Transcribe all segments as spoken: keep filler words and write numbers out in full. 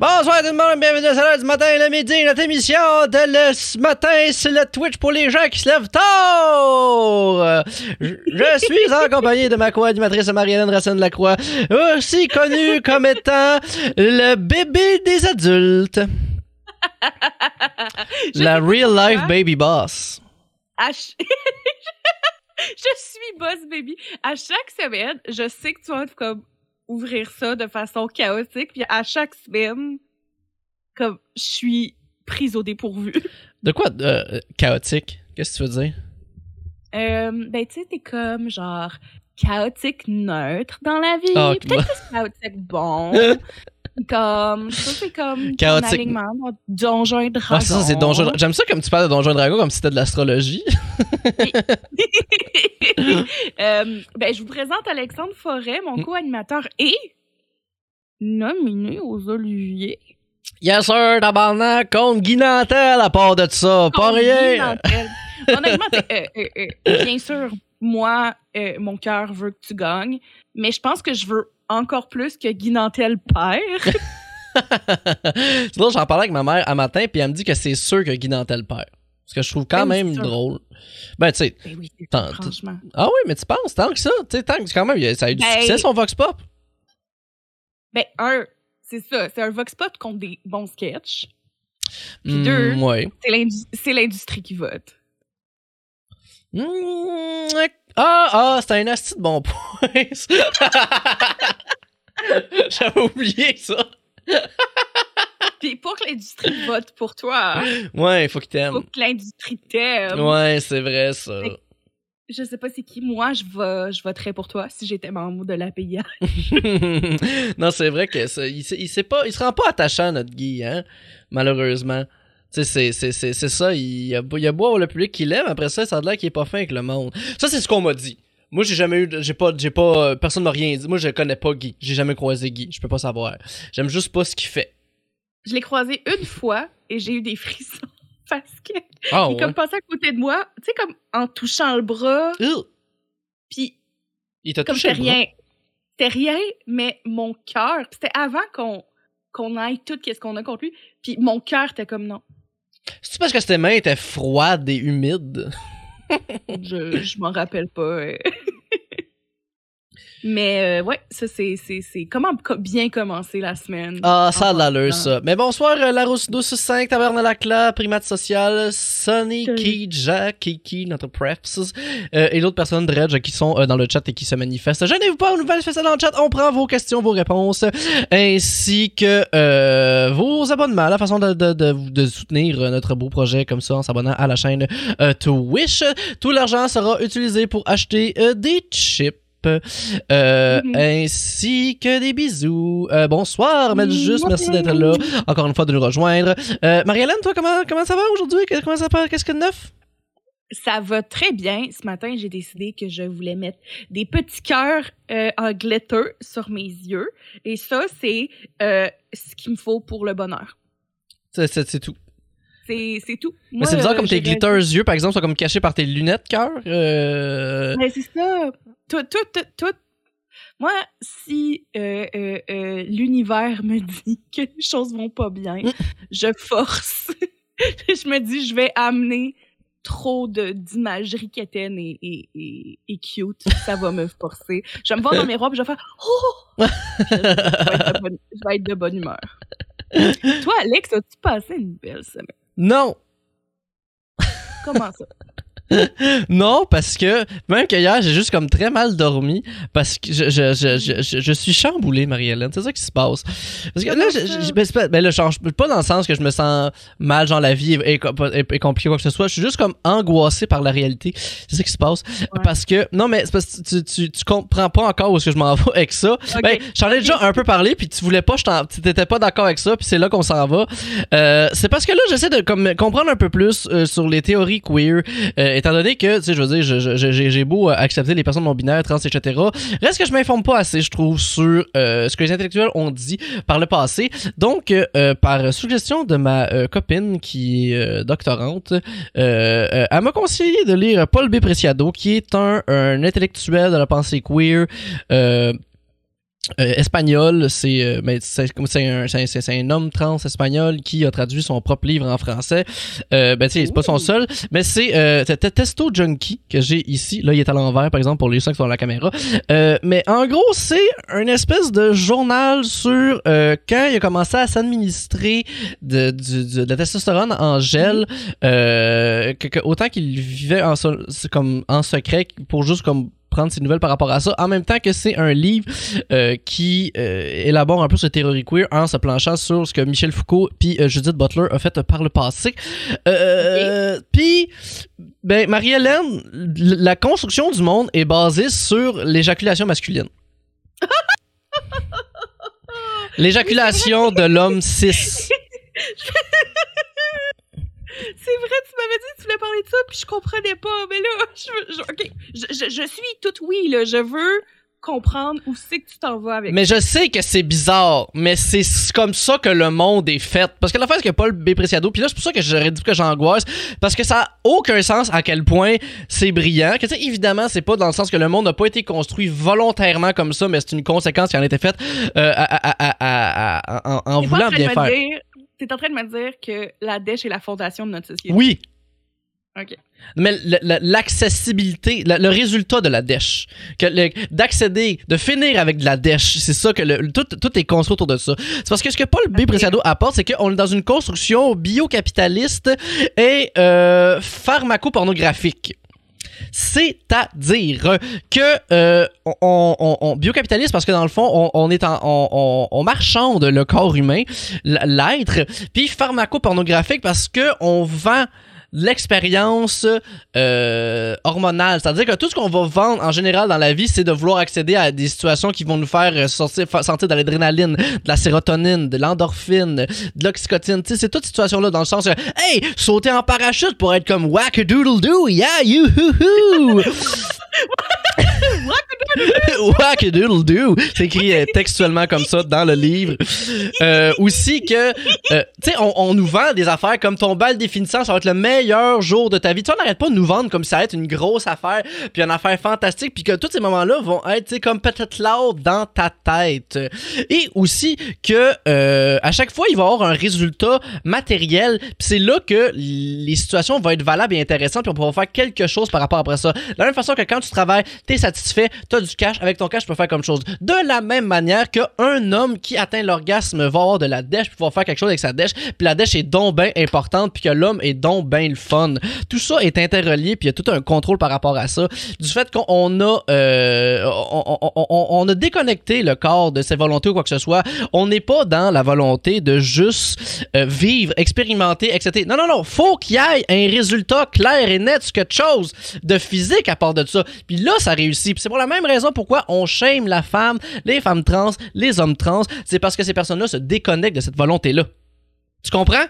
Bonsoir tout le monde, bienvenue à l'heure du matin et le midi, notre émission de le ce matin, c'est le Twitch pour les gens qui se lèvent tard. Je, je suis en compagnie de ma co-animatrice Marie-Hélène Racine-Lacroix, aussi connue comme étant le bébé des adultes. La real life baby boss. Ch... je suis boss baby. À chaque semaine, je sais que tu vas comme ouvrir ça de façon chaotique, puis à chaque semaine, comme je suis prise au dépourvu. De quoi euh, chaotique? Qu'est-ce que tu veux dire? Euh, ben, tu sais, t'es comme genre chaotique neutre dans la vie. Oh, Peut-être que c'est chaotique bon. Comme, ça, c'est comme chaotique. ton alignement, Donjons et Dragons. Ah, ça, c'est Donjons. J'aime ça comme tu parles de Donjons et Dragons comme si c'était de l'astrologie. euh, ben, je vous présente Alexandre Forêt, mon co-animateur et nominé aux Oliviers. Yes sir, tabarnak, contre Guy Nantel à part de ça, pas Contre rien. Honnêtement, euh, euh, euh, bien sûr, moi, euh, mon cœur veut que tu gagnes, mais je pense que je veux encore plus que Guy Nantel perd. C'est drôle, j'en parlais avec ma mère un matin, puis elle me dit que c'est sûr que Guy Nantel perd. Ce que je trouve quand ben même oui, drôle. Ben, tu sais. Ben oui, tant, franchement. Ah oui, mais tu penses, tant que ça, tu sais, tant que quand même, ça a eu du ben, succès son Vox Pop. Ben, un, c'est ça, c'est un Vox Pop contre des bons sketchs. Puis mmh, deux, ouais. c'est, l'industrie, c'est l'industrie qui vote. Mmh, ah, ah, c'est un asti de bon point. J'avais oublié ça. Puis pour que l'industrie vote pour toi, ouais, il faut qu'il t'aime. Faut que l'industrie t'aime. Ouais, c'est vrai ça. Fait, je sais pas c'est qui, moi je, va, je voterais pour toi si j'étais membre de l'A P I H. Non, c'est vrai que ça, il, il, il, pas, il se rend pas attachant notre Guy, hein, malheureusement. Tu sais, c'est, c'est, c'est, c'est ça, il a, il a beau avoir le public qui l'aime, après ça, ça a l'air qu'il est pas fin avec le monde. Ça, c'est ce qu'on m'a dit. Moi, j'ai jamais eu, j'ai pas, j'ai pas, personne m'a rien dit. Moi, je connais pas Guy. J'ai jamais croisé Guy. Je peux pas savoir. J'aime juste pas ce qu'il fait. Je l'ai croisé une fois et j'ai eu des frissons parce que oh, il est ouais. comme passé à côté de moi, tu sais, comme en touchant le bras. Puis, il t'a comme touché c'était rien. C'était rien, mais mon cœur, c'était avant qu'on, qu'on aille tout qu'est-ce qu'on a contre lui, puis mon cœur était comme non. C'est-tu parce que ses mains étaient froides et humides? je, je m'en rappelle pas. Mais euh, ouais, ça c'est, c'est, c'est comment bien commencer la semaine. Ah, ça a de l'allure, ça. Mais bonsoir, euh, la Rousse douze cinq, Tabernalacla, Primate Social, Sonny, Key, Jack, Kiki, notre Prefs, euh, et d'autres personnes, Dredge, qui sont euh, dans le chat et qui se manifestent. Gênez-vous pas, vous manifestez dans le chat, on prend vos questions, vos réponses, ainsi que euh, vos abonnements, la façon de, de, de, de soutenir notre beau projet comme ça en s'abonnant à la chaîne euh, Twitch. Tout l'argent sera utilisé pour acheter euh, des chips. Euh, mm-hmm. Ainsi que des bisous. Euh, bonsoir, mais juste merci d'être là. Encore une fois de nous rejoindre. Euh, Marie-Hélène, toi, comment, comment ça va aujourd'hui? Comment ça va? Qu'est-ce que de neuf? Ça va très bien. Ce matin, j'ai décidé que je voulais mettre des petits cœurs euh, en glitter sur mes yeux. Et ça, c'est euh, ce qu'il me faut pour le bonheur. C'est, c'est, c'est tout. C'est, c'est tout. Moi, mais c'est euh, bizarre comme tes glitters yeux, par exemple, sont comme cachés par tes lunettes cœur. Euh... Mais c'est ça. Tout, tout, tout, tout. Moi, si euh, euh, euh, l'univers me dit que les choses vont pas bien, mm. je force. Je me dis, je vais amener trop de, d'imagerie quétaine et, et, et, et cute. Ça va me forcer. Je vais me voir dans le miroir et je vais faire « Oh! » je, vais être de bonne, je vais être de bonne humeur. Toi, Alex, as-tu passé une belle semaine? Non! Comment ça? Non, parce que même qu'hier, j'ai juste comme très mal dormi parce que je, je, je, je, je, je suis chamboulé, Marie-Hélène. C'est ça qui se passe. Parce que là, je, je, ben, pas, ben là, je change pas dans le sens que je me sens mal, genre la vie est, est, est, est compliquée, quoi que ce soit. Je suis juste comme angoissé par la réalité. C'est ça qui se passe. Ouais. Parce que, non, mais c'est parce que tu, tu, tu comprends pas encore où est-ce que je m'en vais avec ça. Okay. Ben, j'en ai déjà un peu parlé, puis tu voulais pas, tu t'étais pas d'accord avec ça, puis c'est là qu'on s'en va. Euh, c'est parce que là, j'essaie de comme, comprendre un peu plus euh, sur les théories queer. Euh, étant donné que, tu sais, je veux dire, je, je, j'ai, j'ai beau accepter les personnes non-binaires, trans, et cetera. Reste que je m'informe pas assez, je trouve, sur euh, ce que les intellectuels ont dit par le passé. Donc, euh, par suggestion de ma euh, copine qui est euh, doctorante, euh, euh, elle m'a conseillé de lire Paul B. Preciado, qui est un, un intellectuel de la pensée queer, euh, Euh, espagnol, c'est, euh, ben, c'est, c'est, un, c'est, c'est, c'est un homme trans espagnol qui a traduit son propre livre en français. Euh, ben, tu sais, c'est pas son seul, mais c'est euh, Testo Junkie que j'ai ici. Là, il est à l'envers, par exemple, pour les gens qui sont à la caméra. Euh, mais en gros, c'est une espèce de journal sur euh, quand il a commencé à s'administrer de, de, de, de la testostérone en gel, euh, que, que, autant qu'il vivait en, comme, en secret pour juste comme prendre ses nouvelles par rapport à ça, en même temps que c'est un livre euh, qui euh, élabore un peu ce théorie queer en se planchant sur ce que Michel Foucault puis euh, Judith Butler a fait par le passé. Euh, okay. Puis, ben, Marie-Hélène, la construction du monde est basée sur l'éjaculation masculine. L'éjaculation de l'homme cis. C'est vrai, tu m'avais dit que tu voulais parler de ça, puis je comprenais pas. Mais là, je, je, okay. je, je, je suis toute oui, là. Je veux comprendre où c'est que tu t'en vas avec mais ça. Je sais que c'est bizarre, mais c'est comme ça que le monde est fait. Parce que la fin, c'est que Paul B. Preciado, puis là, c'est pour ça que j'aurais dit que j'angoisse, parce que ça a aucun sens à quel point c'est brillant. Que tu sais, évidemment, c'est pas dans le sens que le monde n'a pas été construit volontairement comme ça, mais c'est une conséquence qui en a été faite euh, à, à, à, à, à, en, en voulant bien faire. Dire... T'es en train de me dire que la dèche est la fondation de notre société. Oui. OK. Mais le, le, l'accessibilité, le, le résultat de la dèche, que le, d'accéder, de finir avec de la dèche, c'est ça que le, tout, tout est construit autour de ça. C'est parce que ce que Paul B. Preciado apporte, c'est qu'on est dans une construction biocapitaliste et euh, pharmacopornographique. C'est-à-dire que euh, on, on, on biocapitaliste parce que dans le fond on, on est en on, on, on marchande le corps humain, l'être, puis pharmacopornographique parce que on vend l'expérience euh, hormonale, c'est-à-dire que tout ce qu'on va vendre en général dans la vie, c'est de vouloir accéder à des situations qui vont nous faire sortir, sentir de l'adrénaline, de la sérotonine, de l'endorphine, de l'oxytocine. Tu sais, c'est toutes ces situations-là dans le sens que, hey, sauter en parachute pour être comme whack-a-doodle-doo, yeah, you-hoo-hoo! Whack-a-doodle-doo! C'est écrit euh, textuellement comme ça dans le livre. Euh, aussi que, euh, tu sais, on, on nous vend des affaires comme ton bal définissant, ça va être le meilleur jour de ta vie. Tu sais, on n'arrête pas de nous vendre comme si ça va être une grosse affaire, puis une affaire fantastique, puis que tous ces moments-là vont être, tu sais, comme peut-être loud dans ta tête. Et aussi que, euh, à chaque fois, il va y avoir un résultat matériel, puis c'est là que les situations vont être valables et intéressantes, puis on pourra faire quelque chose par rapport après ça. De la même façon que quand tu travailles, t'es satisfait, t'as du cash, avec ton cash, tu peux faire comme chose. De la même manière qu'un homme qui atteint l'orgasme va avoir de la dèche, puis va faire quelque chose avec sa dèche, puis la dèche est donc bien importante, puis que l'homme est donc bien le fun. Tout ça est interrelié, puis il y a tout un contrôle par rapport à ça. Du fait qu'on a, euh, on, on, on, on a déconnecté le corps de ses volontés ou quoi que ce soit. On n'est pas dans la volonté de juste euh, vivre, expérimenter, et cetera. Non, non, non. Faut qu'il y ait un résultat clair et net, quelque chose de physique à part de ça. Puis là, ça réussit. Puis c'est pour la même raison pourquoi on shame la femme, les femmes trans, les hommes trans. C'est parce que ces personnes-là se déconnectent de cette volonté-là. Tu comprends?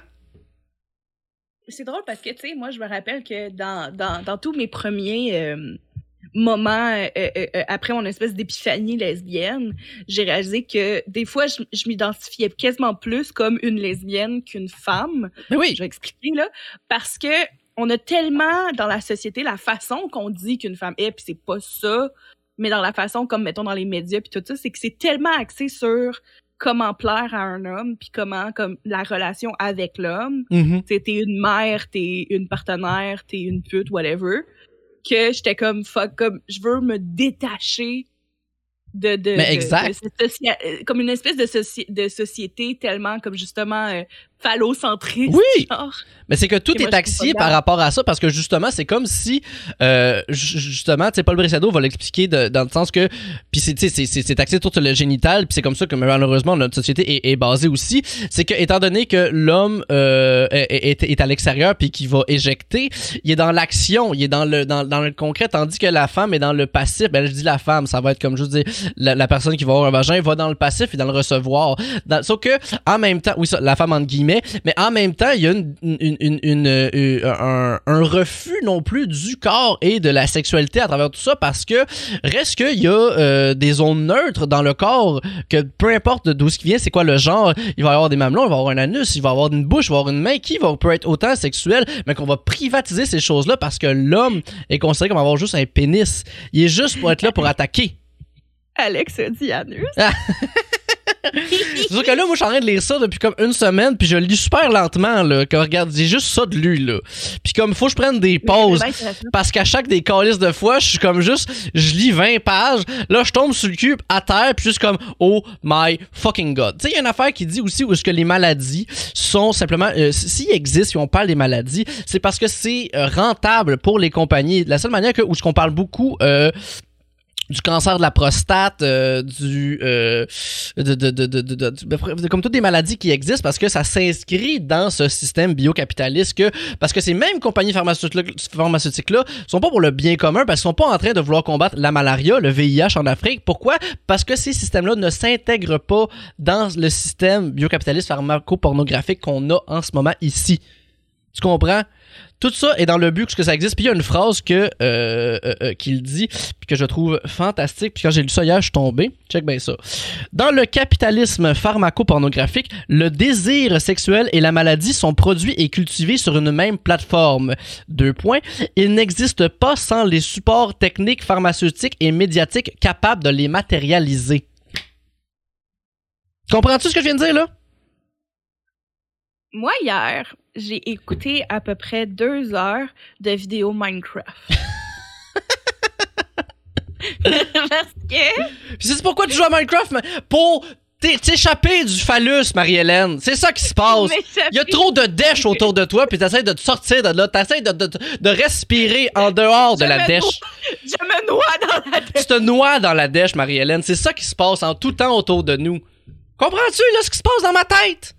C'est drôle parce que, tu sais, moi, je me rappelle que dans, dans, dans tous mes premiers euh, moments euh, euh, euh, après mon espèce d'épiphanie lesbienne, j'ai réalisé que des fois, je, je m'identifiais quasiment plus comme une lesbienne qu'une femme. Mais oui. Je vais expliquer, là. Parce que on a tellement dans la société la façon qu'on dit qu'une femme est, puis c'est pas ça, mais dans la façon comme, mettons, dans les médias, puis tout ça, c'est que c'est tellement axé sur comment plaire à un homme, puis comment, comme, la relation avec l'homme. Mm-hmm. T'es, t'es une mère, t'es une partenaire, t'es une pute, whatever. Que j'étais comme, fuck, comme, je veux me détacher de, de, mais exact. de, de, de socia- comme une espèce de, soci- de société tellement, comme, justement, euh, phallocentriste. Oui! Genre. Mais c'est que tout est axié par rapport à ça, parce que justement, c'est comme si, euh, justement, tu sais, Paul Preciado va l'expliquer de, dans le sens que, puis c'est, c'est, c'est, c'est axé tout le génital, puis c'est comme ça que malheureusement notre société est, est basée aussi. C'est que, étant donné que l'homme euh, est, est, est à l'extérieur puis qu'il va éjecter, il est dans l'action, il est dans le, dans, dans le concret, tandis que la femme est dans le passif. Ben, je dis la femme, ça va être comme je dis, la, la personne qui va avoir un vagin va dans le passif et dans le recevoir. Dans, sauf que, en même temps, oui, ça, la femme entre guillemets, mais en même temps, il y a une, une, une, une, une un, un refus non plus du corps et de la sexualité à travers tout ça, parce que reste qu'il y a euh, des zones neutres dans le corps, que peu importe d'où ce qui vient, c'est quoi le genre, il va y avoir des mamelons, il va y avoir un anus, il va y avoir une bouche, il va y avoir une main qui va, peut être autant sexuelle, mais qu'on va privatiser ces choses-là parce que l'homme est considéré comme avoir juste un pénis. Il est juste pour être là pour attaquer. Alex Dianus. C'est sûr que là, moi, je suis en train de lire ça depuis comme une semaine, puis je le lis super lentement, là. Que, regarde, j'ai juste ça de lui, là. Puis comme, faut que je prenne des pauses. Parce qu'à chaque des calices de fois, je suis comme juste, je lis vingt pages, là, je tombe sur le cul, à terre, puis juste comme, oh my fucking god. Tu sais, il y a une affaire qui dit aussi où est-ce que les maladies sont simplement, euh, s'il existe, si on parle des maladies, c'est parce que c'est euh, rentable pour les compagnies. La seule manière que, où ce qu'on parle beaucoup, euh, du cancer de la prostate, euh, du euh, de, de, de, de, de, de, de, de comme toutes des maladies qui existent parce que ça s'inscrit dans ce système biocapitaliste que parce que ces mêmes compagnies pharmaceutiques pharmaceutiques là sont pas pour le bien commun parce qu'ils sont pas en train de vouloir combattre la malaria, le V I H en Afrique. Pourquoi? Parce que ces systèmes-là ne s'intègrent pas dans le système biocapitaliste pharmacopornographique qu'on a en ce moment ici. Tu comprends? Tout ça est dans le but que ça existe. Puis il y a une phrase que euh, euh, qu'il dit, puis que je trouve fantastique. Puis quand j'ai lu ça hier, je suis tombé. Check bien ça. Dans le capitalisme pharmacopornographique, le désir sexuel et la maladie sont produits et cultivés sur une même plateforme. Deux points. Ils n'existent pas sans les supports techniques, pharmaceutiques et médiatiques capables de les matérialiser. Comprends-tu ce que je viens de dire là? Moi, hier, j'ai écouté à peu près deux heures de vidéos Minecraft. Parce que... Puis c'est pourquoi tu joues à Minecraft? Pour t'échapper du phallus, Marie-Hélène. C'est ça qui se passe. Il y a trop de dèche autour de toi, puis t'essaies de te sortir de là. T'essaies de, de, de respirer en dehors de je la dèche. Noie, je me noie dans la dèche. Tu te noies dans la dèche, Marie-Hélène. C'est ça qui se passe en tout temps autour de nous. Comprends-tu, là, ce qui se passe dans ma tête?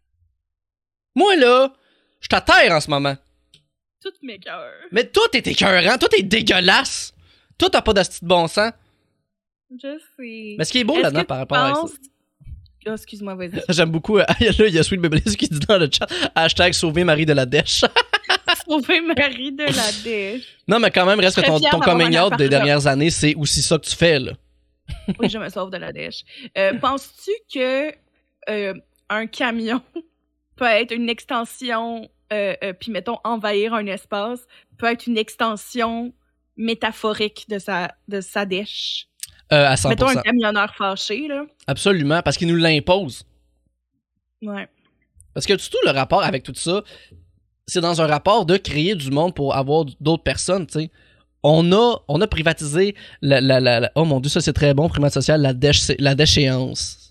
Moi, là, je t'atterre en ce moment. Tout m'écoeure. Mais tout est écœurant, tout est dégueulasse. Tout n'a pas de style de bon sens. Je sais. Mais ce qui est beau est là-dedans par rapport penses... à ça. Oh, excuse-moi, vas-y. J'aime beaucoup. Là, il y a Sweet Babyliss qui dit dans le chat hashtag sauver Marie de la dèche. Sauver Marie de la dèche. Non, mais quand même, reste que ton, ton coming out des dernières années, c'est aussi ça que tu fais, là. Oui, je me sauve de la dèche. Euh, penses-tu que euh, un camion peut être une extension, euh, euh, puis mettons, envahir un espace, peut être une extension métaphorique de sa, de sa dèche? Euh, à cent pour cent. Mettons un camionneur fâché, là. Absolument, parce qu'il nous l'impose. Ouais. Parce que tout le rapport avec tout ça, c'est dans un rapport de créer du monde pour avoir d'autres personnes, tu sais. On a, on a privatisé la, la, la, la... Oh mon Dieu, ça c'est très bon, primat social, la, déche, la déchéance.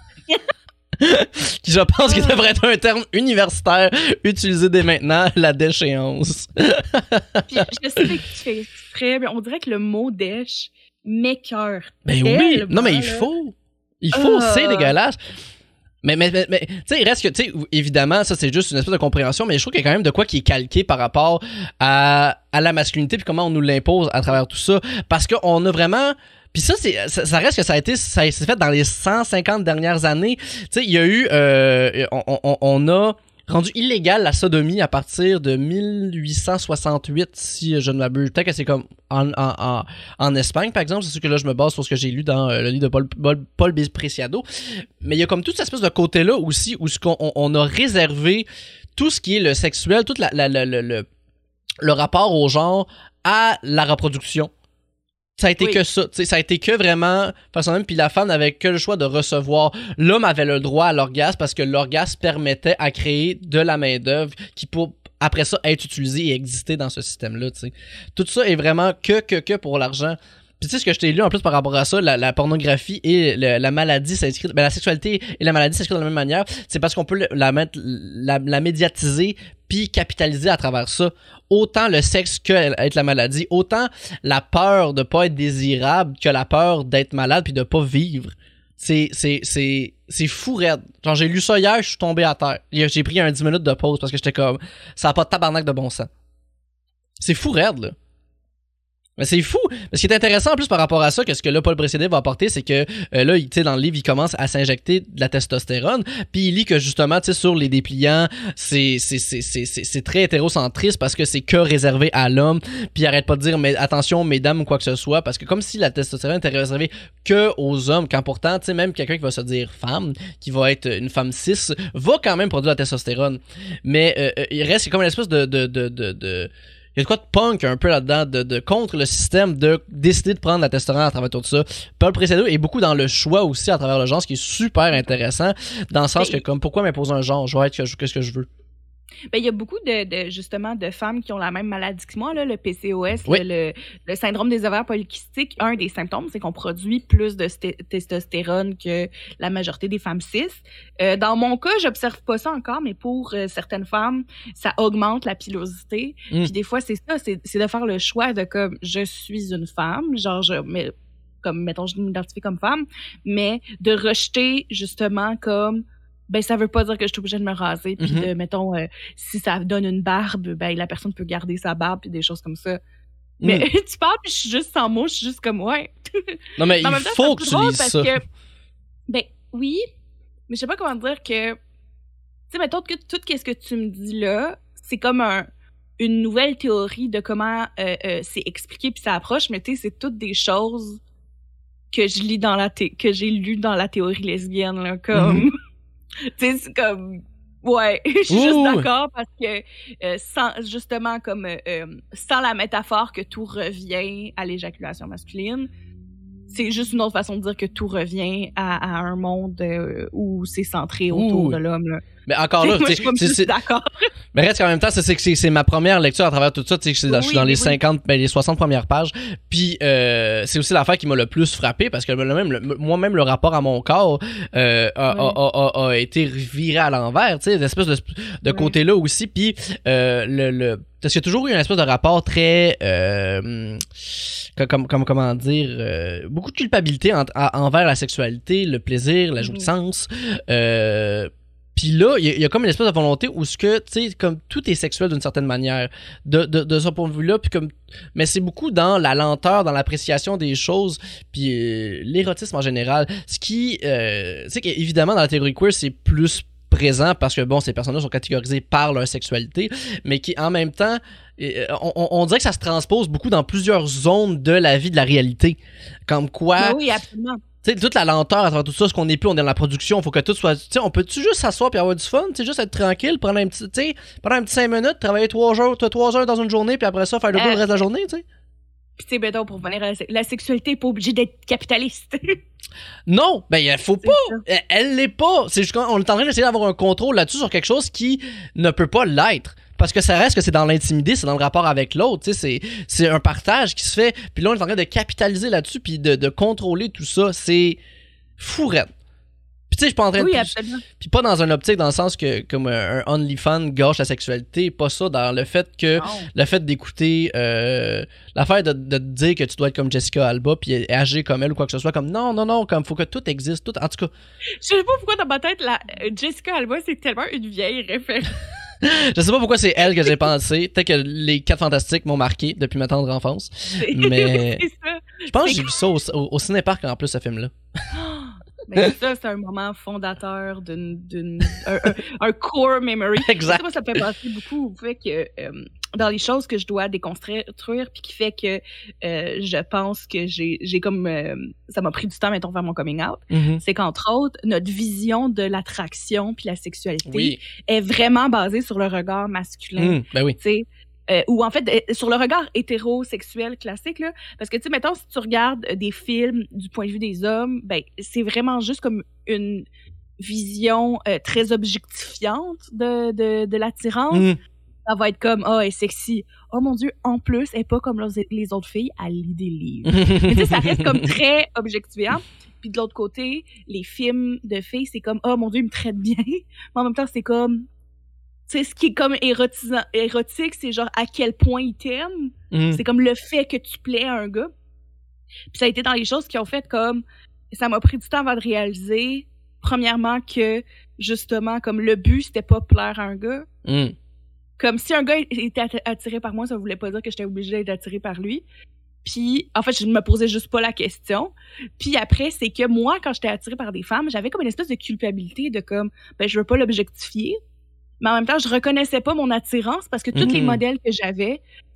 Qui je pense qu'il devrait être un terme universitaire utilisé dès maintenant, la déchéance. Puis, je sais que tu fais exprès, mais on dirait que le mot dèche m'écoeure. Ben oui, non mais il faut. Il faut, uh... c'est dégueulasse. Mais, mais, mais, mais tu sais, il reste que, tu sais, évidemment, ça c'est juste une espèce de compréhension, mais je trouve qu'il y a quand même de quoi qui est calqué par rapport à, à la masculinité puis comment on nous l'impose à travers tout ça. Parce qu'on a vraiment... Puis ça, c'est, ça, ça reste que ça a été, ça s'est fait dans les cent cinquante dernières années. Tu sais, il y a eu, euh, on, on, on a rendu illégal la sodomie à partir de mille huit cent soixante-huit, si je ne m'abuse. Peut-être que c'est comme en, en, en, en Espagne, par exemple. C'est sûr que là, je me base sur ce que j'ai lu dans euh, le livre de Paul, Paul, Paul Preciado. Mais il y a comme toute cette espèce de côté-là aussi où ce qu'on, on, on a réservé tout ce qui est le sexuel, tout la, la, la, le, le, le rapport au genre à la reproduction. Ça a été oui. que ça, tu sais, ça a été que vraiment façon même, puis la femme n'avait que le choix de recevoir. L'homme avait le droit à l'orgasme parce que l'orgasme permettait à créer de la main-d'œuvre qui pour après ça être utilisée et exister dans ce système-là, tu sais. Tout ça est vraiment que que que pour l'argent. Puis tu sais ce que je t'ai lu en plus par rapport à ça, la, la pornographie et le, la maladie s'inscrit, ben la sexualité et la maladie s'inscrivent de la même manière, c'est parce qu'on peut la mettre, la, la médiatiser puis capitaliser à travers ça. Autant le sexe que être la maladie, autant la peur de pas être désirable que la peur d'être malade puis de pas vivre. C'est c'est c'est c'est fou raide. Genre j'ai lu ça hier, je suis tombé à terre. J'ai pris un dix minutes de pause parce que j'étais comme ça a pas de tabarnak de bon sens. C'est fou raide là. Mais c'est fou. Ce qui est intéressant en plus par rapport à ça, que ce que là Paul Preciado va apporter, c'est que euh, là, tu sais, dans le livre, il commence à s'injecter de la testostérone, puis il lit que justement, tu sais, sur les dépliants, c'est c'est c'est c'est c'est c'est très hétérocentriste parce que c'est que réservé à l'homme, puis il arrête pas de dire mais attention mesdames ou quoi que ce soit, parce que comme si la testostérone était réservée que aux hommes, quand pourtant, tu sais, même quelqu'un qui va se dire femme, qui va être une femme cis, va quand même produire la testostérone. Mais euh, il reste comme une espèce de de de de, de Il y a de quoi de punk un peu là-dedans, de, de contre le système, de décider de prendre la testostérone à travers tout ça. Paul Preciado est beaucoup dans le choix aussi à travers le genre, ce qui est super intéressant, dans le sens que, comme, pourquoi m'imposer un genre? Je vais être que je- qu'est-ce que je veux. Ben, il y a beaucoup de, de, justement, de femmes qui ont la même maladie que moi, là, le P C O S, Oui. le, le, le syndrome des ovaires polykystiques. Un des symptômes, c'est qu'on produit plus de sté- testostérone que la majorité des femmes cis. Euh, dans mon cas, j'observe pas ça encore, mais pour euh, certaines femmes, ça augmente la pilosité. Mm. Puis des fois, c'est ça, c'est, c'est de faire le choix de comme, je suis une femme, genre, je, mais, comme, mettons, je m'identifie comme femme, mais de rejeter, justement, comme, ben ça veut pas dire que je suis obligée de me raser puis Mhm. de mettons euh, si ça donne une barbe ben la personne peut garder sa barbe puis des choses comme ça. Mais Mm. tu parles puis je suis juste sans mots, je suis juste comme ouais. Non, mais Mais en il même temps, faut c'est un que peu tu drôle lises parce ça. que ben oui, mais je sais pas comment dire que tu sais mettons que tout ce que tu me dis là, c'est comme un une nouvelle théorie de comment euh, euh, c'est expliqué puis ça approche, mais tu sais c'est toutes des choses que je lis dans la thé- que j'ai lu dans la théorie lesbienne là comme Mhm. tu sais, c'est comme... Ouais, je suis Ouh. juste d'accord parce que euh, sans, justement, comme euh, euh, sans la métaphore que tout revient à l'éjaculation masculine, c'est juste une autre façon de dire que tout revient à, à un monde euh, où c'est centré autour Ouh. de l'homme. Là. Mais encore là, Moi, tu je suis comme sais, juste c'est- d'accord. mais reste qu'en même temps, c'est, c'est, c'est, c'est ma première lecture à travers tout ça. Tu sais, je suis dans, je suis Oui, dans les mais oui. cinquante, ben, les soixante premières pages. Puis euh, c'est aussi l'affaire qui m'a le plus frappé parce que le même, le- moi-même, le rapport à mon corps euh, a, Ouais. a, a, a, a été viré à l'envers. Tu sais, l'espèce de, de Ouais. côté-là aussi. Puis euh, le, le parce qu'il y a toujours eu un espèce de rapport très euh, comme, comme comment dire euh, beaucoup de culpabilité en- à- envers la sexualité, le plaisir, la Mhm. jouissance. Euh, Puis là, il y, a- il y a comme une espèce de volonté où ce que, tu sais, comme tout est sexuel d'une certaine manière, de, de, de ce point de vue-là, puis comme, mais c'est beaucoup dans la lenteur, dans l'appréciation des choses, puis euh, l'érotisme en général. Ce qui, euh, tu sais, qu'évidemment, dans la théorie queer, c'est plus présent parce que, bon, ces personnes-là sont catégorisées par leur sexualité, mais qui, en même temps, euh, on, on- on dirait que ça se transpose beaucoup dans plusieurs zones de la vie, de la réalité. Comme quoi, Ben oui, absolument. tu sais, toute la lenteur à travers tout ça, ce qu'on n'est plus, on est dans la production, faut que tout soit. Tu sais, on peut-tu juste s'asseoir puis avoir du fun, tu sais, juste être tranquille, prendre un petit. Tu sais, pendant un petit cinq minutes, travailler trois heures, toi, trois heures dans une journée, puis après ça, faire le boulot Euh. le reste de la journée, tu sais. Puis tu sais, mettons, pour venir à la, la sexualité, pas obligée d'être capitaliste. Non, ben, il faut C'est pas. ça. Elle- Elle l'est pas. C'est juste qu'on est en train d'essayer d'avoir un contrôle là-dessus sur quelque chose qui ne peut pas l'être. Parce que ça reste que c'est dans l'intimité, c'est dans le rapport avec l'autre, tu sais, c'est, c'est un partage qui se fait. Puis là, on est en train de capitaliser là-dessus, puis de, de contrôler tout ça. C'est fou raide. Puis tu sais, je suis pas en train Oui, de... absolument. Puis pas dans un optique, dans le sens que, comme un, un OnlyFans gâche la sexualité, pas ça, dans le fait que... Non. Le fait d'écouter euh, l'affaire de, de te dire que tu dois être comme Jessica Alba puis agir comme elle ou quoi que ce soit, comme non, non, non, comme faut que tout existe, tout, en tout cas, Je sais pas pourquoi dans ma tête, la, euh, Jessica Alba, c'est tellement une vieille référence. je sais pas pourquoi c'est elle que j'ai pensé, peut-être que les quatre fantastiques m'ont marqué depuis ma tendre enfance, mais c'est ça. je pense que j'ai vu ça au, au, au cinéparc en plus, ce film-là. Mais ça, c'est un moment fondateur d'une, d'une un, un, un core memory. Exact. Ça, moi, ça me fait penser beaucoup au fait que euh, dans les choses que je dois déconstruire, puis qui fait que euh, je pense que j'ai, j'ai comme euh, ça m'a pris du temps, mettons, faire mon coming out. Mhm. C'est qu'entre autres, notre vision de l'attraction puis la sexualité Oui. est vraiment basée sur le regard masculin. Mhm, ben oui. Tu sais, euh, ou en fait euh, sur le regard hétérosexuel classique là, parce que tu sais mettons si tu regardes euh, des films du point de vue des hommes, ben c'est vraiment juste comme une vision euh, très objectifiante de de, de l'attirance. Mhm. Ça va être comme oh elle est sexy, oh mon dieu en plus elle est pas comme les- les autres filles, elle lit des livres. Mais tu sais ça reste comme très objectifiant. Puis de l'autre côté, les films de filles c'est comme oh mon dieu il me traite bien, mais en même temps c'est comme tu sais, ce qui est comme érotisant, érotique, c'est genre à quel point il t'aime. Mhm. C'est comme le fait que tu plais à un gars. Puis ça a été dans les choses qui ont fait comme... Ça m'a pris du temps avant de réaliser, premièrement, que justement, comme le but, c'était pas plaire à un gars. Mhm. Comme si un gars était att- attiré par moi, ça voulait pas dire que j'étais obligée d'être attirée par lui. Puis, en fait, je me posais juste pas la question. Puis après, c'est que moi, quand j'étais attirée par des femmes, j'avais comme une espèce de culpabilité de comme, ben, je veux pas l'objectifier. Mais en même temps, je reconnaissais pas mon attirance parce que tous Mhm. les modèles que j'avais,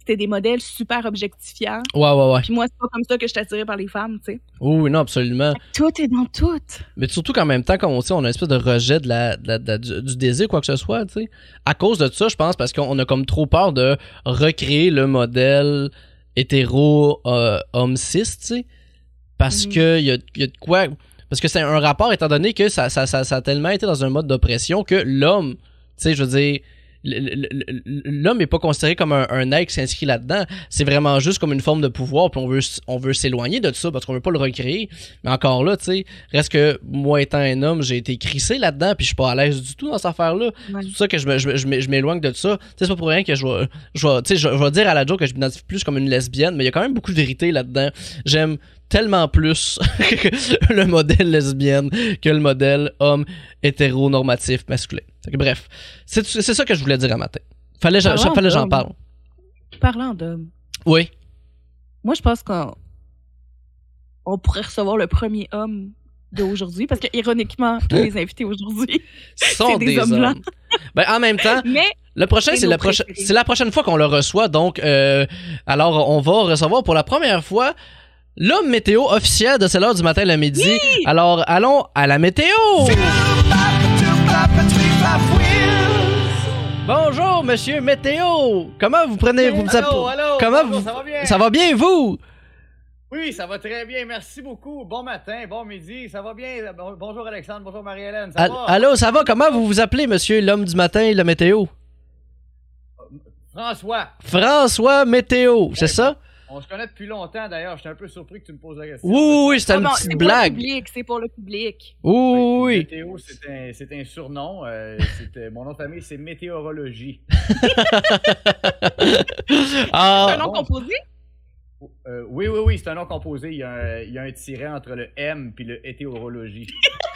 c'était des modèles super objectifiants. Ouais, ouais, ouais. Puis moi, c'est pas comme ça que je suis attirée par les femmes, tu sais. Oui, non, absolument. Tout est dans tout. Mais surtout qu'en même temps, comme on sait, on a une espèce de rejet de la, de la- de la- du, du désir, quoi que ce soit, tu sais. À cause de ça, je pense, parce qu'on a comme trop peur de recréer le modèle hétéro euh, homme cis, tu sais. Parce Mhm. que y a, y a de quoi... Parce que c'est un rapport, étant donné que ça, ça, ça, ça a tellement été dans un mode d'oppression que l'homme, tu sais, je veux dire... L'homme n'est pas considéré comme un, un être qui s'inscrit là-dedans. C'est vraiment juste comme une forme de pouvoir, puis on veut, on veut s'éloigner de ça parce qu'on veut pas le recréer. Mais encore là, tu sais, reste que moi étant un homme, j'ai été crissé là-dedans, puis je suis pas à l'aise du tout dans cette affaire-là. Ouais. C'est pour ça que je, me, je, je, je m'éloigne de ça. Tu sais, c'est pas pour rien que je vais, je vais, tu sais, je, je vais dire à la joke que je m'identifie plus comme une lesbienne, mais il y a quand même beaucoup de vérité là-dedans. J'aime tellement plus le modèle lesbienne que le modèle homme hétéronormatif masculin. Fait que bref, c'est, c'est ça que je voulais dire à matin. Fallait, j'en- Parlant fallait que j'en d'homme. parle. Parlant d'hommes, Oui. moi, je pense qu'on on pourrait recevoir le premier homme d'aujourd'hui, parce que, ironiquement, tous les invités aujourd'hui, Sont c'est des des, hommes hommes. blancs. Ben, en même temps, mais le prochain, C'est c'est, nos la prochaine, préférés. c'est la prochaine fois qu'on le reçoit. Donc, euh, alors, on va recevoir pour la première fois l'homme météo officiel de C'est l'heure du matin le midi. Alors, allons à la météo. Bonjour, monsieur météo. Comment vous prenez vous Allô, allô, Comment bonjour, vous ça va bien? Ça va bien vous? Oui, ça va très bien, merci beaucoup. Bon matin, bon midi, ça va bien? Bon- bonjour Alexandre, bonjour Marie-Hélène, ça Al- va? Allô, ça va? Comment vous vous appelez, monsieur l'homme du matin le météo? François, François Météo, c'est ça? on se connaît depuis longtemps d'ailleurs, j'étais un peu surpris que tu me poses la question. Oui, oui, oui, c'était Ah une bon, petite c'est pour blague. le public, c'est pour le public. Oui, oui, oui. Météo, c'est un, c'est un surnom. euh, c'est, euh, mon nom de famille, c'est Météorologie. Ah, Un nom bon. composé? Euh, oui, oui, oui, c'est un nom composé. Il y a un, il y a un tiret entre le M puis le hétéorologie.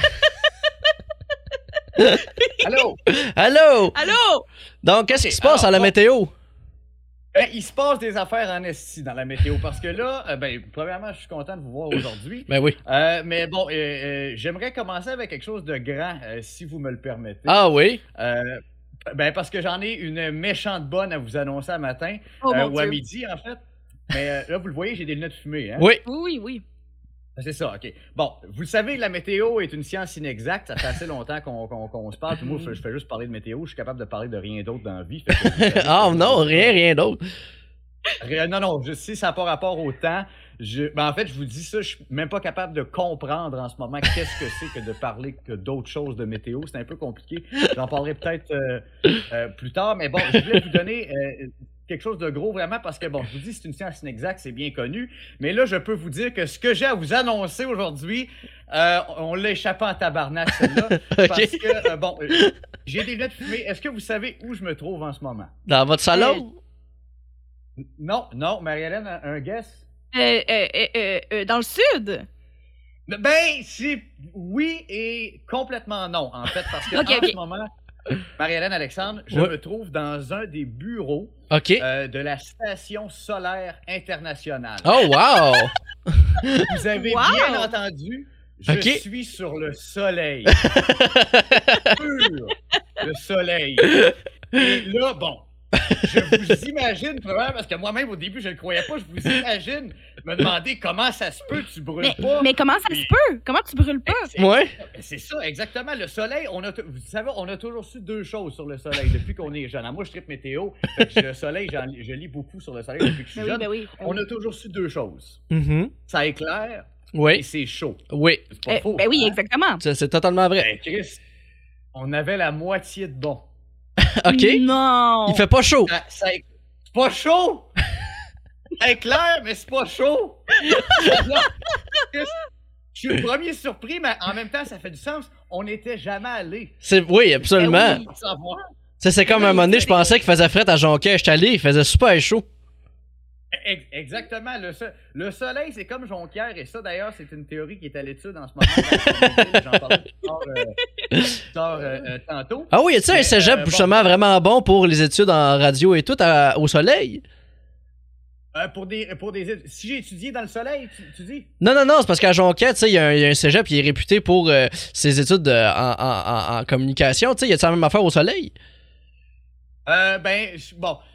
Allô? allô? Allô? Donc, qu'est-ce Ok, qui se passe alors, à la bon. météo? Ben, il se passe des affaires en esti dans la météo parce que là, euh, ben, premièrement, je suis content de vous voir aujourd'hui. Ben oui. Euh, mais bon, euh, euh, j'aimerais commencer avec quelque chose de grand, euh, si vous me le permettez. Ah oui? Euh, ben, parce que j'en ai une méchante bonne à vous annoncer un matin, Oh euh, mon ou à Dieu. midi en fait. Mais euh, là, vous le voyez, j'ai des lunettes fumées. Hein? Oui. Oui, oui, oui. C'est ça, ok. Bon, vous le savez, la météo est une science inexacte. Ça fait assez longtemps qu'on qu'on- qu'on se parle. Puis moi, je fais- je fais juste parler de météo. Je suis capable de parler de rien d'autre dans la vie. Fait que- Ah non, rien, rien d'autre. Rien- Non, non, je sais, ça n'a pas rapport au temps. Je, ben en fait, je vous dis ça, je suis même pas capable de comprendre en ce moment qu'est-ce que c'est que de parler que d'autres choses de météo. C'est un peu compliqué. J'en parlerai peut-être euh, euh, plus tard. Mais bon, je voulais vous donner euh, quelque chose de gros vraiment parce que, bon, je vous dis, c'est une science inexacte, c'est bien connu. Mais là, je peux vous dire que ce que j'ai à vous annoncer aujourd'hui, euh, on l'a échappé en tabarnak, celle-là. Parce que, euh, bon, euh, j'ai des lunettes fumées. Est-ce que vous savez où je me trouve en ce moment? Dans votre salon? Non, non, Marie-Hélène, un, un guess? Euh, euh, euh, euh, euh, dans le sud? Ben, c'est oui et complètement non, en fait, parce que Ok, en ok. ce moment, Marie-Hélène Alexandre, je Ouais. me trouve dans un des bureaux OK. euh, de la Station solaire internationale. Oh, wow! Vous avez Wow! bien entendu, je Ok. suis sur le soleil. Pur, le soleil. Et là, bon, je vous imagine, probablement, parce que moi-même, au début, je ne le croyais pas, je vous imagine me demander comment ça se peut, tu brûles Mais, pas. mais comment ça Puis- se peut? Comment tu brûles pas? C'est- Ouais. C'est ça, exactement. Le soleil, on a, t- vous savez, on a toujours su deux choses sur le soleil depuis qu'on est jeune. Alors, moi, je tripe météo. Fait que le soleil, j'en- je lis beaucoup sur le soleil depuis que je suis Ben oui, jeune. ben oui. ben On oui. a toujours su deux choses. Mhm. Ça éclaire et Oui. c'est chaud. Oui. C'est pas Euh, faux. ben oui, hein? exactement. C'est, c'est totalement vrai. Ben, Chris, on avait la moitié de bon. OK. Non! Il fait pas chaud. Ça, ça- c'est pas chaud! Ça éclaire, mais c'est pas chaud! Là, Chris, je suis le premier surpris, mais en même temps, ça fait du sens. On n'était jamais allé. C'est, oui, absolument. Ben Pour savoir. Ça, c'est comme un moment donné, je pensais qu'il faisait fret à Jonquière. J'étais allé, il faisait super chaud. Ex- Exactement. Le, so- le soleil, c'est comme Jonquière. Et ça, d'ailleurs, c'est une théorie qui est à l'étude en ce moment. J'en parlais plus tard, euh, plus tard, euh, euh, tantôt. Ah oui, y a-tu un Mais, cégep euh, bon. justement vraiment bon pour les études en radio et tout à- au soleil? Euh, pour des, pour des, si j'ai étudié dans le soleil, tu, tu dis? Non, non, non, c'est parce qu'à Jonquière, tu sais, il y, a un- y a un cégep qui est réputé pour euh, ses études de- en, en- en- en communication. Tu sais, y a-tu la même affaire au soleil? Euh, ben, je- bon.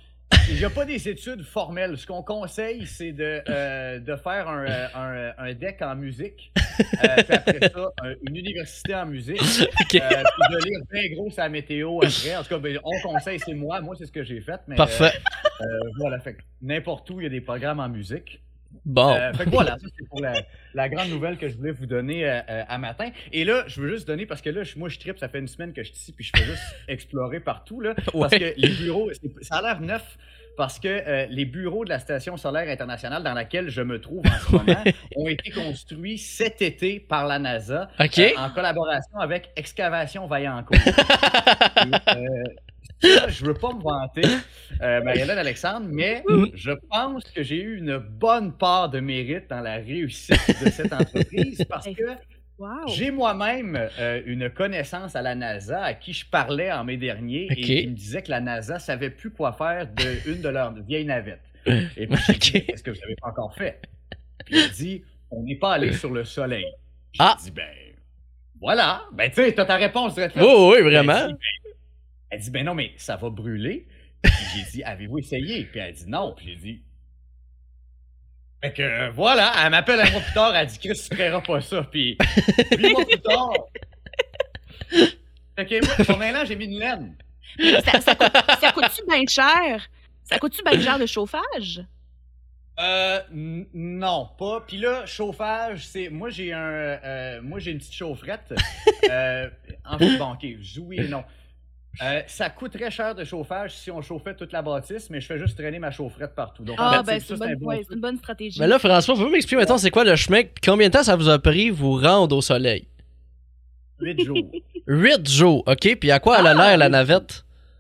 il n'y a pas des études formelles. Ce qu'on conseille, c'est de, euh, de faire un, un, un deck en musique, euh, puis après ça, un- une université en musique, Ok. euh, puis de lire bien gros sa météo après. En tout cas, ben, on conseille, c'est moi. Moi, c'est ce que j'ai fait. Mais, Parfait. euh, euh, voilà, fait que n'importe où, il y a des programmes en musique. Bon. Euh, fait que voilà, ça c'est pour la, la grande nouvelle que je voulais vous donner euh, euh, à matin. Et là, je veux juste donner, parce que là, je- moi je tripe, ça fait une semaine que je suis ici, puis je fais juste explorer partout, là. Parce Ouais. que les bureaux, c'est- ça a l'air neuf, parce que euh, les bureaux de la Station solaire internationale dans laquelle je me trouve en ce moment ont été construits cet été par la NASA Ok. euh, en collaboration avec Excavation Vaillancourt. Et, euh, ça, je veux pas me vanter, euh, Marie-Hélène Alexandre, mais Mm. je pense que j'ai eu une bonne part de mérite dans la réussite de cette entreprise parce que Wow. j'ai moi-même euh, une connaissance à la NASA à qui je parlais en mai dernier Ok. et qui me disait que la NASA savait plus quoi faire d'une de leurs vieilles navettes. Et puis, j'ai Ok. dit, est-ce que vous n'avez pas encore fait? Puis il dit, on n'est pas allé sur le soleil. J'ai Ah. dit, ben, voilà. Ben, tu sais, t'as ta réponse. direct là. Oh, oui, Elle vraiment. dit, ben, elle dit, ben non, mais ça va brûler. Puis j'ai dit, avez-vous essayé? Puis elle dit, non. Puis j'ai dit, fait que euh, voilà, elle m'appelle un mois plus tard, elle dit, Chris, tu feras pas ça. Puis huit mois plus tard. Fait que moi, sur maintenant, j'ai mis une laine. Ça, ça coûte, ça coûte-tu bien cher? Ça coûte-tu bien cher de chauffage? Euh, n- non, pas. Puis là, chauffage, c'est. Moi, j'ai un. euh, moi, j'ai une petite chaufferette. Euh, en fait, bon, ok, oui et non. Euh, ça coûte très cher de chauffage si on chauffait toute la bâtisse, mais je fais juste traîner ma chaufferette partout. Donc, en Ah, fait, ben, ça, c'est une, c'est un bonne- bon ouais, truc. c'est une bonne stratégie. Mais là, François, pouvez-vous m'expliquer maintenant c'est quoi le chemin? Combien de temps ça vous a pris vous rendre au soleil? huit jours. Huit jours, ok? Puis à quoi elle a l'air, la navette?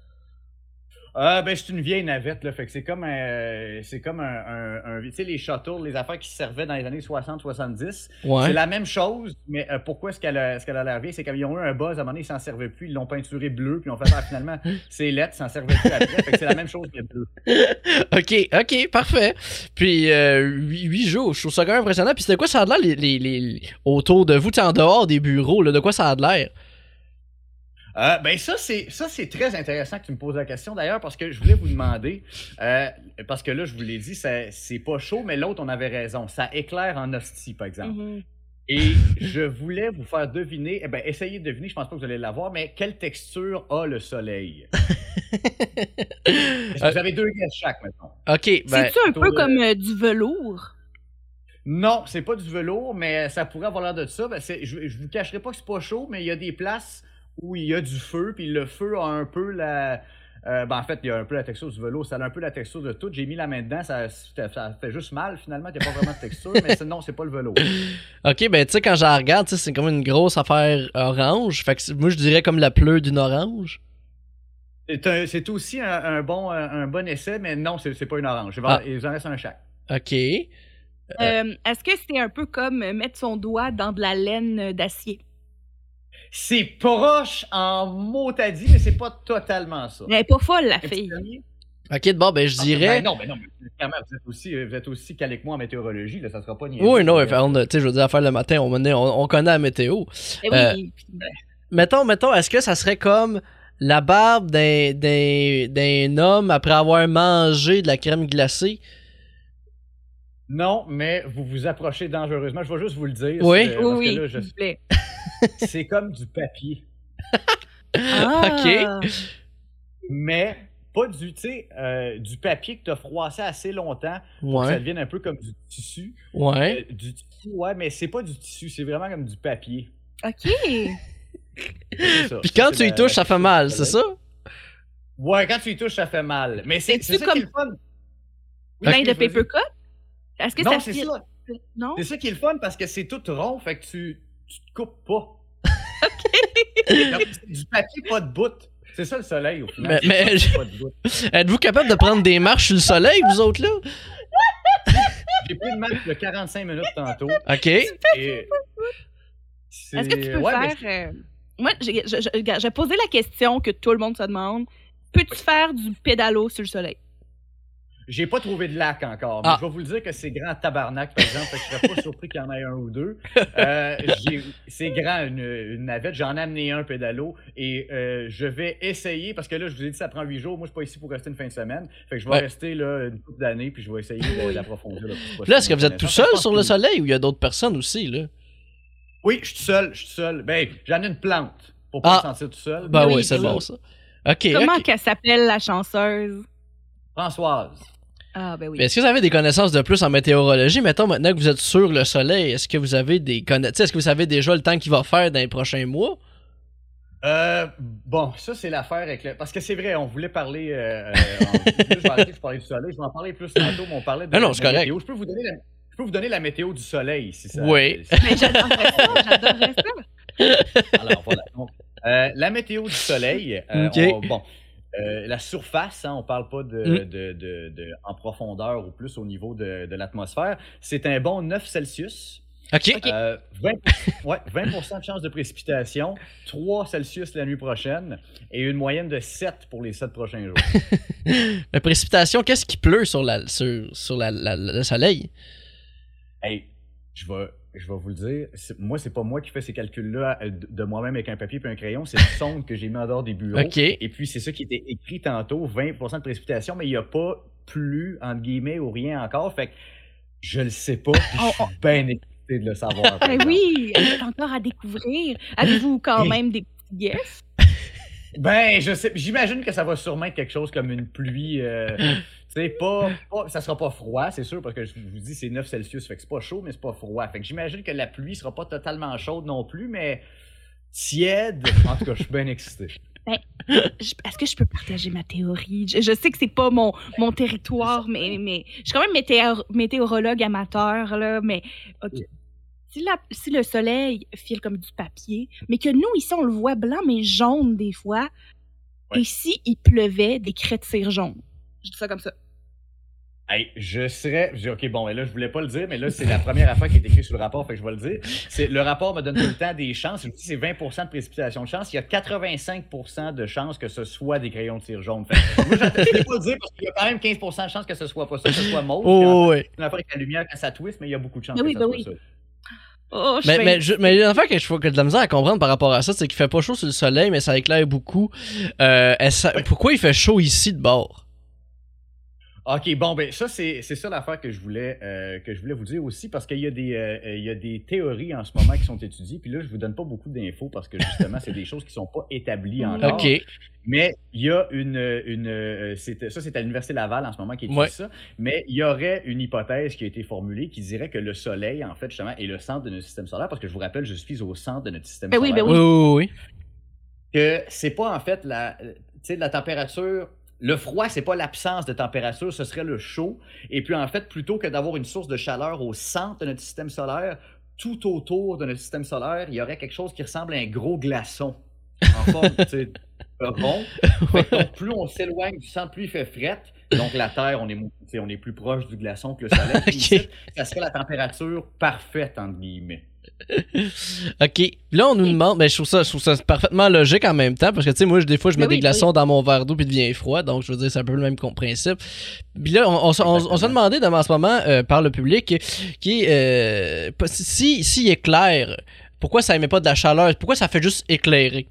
Ah, ben, c'est une vieille navette, là. Fait que c'est comme un. C'est comme un. un, un- tu sais, les shuttles, les affaires qui se servaient dans les années soixante soixante-dix. C'est Ouais. la même chose, mais euh, pourquoi est-ce qu'elle a, est-ce qu'elle a l'air vieille? C'est qu'ils ont eu un buzz, à un moment donné, ils s'en servaient plus, ils l'ont peinturé bleu, puis ils ont fait, ah, finalement, c'est lettre, ils s'en servaient plus après. Fait que c'est la même chose, mais bleu. Ok, ok, parfait. Puis euh, huit, huit jours, je trouve ça quand même impressionnant. Puis c'était quoi ça a de l'air les, les, les- autour de vous, tu sais, en dehors des bureaux, là, de quoi ça a de l'air? Euh, ben ça c'est ça c'est très intéressant que tu me poses la question d'ailleurs parce que je voulais vous demander euh, parce que là je vous l'ai dit ça- c'est pas chaud mais l'autre on avait raison ça éclaire en hostie par exemple Mhm. et je voulais vous faire deviner eh ben essayez de deviner je pense pas que vous allez l'avoir mais quelle texture a le soleil. Est-ce que vous avez deux guesses chaque maintenant? Ok, ben. C'est-tu un peu plutôt, comme euh, du velours? Non, c'est pas du velours, mais ça pourrait avoir l'air de ça. Ben, c'est- je, je vous cacherai pas que c'est pas chaud, mais il y a des places où il y a du feu, puis le feu a un peu la. euh, ben, en fait, il y a un peu la texture du velours, ça a un peu la texture de tout. J'ai mis la main dedans, ça, ça, ça fait juste mal finalement, il n'y a pas vraiment de texture, mais c'est- non, c'est pas le velours. Ok, ben tu sais, quand je la regarde, tu sais, c'est comme une grosse affaire orange. Fait que c'est- moi, je dirais comme la pleure d'une orange. C'est un- c'est aussi un, un bon, un, un bon essai, mais non, c'est c'est pas une orange. Je vais- Ah. Ils en restent un chaque. Ok. Euh, Est-ce que c'est un peu comme euh, mettre son doigt dans de la laine euh, d'acier? C'est proche en mot t'as dit, mais c'est pas totalement ça. Elle est pas folle, la Un petit fille. dernier? Ok, bon, ben je Ah, dirais. ben non, mais non, mais clairement, vous êtes aussi, vous êtes aussi calé que moi en météorologie, là, ça sera pas niaiseux. Oui, non, enfin, on a- tu sais, je veux dire, à faire le matin, on, on, on connaît la météo. Eh Euh, oui, puis- Mettons, mettons, est-ce que ça serait comme la barbe d'un, d'un, d'un homme après avoir mangé de la crème glacée? Non, mais vous vous approchez dangereusement. Je vais juste vous le dire. Oui. c'est- oui, parce oui, que là, je- s'il vous plaît. c'est comme du papier. Ah. Mais pas du, tu sais, euh, du papier que tu as froissé assez longtemps pour que ça Ouais, devienne un peu comme du tissu. ouais. Euh, du tissu, ouais, mais c'est pas du tissu, c'est vraiment comme du papier. OK. C'est ça. Puis quand C'est tu y la- touches, la ça fait mal, c'est ça? Ouais, quand tu y touches, ça fait mal. Mais c'est C'est-tu c'est ça comme- qui est le fun. Oui, Plein de vas-y. paper cut? Est-ce que Non, ça c'est fit? ça. Non? C'est ça qui est le fun parce que c'est tout rond, fait que tu, tu te coupes pas. OK. C'est du papier, pas de bout. C'est ça le soleil au final. Mais- C'est mais pas- je- pas de bout. Êtes-vous capable de prendre des marches sur le soleil, vous autres, là? J'ai pris une marche de quarante-cinq minutes tantôt. Ok. et Est-ce que tu peux ouais, mais faire... euh, Moi, j'ai je- je- regarde, j'ai posé la question que tout le monde se demande. Peux-tu faire du pédalo sur le soleil? J'ai pas trouvé de lac encore, mais Ah. je vais vous le dire que c'est grand tabarnak, par exemple, fait que je serais pas surpris qu'il y en ait un ou deux. Euh, j'ai- c'est grand, une, une navette. J'en ai amené un pédalo et euh, je vais essayer, parce que là, je vous ai dit, ça prend huit jours. Moi, je suis pas ici pour rester une fin de semaine. Fait que je vais Ouais. rester là une couple d'années, puis je vais essayer de- d'approfondir le plus possible. Là, est-ce que vous êtes tout seul Je pense sur que le oui. soleil ou il y a d'autres personnes aussi, là? Oui, je suis tout seul, je suis tout seul. Ben, j'en ai une plante, pour pas Ah. me sentir tout seul. Ben Oui, oui, c'est oui. bon, ça. OK, Comment OK. qu'elle s'appelle, la chanceuse? Françoise. Ah, ben oui. Mais est-ce que vous avez des connaissances de plus en météorologie? Mettons, maintenant que vous êtes sur le soleil, est-ce que vous avez des connaissances? Est-ce que vous savez déjà le temps qu'il va faire dans les prochains mois? Euh, bon, ça, c'est l'affaire avec le... Parce que c'est vrai, on voulait parler... Euh, euh, en- je vais arrêter de parler du soleil, je vais en parler plus tantôt, mais on parlait de Ah non, la c'est correct. météo. Je peux vous donner la... Je peux vous donner la météo du soleil, si ça... Oui. si- Mais j'adorerais ça, j'adorerais ça. Alors, voilà. Donc, euh, la météo du soleil, euh, Ok. on- bon, euh, la surface, hein, on parle pas de, Mm. de, de, de- en profondeur ou plus au niveau de, de l'atmosphère. C'est un bon neuf Celsius. OK. Ok. Euh, vingt, ouais, vingt pour cent de chance de précipitation, trois Celsius la nuit prochaine et une moyenne de sept pour les sept prochains jours. La précipitation, qu'est-ce qui pleut sur, la, sur, sur la, la- le soleil? Hey, je vais, je vais vous le dire, c'est- moi, c'est pas moi qui fais ces calculs-là euh, de de moi-même avec un papier et un crayon, c'est une sonde que j'ai mis en dehors des bureaux. OK. Et puis, c'est ça qui était écrit tantôt, vingt pour cent de précipitation, mais il n'y a pas plu, entre guillemets, ou rien encore. Fait que je le sais pas, puis je Oh, suis bien excité de le savoir. par Ben exemple. oui, elle est encore à découvrir. Avez-vous quand même des petits guesses? Ben, je sais, j'imagine que ça va sûrement être quelque chose comme une pluie. Euh, tu sais, pas, pas, ça sera pas froid, c'est sûr, parce que je vous dis, c'est neuf Celsius, fait que c'est pas chaud, mais c'est pas froid. Fait que j'imagine que la pluie sera pas totalement chaude non plus, mais tiède. En tout cas, je suis bien excité. Je- Est-ce que je peux partager ma théorie? Je, je sais que c'est pas mon, mon territoire, mais, mais je suis quand même météor- météorologue amateur, là, mais OK. Si, la- si le soleil file comme du papier, mais que nous, ici, on le voit blanc, mais jaune des fois, Ouais. et si il pleuvait des craies de cire jaune? Je dis ça comme ça. Hey, je serais. j'ai- Ok, bon, et là, je voulais pas le dire, mais là, c'est la première affaire qui est écrite sur le rapport, fait que je vais le dire. C'est, le rapport me donne tout le temps des chances. Je vous dis, c'est vingt pour cent de précipitation de chance. Il y a quatre-vingt-cinq pour cent de chances que ce soit des crayons de cire jaune. Fait que moi, je voulais pas le dire parce qu'il y a quand même quinze pour cent de chances que ce soit pas ça, que ce soit mauve. Puis en Oh, fait, oui. c'est une affaire avec la lumière quand ça twist, mais il y a beaucoup de chances Ben oui, que ça ben soit oui. ça. Oh, je Mais, fais- mais, je- mais une affaire que je faut que de la misère à comprendre par rapport à ça, c'est qu'il fait pas chaud sur le soleil, mais ça éclaire beaucoup. Euh, est-ce- Oui. Pourquoi il fait chaud ici de bord? OK, bon, ben ça, c'est c'est ça l'affaire que je voulais euh, que je voulais vous dire aussi, parce qu'il y a des euh, euh, il y a des théories en ce moment qui sont étudiées, puis là, je vous donne pas beaucoup d'infos parce que justement, c'est des choses qui sont pas établies encore. OK. Mais il y a une, une euh, c'est- ça, c'est à l'Université Laval en ce moment qui étudie Ouais. ça, mais il y aurait une hypothèse qui a été formulée qui dirait que le Soleil, en fait, justement, est le centre de notre système solaire, parce que je vous rappelle, je suis au centre de notre système Ben oui, solaire. ben Oui, oui, oui. Que c'est pas, en fait, la, tu sais, la température. Le froid, c'est pas l'absence de température, ce serait le chaud. Et puis, en fait, plutôt que d'avoir une source de chaleur au centre de notre système solaire, tout autour de notre système solaire, il y aurait quelque chose qui ressemble à un gros glaçon en forme, tu sais, de rond. Fait que donc, plus on s'éloigne du centre, plus il fait fret. Donc, la Terre, on est, tu sais, on est plus proche du glaçon que le Soleil. Puis Ok. ici, ça serait la température parfaite, entre guillemets. OK. Là, on nous demande, mais je trouve ça, je trouve ça parfaitement logique en même temps, parce que, tu sais, moi, je- des fois, je mets Mais des oui, glaçons dans mon verre d'eau puis il devient froid, donc je veux dire, c'est un peu le même con- principe. Puis là, on, on, s- on- on s'est Exactement. demandé devant en ce moment, euh, par le public, qui est, euh, pas- si, si éclaire, pourquoi ça émet pas de la chaleur? Pourquoi ça fait juste éclairer?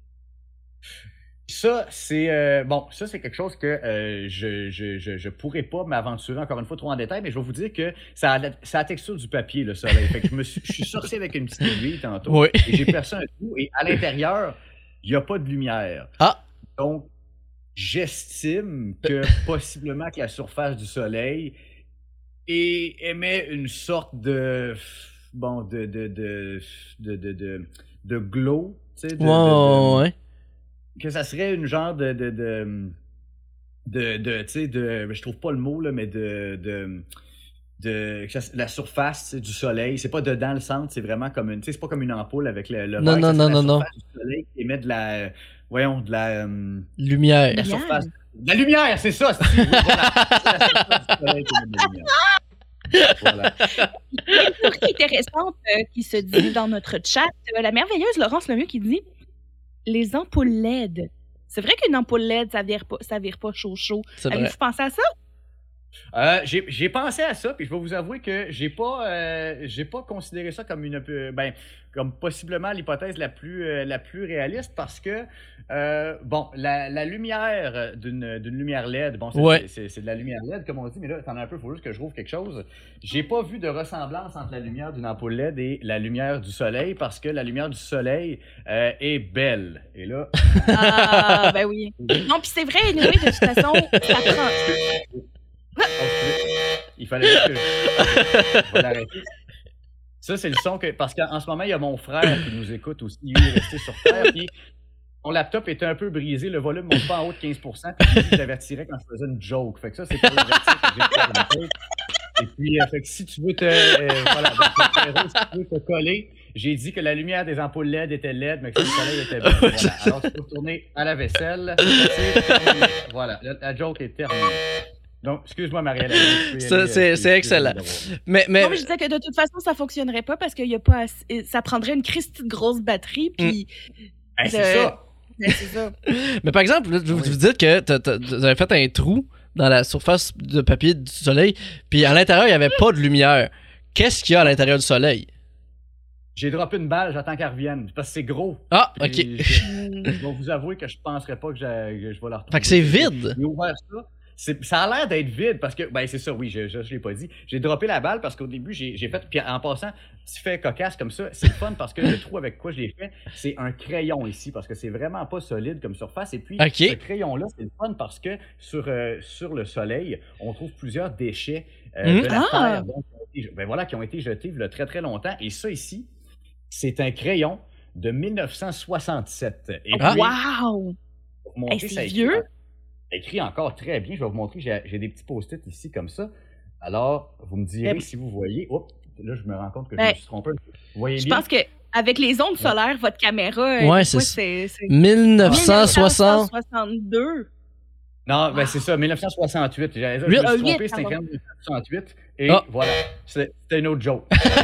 Ça, c'est euh, bon, ça c'est quelque chose que euh, je, je, je, je pourrais pas m'aventurer encore une fois trop en détail, mais je vais vous dire que ça a la, ça a la texture du papier, le soleil. Fait que je me suis, je suis sorti avec une petite aiguille tantôt Oui. et j'ai percé un trou et à l'intérieur, il n'y a pas de lumière. Ah! Donc, j'estime que possiblement que la surface du soleil é- émet une sorte de bon de de de de de, de, de glow, tu sais, de, Ouais, de- de- ouais. que ça serait une genre de de de de, de tu sais de je trouve pas le mot là mais de de de que ça- la surface tu sais, du soleil, c'est pas dedans le centre, c'est vraiment comme une tu sais c'est pas comme une ampoule avec le, le Non, verre, non, ça non, serait la non, non. surface du soleil qui émet de la voyons de la euh, Lumière. la Lumière. surface de la lumière, c'est ça, c'est, oui, voilà. C'est la surface du soleil qui émet de la lumière. Voilà. Il y a une théorie intéressante euh, qui se dit dans notre chat. Euh, la merveilleuse Laurence Lemieux qui dit les ampoules L E D. C'est vrai qu'une ampoule L E D, ça vire pas, ça vire pas chaud chaud. C'est vrai. Avez-vous pensé à ça? Euh, j'ai, j'ai pensé à ça, puis je vais vous avouer que j'ai pas, euh, j'ai pas considéré ça comme une, euh, ben, comme possiblement l'hypothèse la plus, euh, la plus réaliste, parce que, euh, bon, la, la lumière d'une, d'une lumière L E D, bon, c'est, Ouais. c'est, c'est, c'est de la lumière L E D, comme on dit, mais là, t'en as un peu, il faut juste que je trouve quelque chose. J'ai pas vu de ressemblance entre la lumière d'une ampoule L E D et la lumière du soleil, parce que la lumière du soleil euh, est belle. Et là, Ah, ben oui. Non, puis c'est vrai, anyway, de toute façon, ça prend. oh, excusez, il fallait juste que je, je vais l'arrêter. Ça, c'est le son que. Parce qu'en ce moment, il y a mon frère qui nous écoute aussi. Lui, il est resté sur Terre. Puis mon laptop était un peu brisé. Le volume ne monte pas en haut de quinze pour cent. Puis il dit que j'avertirais quand je faisais une joke. Fait que ça, c'est pour l'avertir que j'ai fait une joke. Et puis, euh, fait que si tu veux te. Euh, voilà, donc, Pierrot, si tu veux te coller, j'ai dit que la lumière des ampoules L E D était L E D, mais que le soleil était belle. Voilà. Alors, tu peux retourner à la vaisselle. C'est terminé. Voilà, la, la joke est terminée. Donc, excuse-moi, Marielle. Ça, c'est, c'est excellent. Mais, mais... Non, mais je disais que de toute façon, ça fonctionnerait pas parce qu'il y a pas assez... Ça prendrait une Christie de grosse batterie, puis... Mm. Hey, c'est ça! Ben, c'est ça. Mais par exemple, vous, oui. vous dites que t'as, t'as, vous avez fait un trou dans la surface de papier du soleil, puis à l'intérieur, il n'y avait pas de lumière. Qu'est-ce qu'il y a à l'intérieur du soleil? J'ai droppé une balle, j'attends qu'elle revienne, parce que c'est gros. Ah, ok. Je, je, je vais vous avouer que je penserais pas que, que je vais la retrouver. Fait que c'est vide! J'ai ouvert ça. C'est, ça a l'air d'être vide parce que, ben c'est ça, oui, je, je, je l'ai pas dit. J'ai droppé la balle parce qu'au début, j'ai, j'ai fait, puis en passant, petit fait cocasse comme ça, c'est le fun parce que le trou avec quoi je l'ai fait, c'est un crayon ici parce que c'est vraiment pas solide comme surface. Et puis, okay. ce crayon-là, c'est le fun parce que sur, euh, sur le soleil, on trouve plusieurs déchets euh, mmh. de la ah. Terre, donc, ben voilà, qui ont été jetés il y a très très longtemps. Et ça ici, c'est un crayon de dix-neuf cent soixante-sept. Et ah. puis, wow! Pour montrer, hey, c'est ça vieux! Écrit, écrit encore très bien. Je vais vous montrer, j'ai, j'ai des petits post-it ici comme ça. Alors, vous me direz ben, si vous voyez. Oups, là, je me rends compte que ben, je me suis trompé. Vous voyez je bien? pense qu'avec les ondes solaires, votre caméra, ouais, c'est, c'est, c'est, c'est dix-neuf cent soixante-deux. Non, ben c'est ça, dix-neuf cent soixante-huit. J'avais, je me suis trompé, c'était dix-neuf cent soixante-huit. Et oh. voilà, c'était, c'était une autre joke.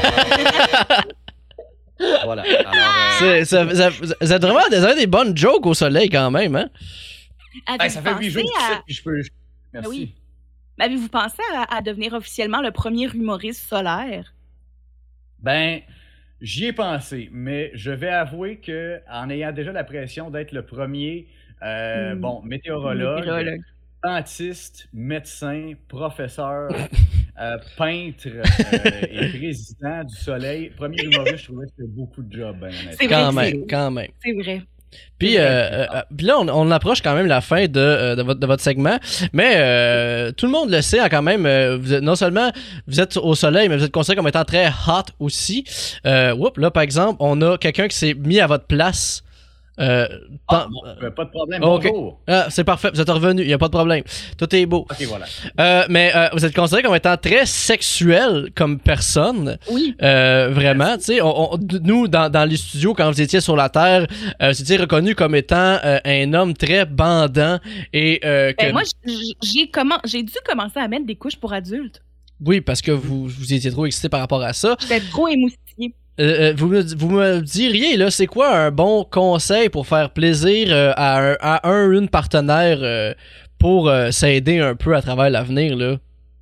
Voilà. Alors, euh... ça, ça, vous êtes vraiment vous avez des bonnes jokes au soleil quand même, hein? Ben, ça fait huit jours que à... je peux. Merci. Oui. Avez-vous pensé à, à devenir officiellement le premier humoriste solaire? Ben, j'y ai pensé, mais je vais avouer que en ayant déjà la pression d'être le premier, euh, mmh. bon, météorologue, météorologue, dentiste, médecin, professeur, euh, peintre euh, et président du Soleil, premier humoriste, je trouvais que c'était beaucoup de jobs. Ben, c'est quand vrai, même, c'est... quand même. C'est vrai. Puis, euh, euh, puis là, on, on approche quand même la fin de, euh, de, votre, de votre segment, mais euh, tout le monde le sait, hein, quand même, euh, vous êtes, non seulement vous êtes au soleil, mais vous êtes considéré comme étant très hot aussi. Euh, whoop, là, par exemple, on a quelqu'un qui s'est mis à votre place. Euh, ah, bon, pas de problème, okay. Bonjour. Ah, c'est parfait, vous êtes revenu, il n'y a pas de problème. Tout est beau. Ok, voilà. Euh, mais euh, vous êtes considéré comme étant très sexuel comme personne. Oui. Euh, vraiment, tu sais, on, on, nous, dans, dans les studios, quand vous étiez sur la Terre, euh, vous étiez reconnu comme étant euh, un homme très bandant. Et, euh, que... ben, moi, j'ai, comment, j'ai dû commencer à mettre des couches pour adultes. Oui, parce que vous, vous étiez trop excité par rapport à ça. J'étais trop émoustillée. Euh, vous, me, vous me diriez, là, c'est quoi un bon conseil pour faire plaisir euh, à, un, à un une partenaire euh, pour euh, s'aider un peu à travers l'avenir, là?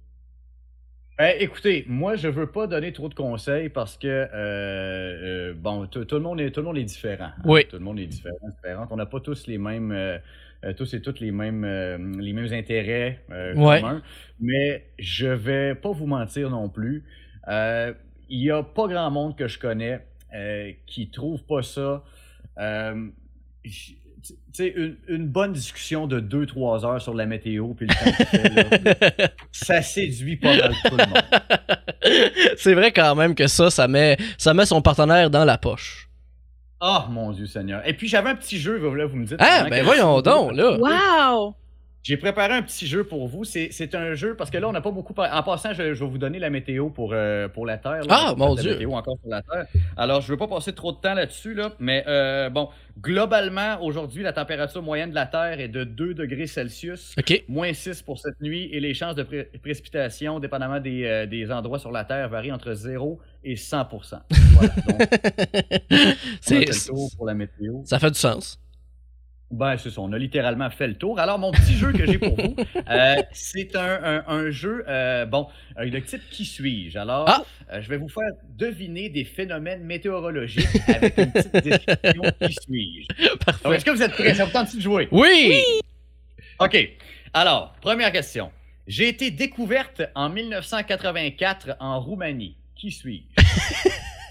Ben, écoutez, moi, je veux pas donner trop de conseils parce que, euh, euh, bon, tout, tout, le monde est, tout le monde est différent. Hein? Oui. Tout le monde est différent, différent. On n'a pas tous les mêmes, euh, tous et toutes les mêmes, euh, les mêmes intérêts euh, ouais. communs. Mais je vais pas vous mentir non plus. Euh, Il n'y a pas grand monde que je connais euh, qui trouve pas ça. Euh, tu sais, une, une bonne discussion de deux trois heures sur la météo, puis le temps qu'il fait, là, ça séduit pas mal tout le monde. C'est vrai quand même que ça, ça met, ça met son partenaire dans la poche. Oh mon Dieu Seigneur. Et puis j'avais un petit jeu, là, vous me dites. Ah, ben voyons donc, là. Wow! J'ai préparé un petit jeu pour vous. C'est, c'est un jeu, parce que là, on n'a pas beaucoup... Par... En passant, je, je vais vous donner la météo pour, euh, pour la Terre. Là, ah, mon Dieu! La météo encore sur la Terre. Alors, je ne veux pas passer trop de temps là-dessus, là, mais euh, bon, globalement, aujourd'hui, la température moyenne de la Terre est de deux degrés Celsius, okay. moins six pour cette nuit, et les chances de pré- précipitation, dépendamment des, euh, des endroits sur la Terre, varient entre zéro et cent pour cent. Voilà, donc, c'est, le tour pour la météo. Ça fait du sens. Ben, c'est ça, on a littéralement fait le tour. Alors, mon petit jeu que j'ai pour vous, euh, c'est un, un, un jeu, euh, bon, euh, le type Qui suis-je? Alors, Ah! euh, je vais vous faire deviner des phénomènes météorologiques avec une petite description Qui suis-je? Donc, Parfait. est-ce que vous êtes prêts? Ça vous tente de jouer? Oui! OK. Alors, première question. J'ai été découverte en mille neuf cent quatre-vingt-quatre en Roumanie. Qui suis-je?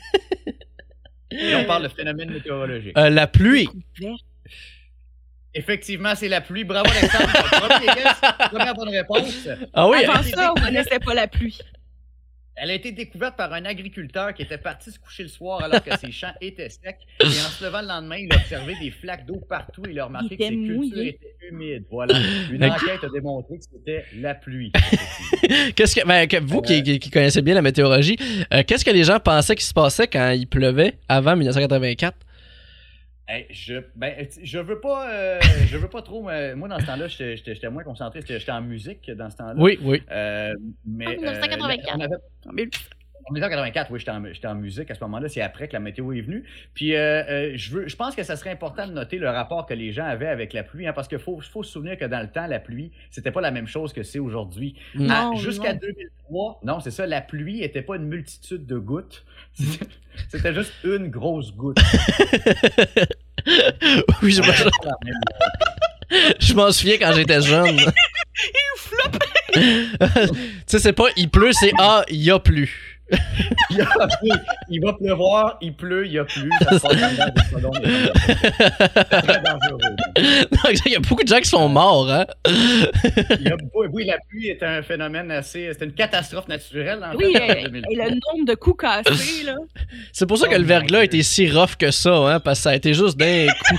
Et on parle de phénomène météorologique. Euh, la pluie. Découverte. Effectivement, c'est la pluie. Bravo, Alexandre. Premier guess, première bonne réponse. Ah oui, Avant elle- ça, on connaissait pas la pluie. Elle a été découverte par un agriculteur qui était parti se coucher le soir alors que ses champs étaient secs. Et en se levant le lendemain, il a observé des flaques d'eau partout et il a remarqué Il que était ses cultures mouillé. étaient humides. Voilà. Une enquête a démontré que c'était la pluie. Qu'est-ce que, ben, que vous qui, qui, qui connaissez bien la météorologie, euh, qu'est-ce que les gens pensaient qu'il se passait quand il pleuvait avant mille neuf cent quatre-vingt-quatre? Hey, je ben je veux pas euh, je veux pas trop euh, moi dans ce temps-là j'étais j'étais j'étais moins concentré, j'étais j'étais en musique dans ce temps-là. Oui, oui. Euh, mais En mille neuf cent quatre-vingt-quatre. euh, on avait- En mille- En mille neuf cent quatre-vingt-quatre, oui, j'étais en, j'étais en musique à ce moment-là. C'est après que la météo est venue. Puis, euh, euh, je, veux, je pense que ça serait important de noter le rapport que les gens avaient avec la pluie, hein, parce qu'il faut, faut se souvenir que dans le temps, la pluie, c'était pas la même chose que c'est aujourd'hui. Mm. À- Non, Jusqu'à non. deux mille trois, non, c'est ça, la pluie était pas une multitude de gouttes. C'était juste une grosse goutte. Oui, je, je, je m'en souviens quand j'étais jeune. Tu sais, c'est pas il pleut, c'est ah, il y a plu. Il, y a- oui, il va pleuvoir, il pleut, il y a plus. Ça se passe en dedans des secondes. C'est très dangereux. Donc, il y a beaucoup de gens qui sont morts, hein? Il y a- oui, oui, la pluie est un phénomène assez. C'est une catastrophe naturelle, en Oui, fait. en et, deux mille. et le nombre de coups cassés, là. C'est pour ça que le verglas a été si rough que ça, hein? Parce que ça a été juste d'un coup.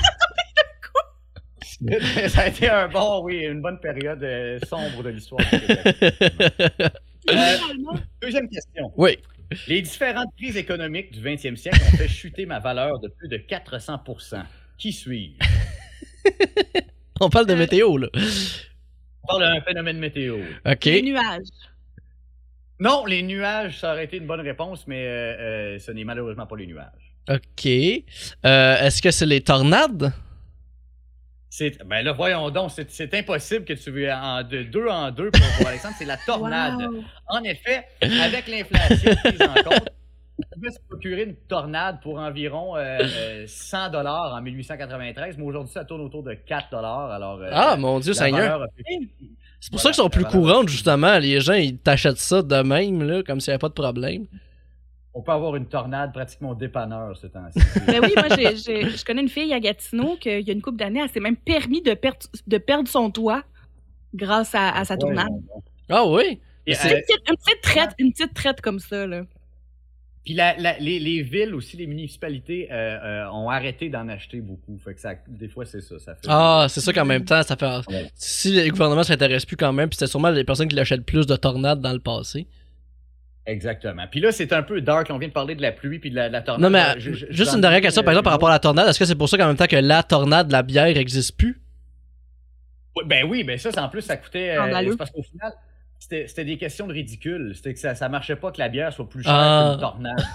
Ça a été un bon, oui, une bonne période euh, sombre de l'histoire du Québec. Euh, deuxième question. Oui. Les différentes crises économiques du vingtième siècle ont fait chuter ma valeur de plus de quatre cents pour cent. Qui suis-je? On parle de météo, là. On parle d'un phénomène météo. OK. Les nuages. Non, les nuages, ça aurait été une bonne réponse, mais euh, euh, ce n'est malheureusement pas les nuages. OK. Euh, est-ce que c'est les tornades? C'est, ben là, voyons donc, c'est, c'est impossible que tu veux en de deux en deux pour, pour Alexandre, c'est la tornade. Wow. En effet, avec l'inflation prise en compte, on pouvait se procurer une tornade pour environ euh, euh, cent dollars en mille huit cent quatre-vingt-treize, mais aujourd'hui, ça tourne autour de quatre dollars. Alors, euh, Ah, mon Dieu, la Seigneur. valeur a fait- C'est pour Voilà, ça qu'ils sont la plus valeur courantes, a fait- justement. Les gens, ils t'achètent ça de même, là, comme s'il n'y avait pas de problème. On peut avoir une tornade pratiquement au dépanneur ce temps-ci. Ben oui, moi, j'ai, j'ai- je connais une fille à Gatineau qu'il y a une couple d'années, elle s'est même permis de, perdre de perdre son toit grâce à, à sa tournade. Ouais, non, non. Ah oui? Et, C'est euh, une, petite, une petite traite, une petite traite comme ça, là. Puis la, la- les, les villes aussi, les municipalités euh, euh, ont arrêté d'en acheter beaucoup. Fait que ça, des fois, c'est ça. ça fait Ah, c'est ça qu'en même temps, ça fait... Ouais. Si le gouvernement s'intéresse plus quand même, puis c'était sûrement les personnes qui l'achètent plus de tornades dans le passé. Exactement. Puis là, c'est un peu dark. On vient de parler de la pluie puis de la, de la tornade. Non, mais Euh, euh, je- je- juste j'en une dernière ai, question, par euh, exemple, par rapport à la tornade. Est-ce que c'est pour ça qu'en même temps que la tornade, la bière n'existe plus? Ouais, ben oui, ben ça, c'est- en plus, ça coûtait. euh, Scandaleux. c'est parce qu'au final, c'était c'était des questions de ridicule. C'était que ça, ça marchait pas que la bière soit plus chère Ah. qu'une tornade.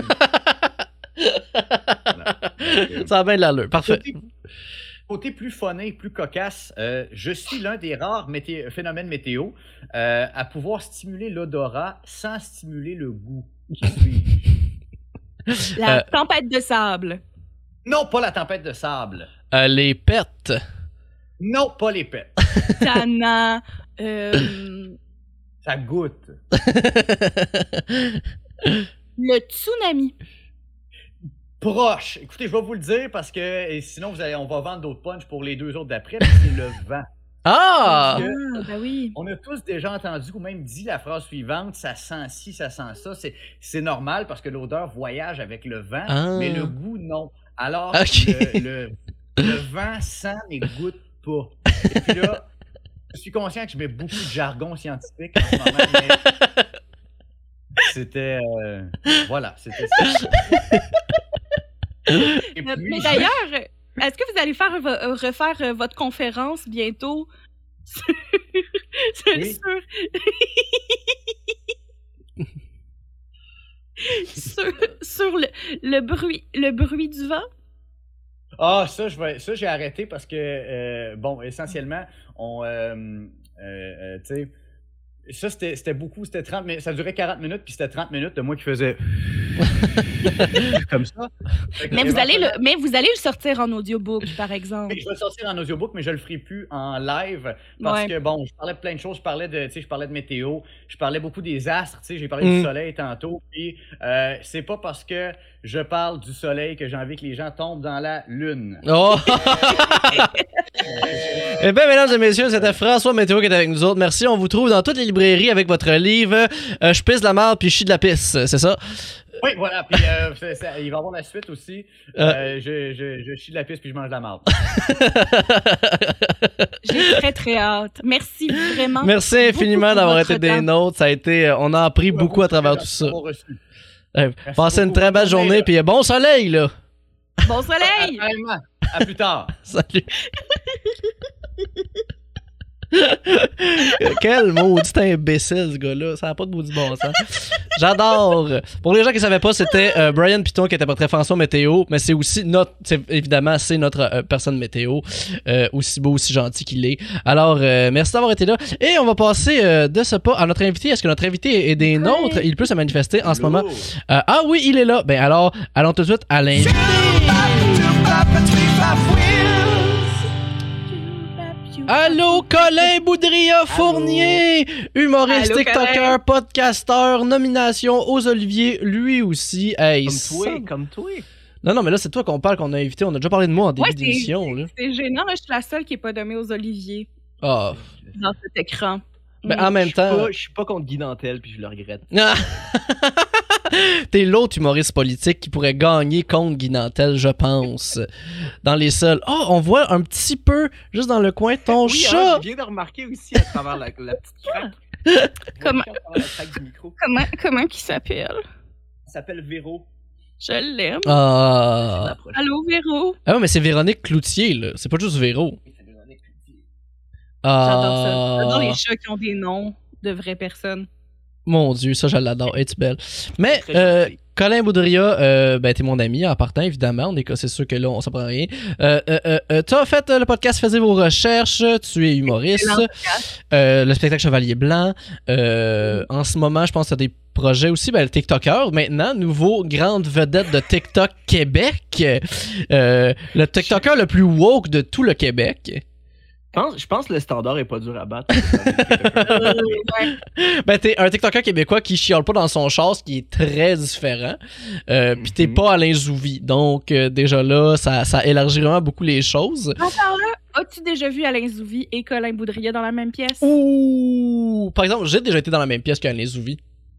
Voilà. Donc, euh, Ça a bien de l'allure. Parfait. Côté, côté plus funné, plus cocasse, euh, je suis l'un des rares mété- phénomènes météo euh, à pouvoir stimuler l'odorat sans stimuler le goût. Qui suis-je? La Euh, tempête de sable. Non, pas la tempête de sable. Euh, les pets. Non, pas les pets. Tana. Euh, Ça goûte. le tsunami. Proche. Écoutez, je vais vous le dire parce que et sinon, vous allez, on va vendre d'autres punchs pour les deux autres d'après, mais c'est le vent. Ah! Parce que Ah, ben oui. on a tous déjà entendu ou même dit la phrase suivante, ça sent ci, ça sent ça. C'est, c'est normal parce que l'odeur voyage avec le vent, Ah. mais le goût, non. Alors, Ok. le, le, le vent sent mais goûte pas. Et puis là, je suis conscient que je mets beaucoup de jargon scientifique en ce moment, mais c'était... euh, voilà, c'était ça. Et Euh, puis, Mais d'ailleurs, est-ce que vous allez faire vo- euh, refaire euh, votre conférence bientôt sur, Oui. sur... sur, sur le, le bruit le bruit du vent? Ah, ça, je vais, ça, j'ai arrêté parce que, euh, bon, essentiellement, on, euh, euh, euh, tu sais, ça, c'était, c'était beaucoup, c'était trente minutes, ça durait quarante minutes, puis c'était trente minutes de moi qui faisais comme ça. Mais vous, allez le, mais vous allez le sortir en audiobook, par exemple. Je vais le sortir en audiobook, mais je le ferai plus en live parce Ouais. que, bon, je parlais de plein de choses. Je parlais de, tu sais, je parlais de météo, je parlais beaucoup des astres, tu sais, j'ai parlé Mm. du soleil tantôt. Puis, euh, c'est pas parce que je parle du soleil que j'ai envie que les gens tombent dans la lune. Oh! Eh bien, mesdames et messieurs, c'était François Météo qui était avec nous autres. Merci. On vous trouve dans toutes les librairies avec votre livre euh, Je pisse de la merde puis je chie de la pisse. C'est ça? Oui, voilà. Puis, euh, c'est- c'est- il va y avoir la suite aussi. Euh, je, je, je chie de la piste puis je mange de la marde. J'ai très, très hâte. Merci vraiment. Merci beaucoup infiniment pour d'avoir votre été des temps. nôtres. Ça a été, euh, on a appris beaucoup à travers tout ça. Euh, Passez une beaucoup. très belle Bonne journée journée, puis euh, bon soleil, là. Bon soleil! Apparemment. À plus tard. Salut. Quel maudit imbécile, ce gars-là. Ça n'a pas de maudit bon sens. J'adore. Pour les gens qui ne savaient pas, c'était euh, Brian Piton qui était pas très François Météo, mais c'est aussi notre, c'est, évidemment, c'est notre euh, personne météo, euh, aussi beau, aussi gentil qu'il est. Alors, euh, merci d'avoir été là. Et on va passer euh, de ce pas à notre invité. Est-ce que notre invité est des Ouais. nôtres? Il peut se manifester en ce moment. Euh, ah oui, il est là. Ben alors, allons tout de suite à l'invité. Allô, Colin Boudria-Fournier, humoriste, Allô, tiktoker, Colin. podcasteur, nomination aux Oliviers, lui aussi. Hey, Comme ça- toi, comme toi. Non, non, mais là, c'est toi qu'on parle, qu'on a invité. On a déjà parlé de moi en début Ouais, c'est- d'émission. Là. C'est gênant, là, je suis la seule qui n'est pas nommée aux Oliviers Ah. dans cet écran. Ben, Mm. en Je même suis temps, pas- Je suis pas contre Guy Dantel, puis je le regrette. Ah. T'es l'autre humoriste politique qui pourrait gagner contre Guy Nantel, je pense. Dans les seuls. Oh, on voit un petit peu, juste dans le coin, ton Oui, hein, chat. je viens de remarquer aussi à travers la, la petite craque. Comment- À travers la craque du micro. Comment, comment il s'appelle? Il s'appelle Véro. Je l'aime. Ah. La prochaine. Allô, Véro? Ah ouais, mais c'est Véronique Cloutier, là. C'est pas juste Véro. Oui, c'est Véronique Cloutier. J'adore ça. Ah. J'adore les chats qui ont des noms de vraies personnes. Mon Dieu, ça, je l'adore. Es-tu belle? Mais, Très euh, gentil. Colin Boudria, euh, ben, t'es mon ami en partant, évidemment. On est, c'est sûr que là, on s'apprend rien. Euh, euh, euh, euh, tu as fait euh, le podcast Faisez vos recherches. Tu es humoriste. Excellent podcast. Euh, le spectacle Chevalier Blanc. Euh, en ce moment, je pense que tu as des projets aussi. Ben, le TikToker, maintenant, nouveau grande vedette de TikTok Québec. Euh, le TikToker le plus woke de tout le Québec. Je pense, je pense que le standard est pas dur à battre. Euh, ouais. Ben, t'es un TikToker québécois qui chiale pas dans son char, ce qui est très différent. Euh, Puis t'es Mhm. pas Alain Zouvi. Donc, euh, déjà là, ça, ça élargit vraiment beaucoup les choses. Encore là, as-tu déjà vu Alain Zouvi et Colin Boudria dans la même pièce? Ouh! Par exemple, j'ai déjà été dans la même pièce qu'Alain Zouvi.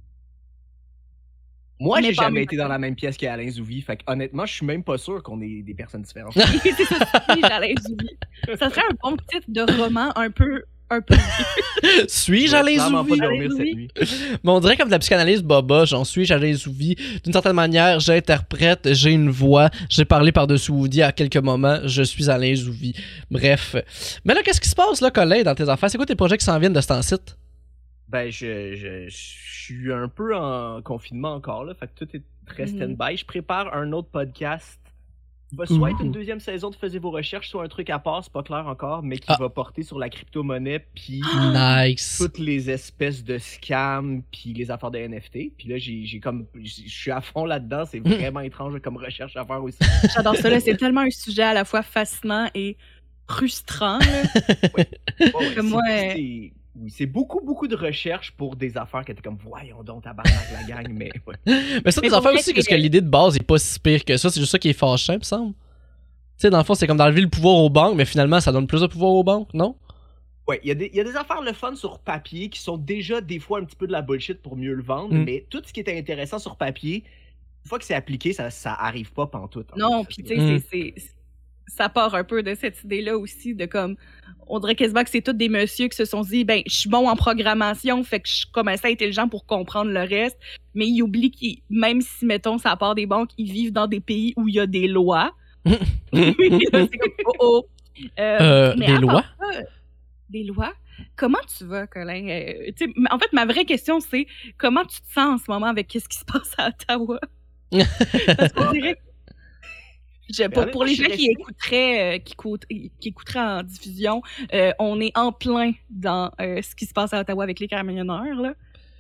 Moi, Mais j'ai pas en jamais même été dans la même pièce qu'Alain Zouvi. Fait que, honnêtement, je suis même pas sûr qu'on est des personnes différentes. C'est ça, Suis-je Alain Zouvi? Ça serait un bon titre de roman un peu... Un peu... Suis-je Je vais Alain clairement Zouvi? pas dormir Alain cette Zouvi. nuit. Mais on dirait comme de la psychanalyse Boba, j'en suis, Alain Zouvi. D'une certaine manière, j'interprète, j'ai une voix, j'ai parlé par-dessus Woody à quelques moments, je suis Alain Zouvi. Bref. Mais là, qu'est-ce qui se passe, là, Colin, dans tes affaires? C'est quoi tes projets qui s'en viennent de ce site? Ben, je, je, je suis un peu en confinement encore, là. Fait que tout est très Mhm. stand-by. Je prépare un autre podcast. Il va soit Ouh. être une deuxième saison de Faisez vos recherches, soit un truc à part, c'est pas clair encore, mais qui Ah. va porter sur la crypto-monnaie, puis Nice. toutes les espèces de scams, puis les affaires de N F T. Puis là, j'ai j'ai comme, je suis à fond là-dedans. C'est vraiment étrange comme recherche à faire aussi. J'adore ça, là. C'est tellement un sujet à la fois fascinant et frustrant, là. Ouais, ouais, Comme c'est- moi, c'est- oui, c'est beaucoup, beaucoup de recherches pour des affaires qui étaient comme, voyons donc, tabarnak la gang, mais ouais. Mais ça, Mais des pour affaires vrai, aussi, parce que c'est- l'idée de base est pas si pire que ça, c'est juste ça qui est fâchant, il me semble. Tu sais, dans le fond, c'est comme d'enlever le pouvoir aux banques, mais finalement, ça donne plus de pouvoir aux banques, non? Ouais, il y, a des- il y a des affaires le fun sur papier qui sont déjà des fois un petit peu de la bullshit pour mieux le vendre, Mm. mais tout ce qui était intéressant sur papier, une fois que c'est appliqué, ça, ça arrive pas pantoute. en Non, fait. puis tu sais, Mm. c'est- c'est- ça part un peu de cette idée-là aussi, de comme, on dirait quasiment que c'est tous des messieurs qui se sont dit, ben, je suis bon en programmation, fait que je suis comme assez intelligent pour comprendre le reste, mais ils oublient qu'ils, même si, mettons, ça part des banques, ils vivent dans des pays où il y a des lois. C'est comme, oh oh. Euh, Euh, mais des à part lois? ça, des lois? Comment tu vas, Colin? Euh, tu sais, en fait, ma vraie question, c'est comment tu te sens en ce moment avec ce qui se passe à Ottawa? Parce qu'on dirait que Je, pour, Mais pour les honnêtement, gens je qui suis écouteraient, euh, qui, écoute- qui écouteraient en diffusion, euh, on est en plein dans euh, ce qui se passe à Ottawa avec les camionneurs. Là.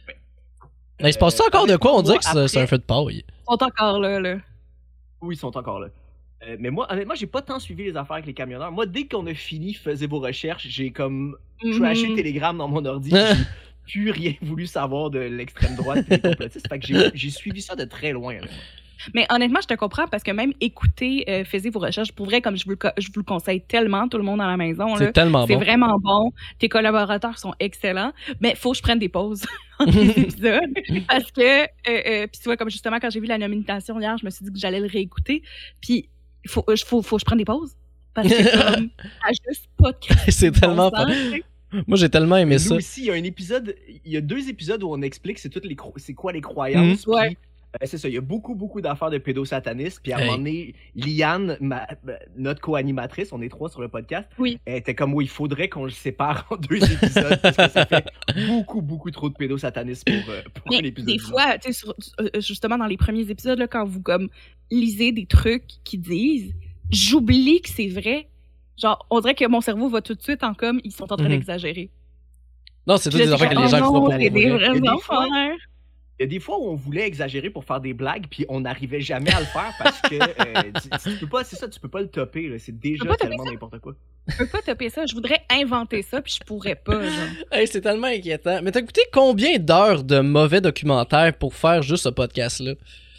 Mais il se passe ça encore de quoi? On dirait que c'est Moi, c'est un après- feu de paille. Ils sont encore là. là. Oui, ils sont encore là. Euh, mais moi, honnêtement, j'ai pas tant suivi les affaires avec les camionneurs. Moi, dès qu'on a fini, faisez vos recherches, j'ai comme trashé Mhm. Telegram dans mon ordi. J'ai plus rien voulu savoir de l'extrême droite et des complotistes. Fait que j'ai- j'ai suivi ça de très loin. Là. Mais honnêtement, je te comprends parce que même écouter, euh, faisez vos recherches. Pour vrai, comme je vous, le, co- je vous le conseille tellement, tout le monde à la maison. C'est là. tellement C'est bon. vraiment bon. Tes collaborateurs sont excellents. Mais faut que je prenne des pauses entre les épisodes. Parce que, euh, euh, puis tu vois, comme justement, quand j'ai vu la nomination hier, je me suis dit que j'allais le réécouter. Puis, il faut, euh, faut, faut que je prenne des pauses. Parce que, comme, ça a juste pas de C'est tellement pas. Moi, j'ai tellement aimé Nous ça. aussi, il y a un épisode, il y a deux épisodes où on explique c'est toutes les cro- c'est quoi les croyances. Mhm. Ouais. puis, euh, c'est ça, il y a beaucoup, beaucoup d'affaires de pédosatanistes. Puis à un Hey. moment donné, Liane, ma- ma- notre co-animatrice, on est trois sur le podcast, Oui. elle était comme, oui, il faudrait qu'on le sépare en deux épisodes parce que ça fait beaucoup, beaucoup trop de pédosatanistes pour, euh, pour un Mais épisode. des du genre. fois, tu sais, sur- euh, justement, dans les premiers épisodes, là, quand vous, comme, lisez des trucs qui disent, j'oublie que c'est vrai. Genre, on dirait que mon cerveau va tout de suite en comme, ils sont en train Mhm. d'exagérer. Non, c'est toutes Puis des là, affaires c'est que les comme, gens oh croient non, pour c'est des vrai. vrais Il y a des enfants. Il y a des fois où on voulait exagérer pour faire des blagues, puis on n'arrivait jamais à le faire parce que euh, tu, tu peux pas, c'est ça, tu peux pas le topper, là, c'est déjà pas topper tellement n'importe quoi. Je peux pas taper ça. Je voudrais inventer ça, puis je pourrais pas, genre. Hey, c'est tellement inquiétant. Mais t'as écouté combien d'heures de mauvais documentaires pour faire juste ce podcast-là?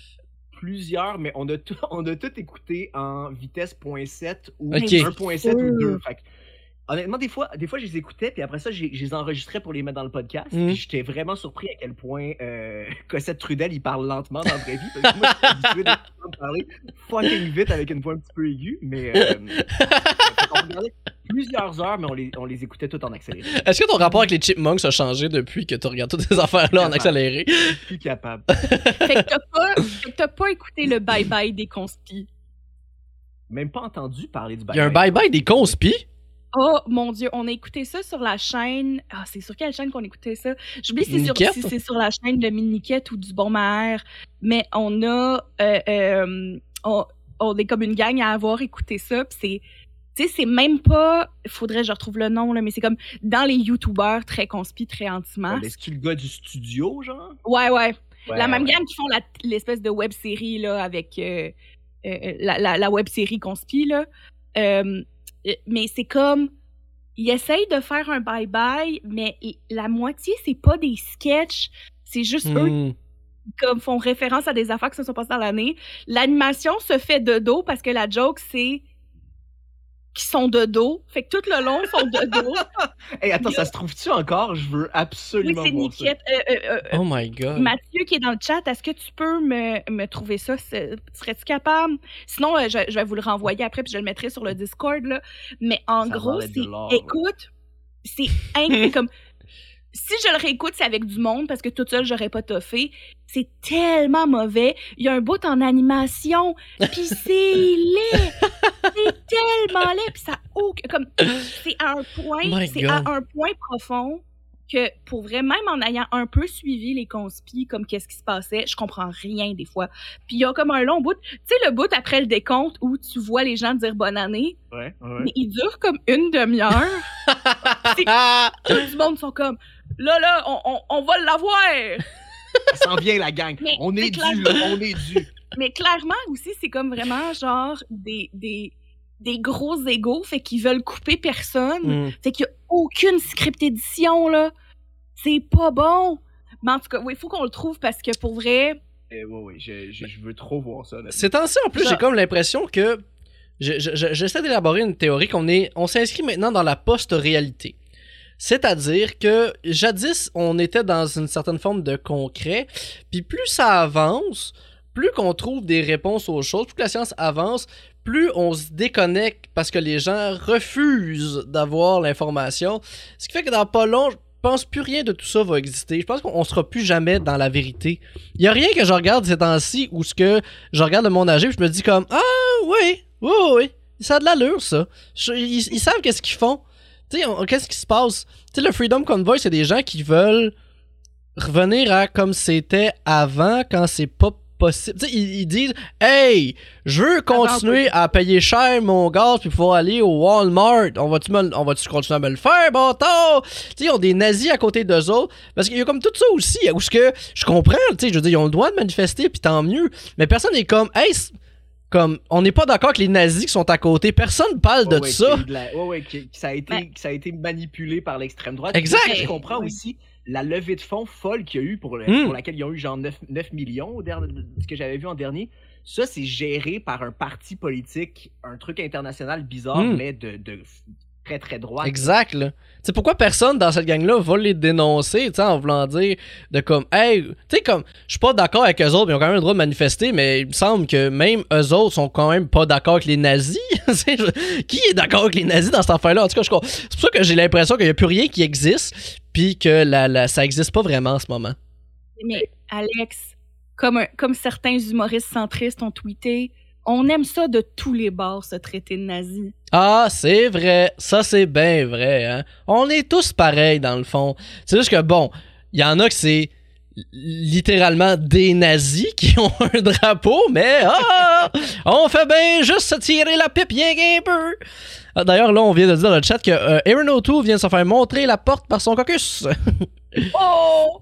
Plusieurs, mais on a tout, on a tout écouté en vitesse point sept ou Ok. un point sept ou sûr. deux. Fait que, honnêtement, des fois, des fois, je les écoutais, puis après ça, j'ai- je les enregistrais pour les mettre dans le podcast. Mm. Puis j'étais vraiment surpris à quel point euh, Cossette Trudel, il parle lentement dans la vraie vie. Parce que moi, je suis habitué de parler fucking vite avec une voix un petit peu aiguë, mais euh, fait qu'on regardait plusieurs heures, mais on les, on les écoutait toutes en accéléré. Est-ce que ton rapport avec les Chipmunks a changé depuis que tu regardes toutes ces affaires-là en accéléré? Plus capable. Fait que t'as pas, fait que t'as pas écouté le bye-bye des conspis. Même pas entendu parler du Il y a un bye-bye des conspis? Oh mon Dieu, on a écouté ça sur la chaîne. Ah, c'est sur quelle chaîne qu'on écoutait ça? J'oublie si c'est sur, Miniquette? si c'est sur la chaîne de Miniquette ou du Bon Maher. Mais on a. Euh, euh, on, on est comme une gang à avoir écouté ça. Puis c'est. Tu sais, c'est même pas. Faudrait que je retrouve le nom, là, mais c'est comme dans les YouTubers très conspi, très anti-masques. Est-ce que tu le gars du studio, genre? Ouais, ouais. Ouais, la même ouais. gang qui font la- l'espèce de web-série, là, avec euh, euh, la, la, la web-série conspi, là. Euh, euh, mais c'est comme, ils essayent de faire un bye-bye, mais i- la moitié, c'est pas des sketchs, c'est juste eux Hmm. qui comme, font référence à des affaires qui se sont passées dans l'année. L'animation se fait de dos parce que la joke, c'est qu'ils sont de dos. Fait que tout le long, ils sont de dos. Hey, attends, ça se trouve-tu encore? Je veux Oui, absolument c'est voir ça. Niquette. Euh, euh, euh, Oh my god. Mathieu qui est dans le chat, est-ce que tu peux me, me trouver ça? C'est- Serais-tu capable? Sinon, euh, je, je vais vous le renvoyer après, puis je le mettrai sur le Discord. Là. Mais en Ça va gros, être de c'est. l'or, là. Écoute, c'est inc- comme. Si je le réécoute, c'est avec du monde, parce que toute seule, j'aurais pas toffé. C'est tellement mauvais. Il y a un bout en animation, puis c'est laid. C'est tellement laid, puis ça aucun- comme c'est à un point, My c'est à God. un point profond que pour vrai, même en ayant un peu suivi les conspis, comme qu'est-ce qui se passait, je comprends rien des fois. Puis il y a comme un long bout, tu sais le bout après le décompte où tu vois les gens dire bonne année, Ouais, ouais. mais il dure comme une demi-heure. Tout le monde sont comme là là, on, on, on va l'avoir. Ça s'en vient, la gang. Mais On c'est est clair. dû, là, on est dû. Mais clairement aussi, c'est comme vraiment genre des des des gros égos, fait qu'ils veulent couper personne. Hmm. Fait qu'il y a aucune script édition, là. C'est pas bon. Mais en tout cas, oui, il faut qu'on le trouve parce que pour vrai, Eh, ouais, ouais, je, je, je veux trop voir ça. Là. Ces temps-ci, en plus, Ça- j'ai comme l'impression que je- je- je- j'essaie d'élaborer une théorie qu'on est, on s'inscrit maintenant dans la post-réalité. C'est-à-dire que jadis, on était dans une certaine forme de concret, puis plus ça avance, plus qu'on trouve des réponses aux choses, plus que la science avance, plus on se déconnecte parce que les gens refusent d'avoir l'information. Ce qui fait que dans pas long, je pense plus rien de tout ça va exister. Je pense qu'on sera plus jamais dans la vérité. Il y a rien que je regarde ces temps-ci où ce que je regarde le monde âgé, puis je me dis comme ah oui, oui, oui, ça a de l'allure ça. Je- ils, ils savent qu'est-ce qu'ils font. Tu sais, on- qu'est-ce qui se passe? Tu sais, le Freedom Convoy, c'est des gens qui veulent revenir à comme c'était avant, quand c'est pas possible. Tu sais, ils, ils disent « Hey, je veux continuer à payer cher mon gaz puis pouvoir aller au Walmart. On va-tu, me, on va-tu continuer à me le faire, bâtard? » Tu sais, ils ont des nazis à côté d'eux autres. Parce qu'il y a comme tout ça aussi, où ce que je comprends, tu sais, je veux dire, ils ont le droit de manifester puis tant mieux. Mais personne n'est comme « Hey, comme, on n'est pas d'accord avec les nazis qui sont à côté. Personne parle ouais, de ouais, ça. De la... Ouais, ouais, que, que ça, a été, Mais... que ça a été manipulé par l'extrême droite. Exact. Je comprends oui. aussi la levée de fonds folle qu'il y a eu pour, le, mm. pour laquelle ils ont eu genre neuf, neuf millions, au dernier, ce que j'avais vu en dernier. Ça, c'est géré par un parti politique, un truc international bizarre, mm. mais de, de très très droite. Exact, là. Tu sais, pourquoi personne dans cette gang-là va les dénoncer, tu sais, en voulant dire de comme, hey, tu sais, comme, je suis pas d'accord avec eux autres, ils ont quand même le droit de manifester, mais il me semble que même eux autres sont quand même pas d'accord avec les nazis. Qui est d'accord avec les nazis dans cette affaire-là? En tout cas, je... c'est pour ça que j'ai l'impression qu'il y a plus rien qui existe, puis que la, la, ça existe pas vraiment en ce moment. Mais, Alex, comme, un, comme certains humoristes centristes ont tweeté, on aime ça de tous les bords, se traiter de nazi. Ah, c'est vrai. Ça, c'est bien vrai, hein. On est tous pareils, dans le fond. C'est juste que, bon, il y en a que c'est littéralement des nazis qui ont un drapeau, mais ah, on fait bien juste se tirer la pipe bien qu'un peu. Ah, d'ailleurs, là, on vient de dire dans le chat que euh, Aaron O'Toole vient de se faire montrer la porte par son caucus. Oh!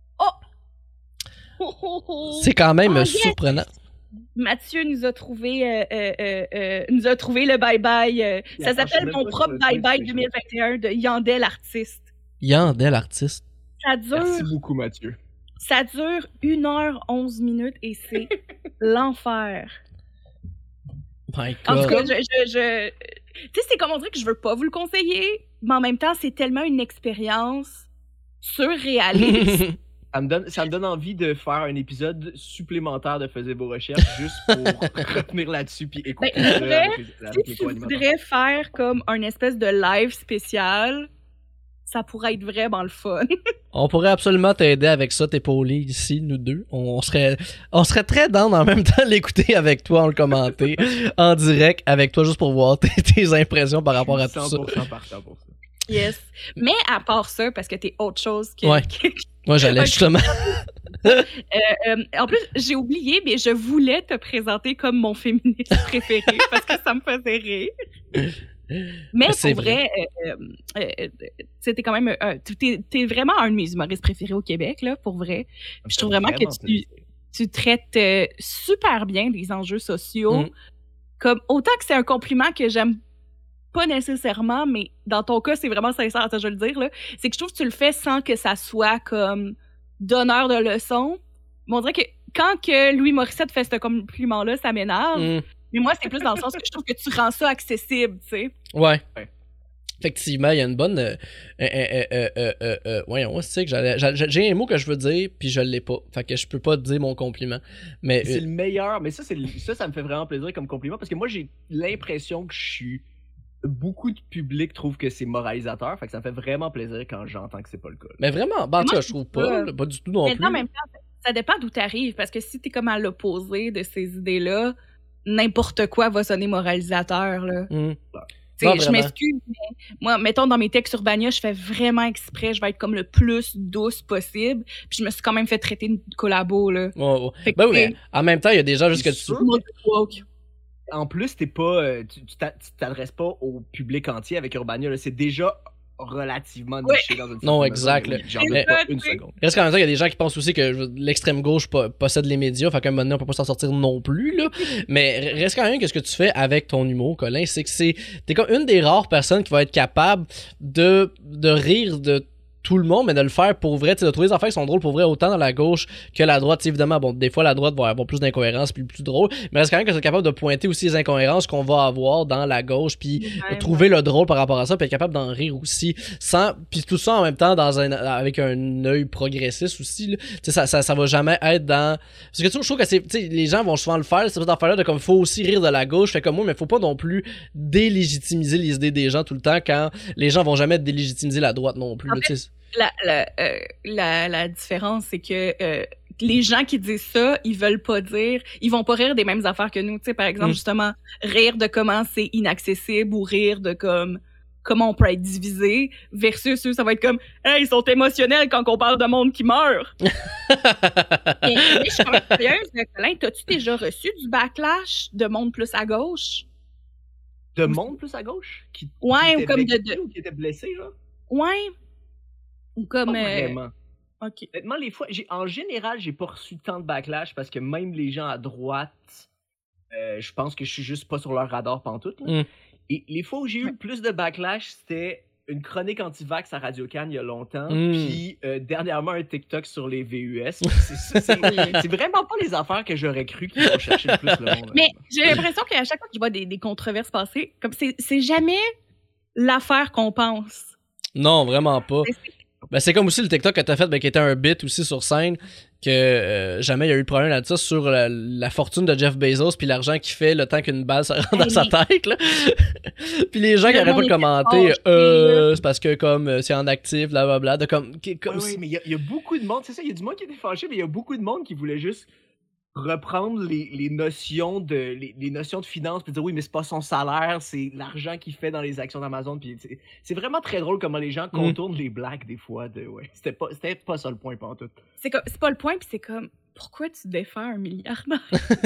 Oh! C'est quand même oh, yes. surprenant. Mathieu nous a trouvé euh, euh, euh, nous a trouvé le bye-bye. Euh, ça s'appelle Mon propre bye-bye deux mille vingt et un de Yandel Artiste. Yandel Artiste. Ça dure... Merci beaucoup, Mathieu. Ça dure une heure onze minutes et c'est l'enfer. My God. En tout cas, je... je, je... Tu sais, c'est comme on dirait que je veux pas vous le conseiller, mais en même temps, c'est tellement une expérience surréaliste. Ça me, donne, ça me donne envie de faire un épisode supplémentaire de Faisez vos recherches juste pour revenir là-dessus puis écouter ben, ça vrai, avec, avec si tu voudrais faire comme un espèce de live spécial, ça pourrait être vraiment le fun. On pourrait absolument t'aider avec ça, t'es poli ici, nous deux. On serait, on serait très down en même temps l'écouter avec toi, on le commenter en direct avec toi juste pour voir tes, tes impressions par rapport à tout ça. cent pour cent partant pour ça. Yes. Mais à part ça, parce que t'es autre chose que... Ouais. que... Moi, j'allais justement... euh, euh, en plus, j'ai oublié, mais je voulais te présenter comme mon féministe préféré parce que ça me faisait rire. Mais c'est pour vrai, vrai euh, euh, euh, t'es quand même... Euh, t'es, t'es vraiment un de mes humoristes préférés au Québec, là, pour vrai. Puis je trouve vraiment, vraiment que tu, tu traites euh, super bien des enjeux sociaux. Mm. Comme, autant que c'est un compliment que j'aime pas nécessairement, mais dans ton cas, c'est vraiment sincère, ça je veux le dire, là. C'est que je trouve que tu le fais sans que ça soit comme donneur de leçons. Mais on dirait que quand que Louis Morissette fait ce compliment-là, ça m'énerve. Mm. Mais moi, c'est plus dans le sens que je trouve que tu rends ça accessible, tu sais. Ouais. ouais. Effectivement, il y a une bonne... Euh, euh, euh, euh, euh, euh, euh, voyons, c'est que j'allais, j'ai un mot que je veux dire, puis je l'ai pas. Fait que je peux pas te dire mon compliment. Mais c'est euh, le meilleur. Mais ça, c'est le, ça, ça me fait vraiment plaisir comme compliment, parce que moi, j'ai l'impression que je suis... Beaucoup de public trouve que c'est moralisateur, fait que ça me fait vraiment plaisir quand j'entends que c'est pas le cas. Là. Mais vraiment, ben, moi, je trouve pas, là, pas du tout non mais plus. En même temps, ça dépend d'où t'arrives, parce que si t'es comme à l'opposé de ces idées-là, n'importe quoi va sonner moralisateur, là. Mmh. Non, je m'excuse, mais moi, mettons, dans mes textes Urbania, je fais vraiment exprès, je vais être comme le plus douce possible, puis je me suis quand même fait traiter de collabo, là. Oh, oh. Ben oui, mais en même temps, il y a des gens juste que tu... En plus, t'es pas, tu, tu t'adresses pas au public entier avec Urbania. C'est déjà relativement niché ouais. dans une Non, exact. Là. J'en ai pas une seconde. Reste qu'en même temps, il y a des gens qui pensent aussi que l'extrême gauche possède les médias, fait qu'à un moment donné, on peut pas s'en sortir non plus. Là. Mais reste quand même que ce que tu fais avec ton humour, Colin, c'est que c'est t'es comme une des rares personnes qui va être capable de, de rire de tout le monde, mais de le faire pour vrai, de trouver des affaires qui sont drôles pour vrai, autant dans la gauche que la droite. T'sais, évidemment, bon, des fois, la droite va avoir plus d'incohérences puis plus drôle, mais reste quand même que c'est capable de pointer aussi les incohérences qu'on va avoir dans la gauche, puis ouais, trouver ouais. le drôle par rapport à ça, puis être capable d'en rire aussi, sans, puis tout ça en même temps dans un, avec un œil progressiste aussi, là. T'sais, ça, ça, ça va jamais être dans... Parce que tu sais, je trouve que c'est, t'sais, les gens vont souvent le faire, cette affaire-là de comme, faut aussi rire de la gauche, fait comme moi, mais faut pas non plus délégitimiser les idées des gens tout le temps quand les gens vont jamais délégitimiser la droite non plus, en fait, La, la, euh, la, la différence, c'est que euh, les gens qui disent ça, ils veulent pas dire, ils vont pas rire des mêmes affaires que nous. Tu sais, par exemple, mm. justement, rire de comment c'est inaccessible ou rire de comme comment on peut être divisé, versus eux, ça va être comme « Hey, ils sont émotionnels quand on parle de monde qui meurt! » Mais mais je suis quand même curieuse, Colin, t'as-tu déjà reçu du backlash de monde plus à gauche? De monde plus à gauche? Qui, qui Ouais, ou était comme de... vexé de... ou qui était blessé, genre? Ouais. Ou comme... Pas euh, vraiment. OK. Honnêtement, les fois, j'ai, en général, j'ai pas reçu tant de backlash parce que même les gens à droite, euh, je pense que je suis juste pas sur leur radar pantoute. Là. Mm. Et les fois où j'ai eu Ouais. le plus de backlash, c'était une chronique anti-vax à Radio-Can il y a longtemps, Mm. puis euh, dernièrement un TikTok sur les V U S. C'est, c'est, c'est, c'est vraiment pas les affaires que j'aurais cru qu'ils vont chercher le plus le monde. Mais j'ai l'impression qu'à chaque fois que je vois des, des controverses passer, comme c'est, c'est jamais l'affaire qu'on pense. Non, vraiment pas. C'est- c'est- Ben, c'est comme aussi le TikTok que t'as fait, ben, qui était un bit aussi sur scène, que euh, jamais il y a eu de problème là-dessus sur la, la fortune de Jeff Bezos puis l'argent qu'il fait le temps qu'une balle se rentre dans Hey, sa mais- tête, là. Puis les gens Le qui arrêtent pas monde de était commenter, fâché, euh, c'est parce que comme euh, c'est en actif, blablabla, de comme, qui- comme Oui, oui, mais il y, a- il y a beaucoup de monde, c'est ça, il y a du monde qui était fâché, mais il y a beaucoup de monde qui voulait juste reprendre les, les notions de les, les notions de finance puis dire oui mais c'est pas son salaire, c'est l'argent qu'il fait dans les actions d'Amazon puis c'est, c'est vraiment très drôle comment les gens contournent les blagues des fois de ouais c'était pas c'était pas ça le point pantoute. C'est, comme, c'est pas le point, puis c'est comme, pourquoi tu défends un milliardaire?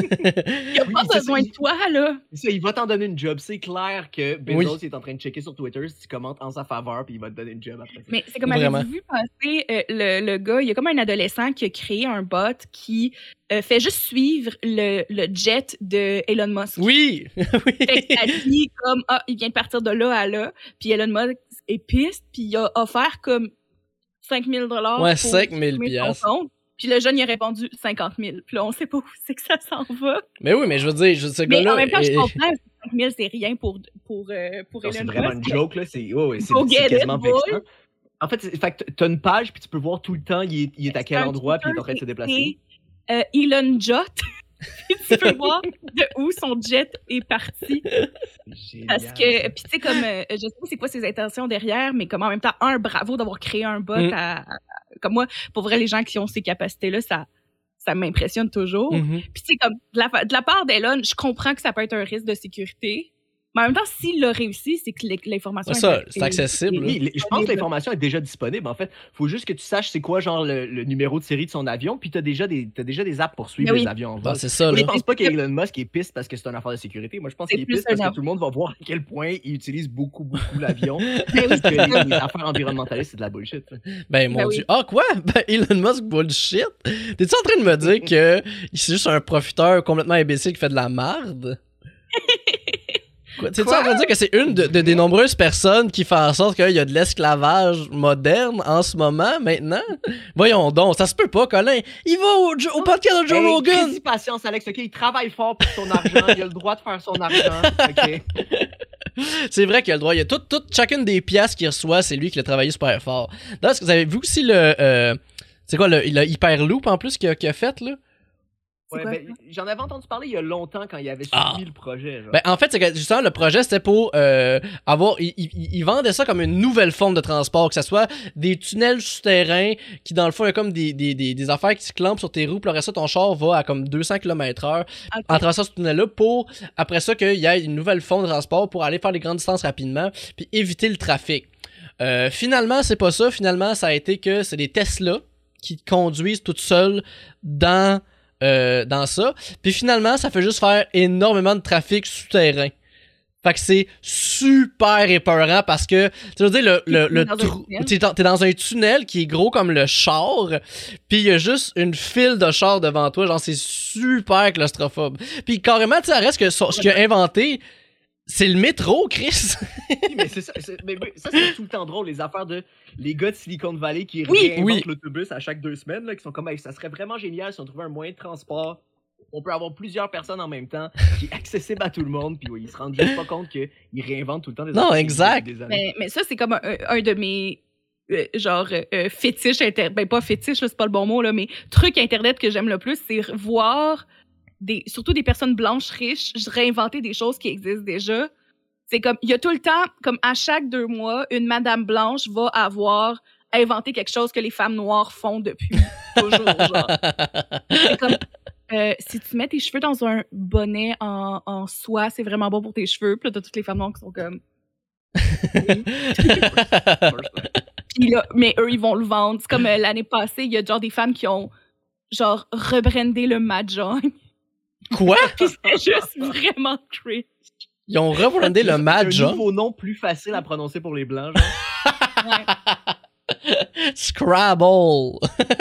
Il a Oui, pas c'est besoin ça, de il- toi, là. C'est ça, il va t'en donner une job, c'est clair que Bezos Oui. est en train de checker sur Twitter si tu commentes en sa faveur puis il va te donner une job après ça. Mais c'est comme, Vraiment. avez-vous vu passer euh, le, le gars, il y a comme un adolescent qui a créé un bot qui euh, fait juste suivre le, le jet de Elon Musk. Oui! oui! Fait que ça dit comme, ah, il vient de partir de là à là, puis Elon Musk est piste, puis il a offert comme cinq mille dollars Ouais, pour cinq mille supprimer son piastres. compte. Puis le jeune, il a répondu cinquante mille. Puis là, on sait pas où c'est que ça s'en va. Mais oui, mais je veux dire, je, ce Mais gars-là. en même temps, je est- comprends, cinq mille, c'est rien pour, pour, euh, pour Non, c'est Elon vraiment Musk. une joke là, c'est oh, ouais, c'est, Go c'est get quasiment it, boy. vexant. En fait, c'est, fait que t'as une page puis tu peux voir tout le temps il est, il est à quel C'est un endroit puis il est Twitter, en train de se c'est- déplacer. c'est, euh, Elon Jot. Puis tu peux voir de où son jet est parti. Génial. Parce que, puis tu sais, comme, euh, je sais pas c'est quoi ses intentions derrière, mais comme en même temps, un, bravo d'avoir créé un bot Mm. à, à- comme moi, pour vrai, les gens qui ont ces capacités-là, ça, ça m'impressionne toujours. Mhm. Puis tu sais, comme, de la, fa- de la part d'Elon, je comprends que ça peut être un risque de sécurité. Mais en même temps, s'il l'a réussi, c'est que l'in- l'information C'est ça, est- c'est accessible. Oui, les- je pense que disponible. l'information est déjà disponible. En fait, faut juste que tu saches c'est quoi genre le, le numéro de série de son avion, puis t'as déjà des t'as déjà des apps pour suivre Mais oui. les avions en vol. Ah, c'est ça, Moi, là. je pense pas qu'Elon Musk est piste parce que c'est une affaire de sécurité. Moi, je pense C'est qu'il est plus piste parce un que tout le monde va voir à quel point il utilise beaucoup, beaucoup l'avion. Mais oui, Parce que les, les affaires environnementalistes, c'est de la bullshit. ça. Ben, mon Ben oui. Dieu. Ah, quoi? Ben, Elon Musk bullshit? T'es-tu en train de me dire que c'est juste un profiteur complètement imbécile qui fait de la merde? Quoi? T'es-tu en train de dire que c'est une de, de- des nombreuses personnes qui fait en sorte qu'il y a de l'esclavage moderne en ce moment, maintenant? Voyons donc, ça se peut pas, Colin. Il va au, au podcast de Joe Hey, Rogan. crédit patience, Alex, ok? Il travaille fort pour son argent. Il a le droit de faire son argent, ok? C'est vrai qu'il a le droit. Il y a toute, toute, chacune des pièces qu'il reçoit, c'est lui qui l'a travaillé super fort. Là, est-ce que vous avez vu aussi le... euh, c'est quoi, le, le Hyperloop en plus qu'il a, qu'il a fait, là? C'est Ouais, quoi, ben, j'en avais entendu parler il y a longtemps quand il avait Ah. soumis le projet. Genre. Ben, en fait, c'est que justement, le projet, c'était pour euh, avoir. Ils il, il vendait ça comme une nouvelle forme de transport, que ce soit des tunnels souterrains qui, dans le fond, il y a comme des, des, des, des affaires qui se clampent sur tes roues, puis après ça, ton char va à comme deux cents kilomètres heure Ok. en traversant ce tunnel-là pour, après ça, qu'il y ait une nouvelle forme de transport pour aller faire des grandes distances rapidement, puis éviter le trafic. Euh, finalement, c'est pas ça. Finalement, ça a été que c'est des Tesla qui conduisent toutes seules dans. Euh, dans ça. Puis finalement, ça fait juste faire énormément de trafic souterrain. Fait que c'est super épeurant parce que, tu veux dire, le, le, le Dans un trou- tunnel. t'es dans, t'es dans un tunnel qui est gros comme le char, puis il y a juste une file de chars devant toi, genre c'est super claustrophobe. Puis carrément, tu sais, ça reste que so- ce qu'il a inventé, c'est le métro, Chris. Oui, mais c'est ça, c'est- mais oui, ça c'est tout le temps drôle, les affaires de les gars de Silicon Valley qui Oui. réinventent Oui. l'autobus à chaque deux semaines, là, qui sont comme hey, ça serait vraiment génial si on trouvait un moyen de transport. On peut avoir plusieurs personnes en même temps, qui est accessible à tout le monde, puis oui, ils se rendent juste pas compte qu'ils réinventent tout le temps des Non, affaires exact. depuis des années. Mais, mais ça, c'est comme un, un de mes euh, genre euh, fétiches internet. Ben, pas fétiche, là, c'est pas le bon mot, là, mais trucs internet que j'aime le plus, c'est voir des, surtout des personnes blanches riches réinventer des choses qui existent déjà. C'est comme, il y a tout le temps, comme à chaque deux mois, une madame blanche va avoir inventé quelque chose que les femmes noires font depuis toujours, genre. C'est comme, euh, si tu mets tes cheveux dans un bonnet en, en soie, c'est vraiment bon pour tes cheveux. Puis là, t'as toutes les femmes noires qui sont comme, Puis là, mais eux, ils vont le vendre. C'est comme euh, l'année passée, il y a genre des femmes qui ont genre rebrandé le Mahjong. Quoi? Puis c'était juste vraiment cringe. Ils ont rebrandé le C'est un Mahjong. nouveau nom plus facile à prononcer pour les blancs, genre. Ouais. Scrabble.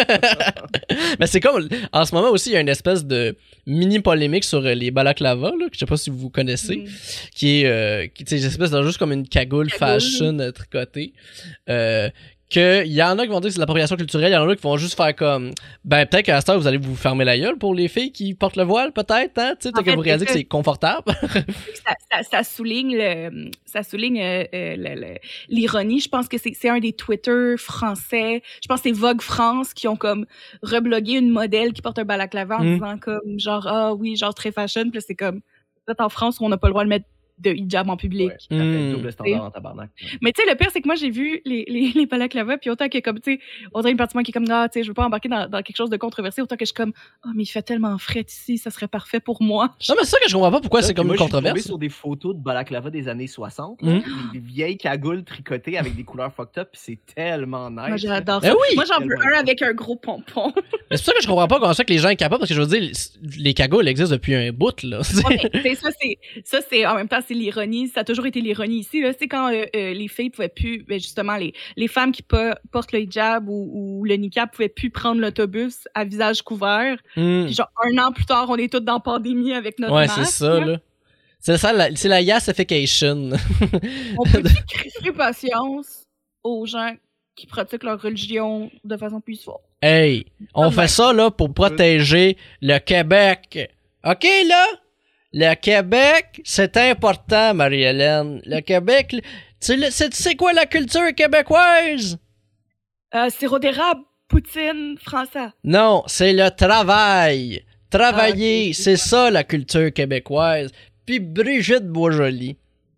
Mais c'est comme en ce moment aussi il y a une espèce de mini polémique sur les balaclavas là, que je sais pas si vous connaissez, Mm. qui est euh, qui tu sais espèce de juste comme une cagoule, Cagoule. fashion euh, tricotée. Euh, que il y en a qui vont dire que c'est de l'appropriation culturelle, il y en a qui vont juste faire comme ben peut-être qu'à cette heure vous allez vous fermer la gueule pour les filles qui portent le voile peut-être, hein, tu sais, En que fait, vous réalisez que c'est c'est confortable. ça, ça, ça souligne le, ça souligne euh, euh, le- le- l'ironie. Je pense que c'est, c'est un des Twitter français. Je pense que c'est Vogue France qui ont comme reblogué une modèle qui porte un balaclava en Mm. disant comme genre ah oui genre très fashion. Puis là, c'est comme peut-être en France où on n'a pas le droit de mettre de hijab en public. Ouais, tout à fait, Mm. double standard en tabarnak. Mais tu sais, le pire, c'est que moi, j'ai vu les, les, les balaclavas, puis autant que, comme, tu sais, on dirait une partie de moi qui est comme, ah, tu sais, je veux pas embarquer dans, dans quelque chose de controversé, autant que je suis comme, oh, mais il fait tellement frais ici, ça serait parfait pour moi. Non mais c'est ça que je comprends pas pourquoi Là, c'est puis comme moi, une je suis tombé controverse. sur des photos de balaclava des années soixante, là, Mm. des, des vieilles cagoules tricotées avec des couleurs fucked up, puis c'est tellement nice. Moi, j'adore Ben ça. oui! Moi, j'en veux Tellement un avec un gros pompon. Mais c'est pour ça que je comprends pas comment ça que les gens sont capables, parce que je veux dire les cagoules existent depuis un bout là. Ouais, mais, tu sais, ça, c'est, ça, c'est, en même temps, c'est l'ironie. Ça a toujours été l'ironie ici, là. C'est quand euh, euh, les filles pouvaient plus, ben, justement, les, les femmes qui po- portent le hijab ou, ou le niqab pouvaient plus prendre l'autobus à visage couvert. Mm. Puis genre, un an plus tard, on est toutes dans la pandémie avec notre Ouais, masque. c'est ça, là. C'est ça, la, c'est la yassification. On peut plus crier patience aux gens qui pratiquent leur religion de façon peaceful. Hey, on Ah, fait ouais. ça, là, pour protéger le Québec. OK, là? Le Québec, c'est important, Marie-Hélène. Le Québec, tu sais, c'est- tu sais quoi la culture québécoise? Euh, sirop d'érable, poutine, français. Non, c'est le travail. Travailler, Ah, ok. c'est ça la culture québécoise. Puis Brigitte Boisjoli.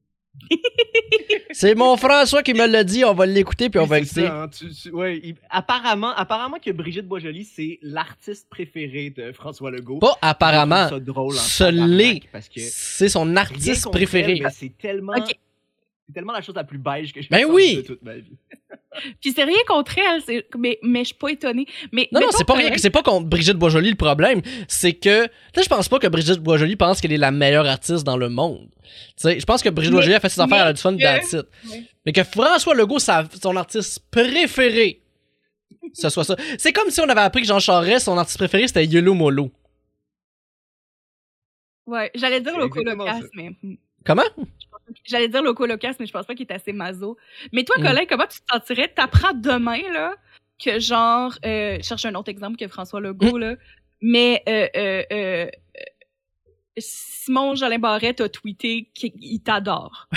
C'est mon François qui me l'a dit, on va l'écouter puis on Oui, va c'est écouter. ça, hein, tu- tu- ouais, il- apparemment, apparemment que Brigitte Boisjoli, c'est l'artiste préféré de François Legault. Pas apparemment, Je trouve ça drôle en ce tabarnak, l'est. parce que C'est son rien artiste contre préféré. elle, mais c'est tellement, Ok. c'est tellement la chose la plus beige que j'ai Ben entendue oui. de toute ma vie. Puis c'est rien contre elle, c'est- mais, mais je suis pas étonnée. Mais, Non, non, mettons c'est pas que- rien, c'est pas contre Brigitte Boisjoli le problème. C'est que, tu sais, je pense pas que Brigitte Boisjoli pense qu'elle est la meilleure artiste dans le monde. Tu sais, je pense que Brigitte Mais- Boisjoli a fait ses affaires, elle a du fun, que- that's it. Ouais. Mais que François Legault, sa- son artiste préféré, ce soit ça. C'est comme si on avait appris que Jean Charest, son artiste préféré, c'était Yolo Molo. Ouais, j'allais dire C'est Loco exactement Locas, ça. mais... hmm. Comment? J'allais dire Loco Locas, mais je pense pas qu'il est assez maso. Mais toi, Mm. Colin, comment tu te sentirais? T'apprends demain, là, que genre... Euh, je cherche un autre exemple que François Legault, là. Mais euh, euh, euh, euh, Simon Jolin Barrette a tweeté qu'il t'adore.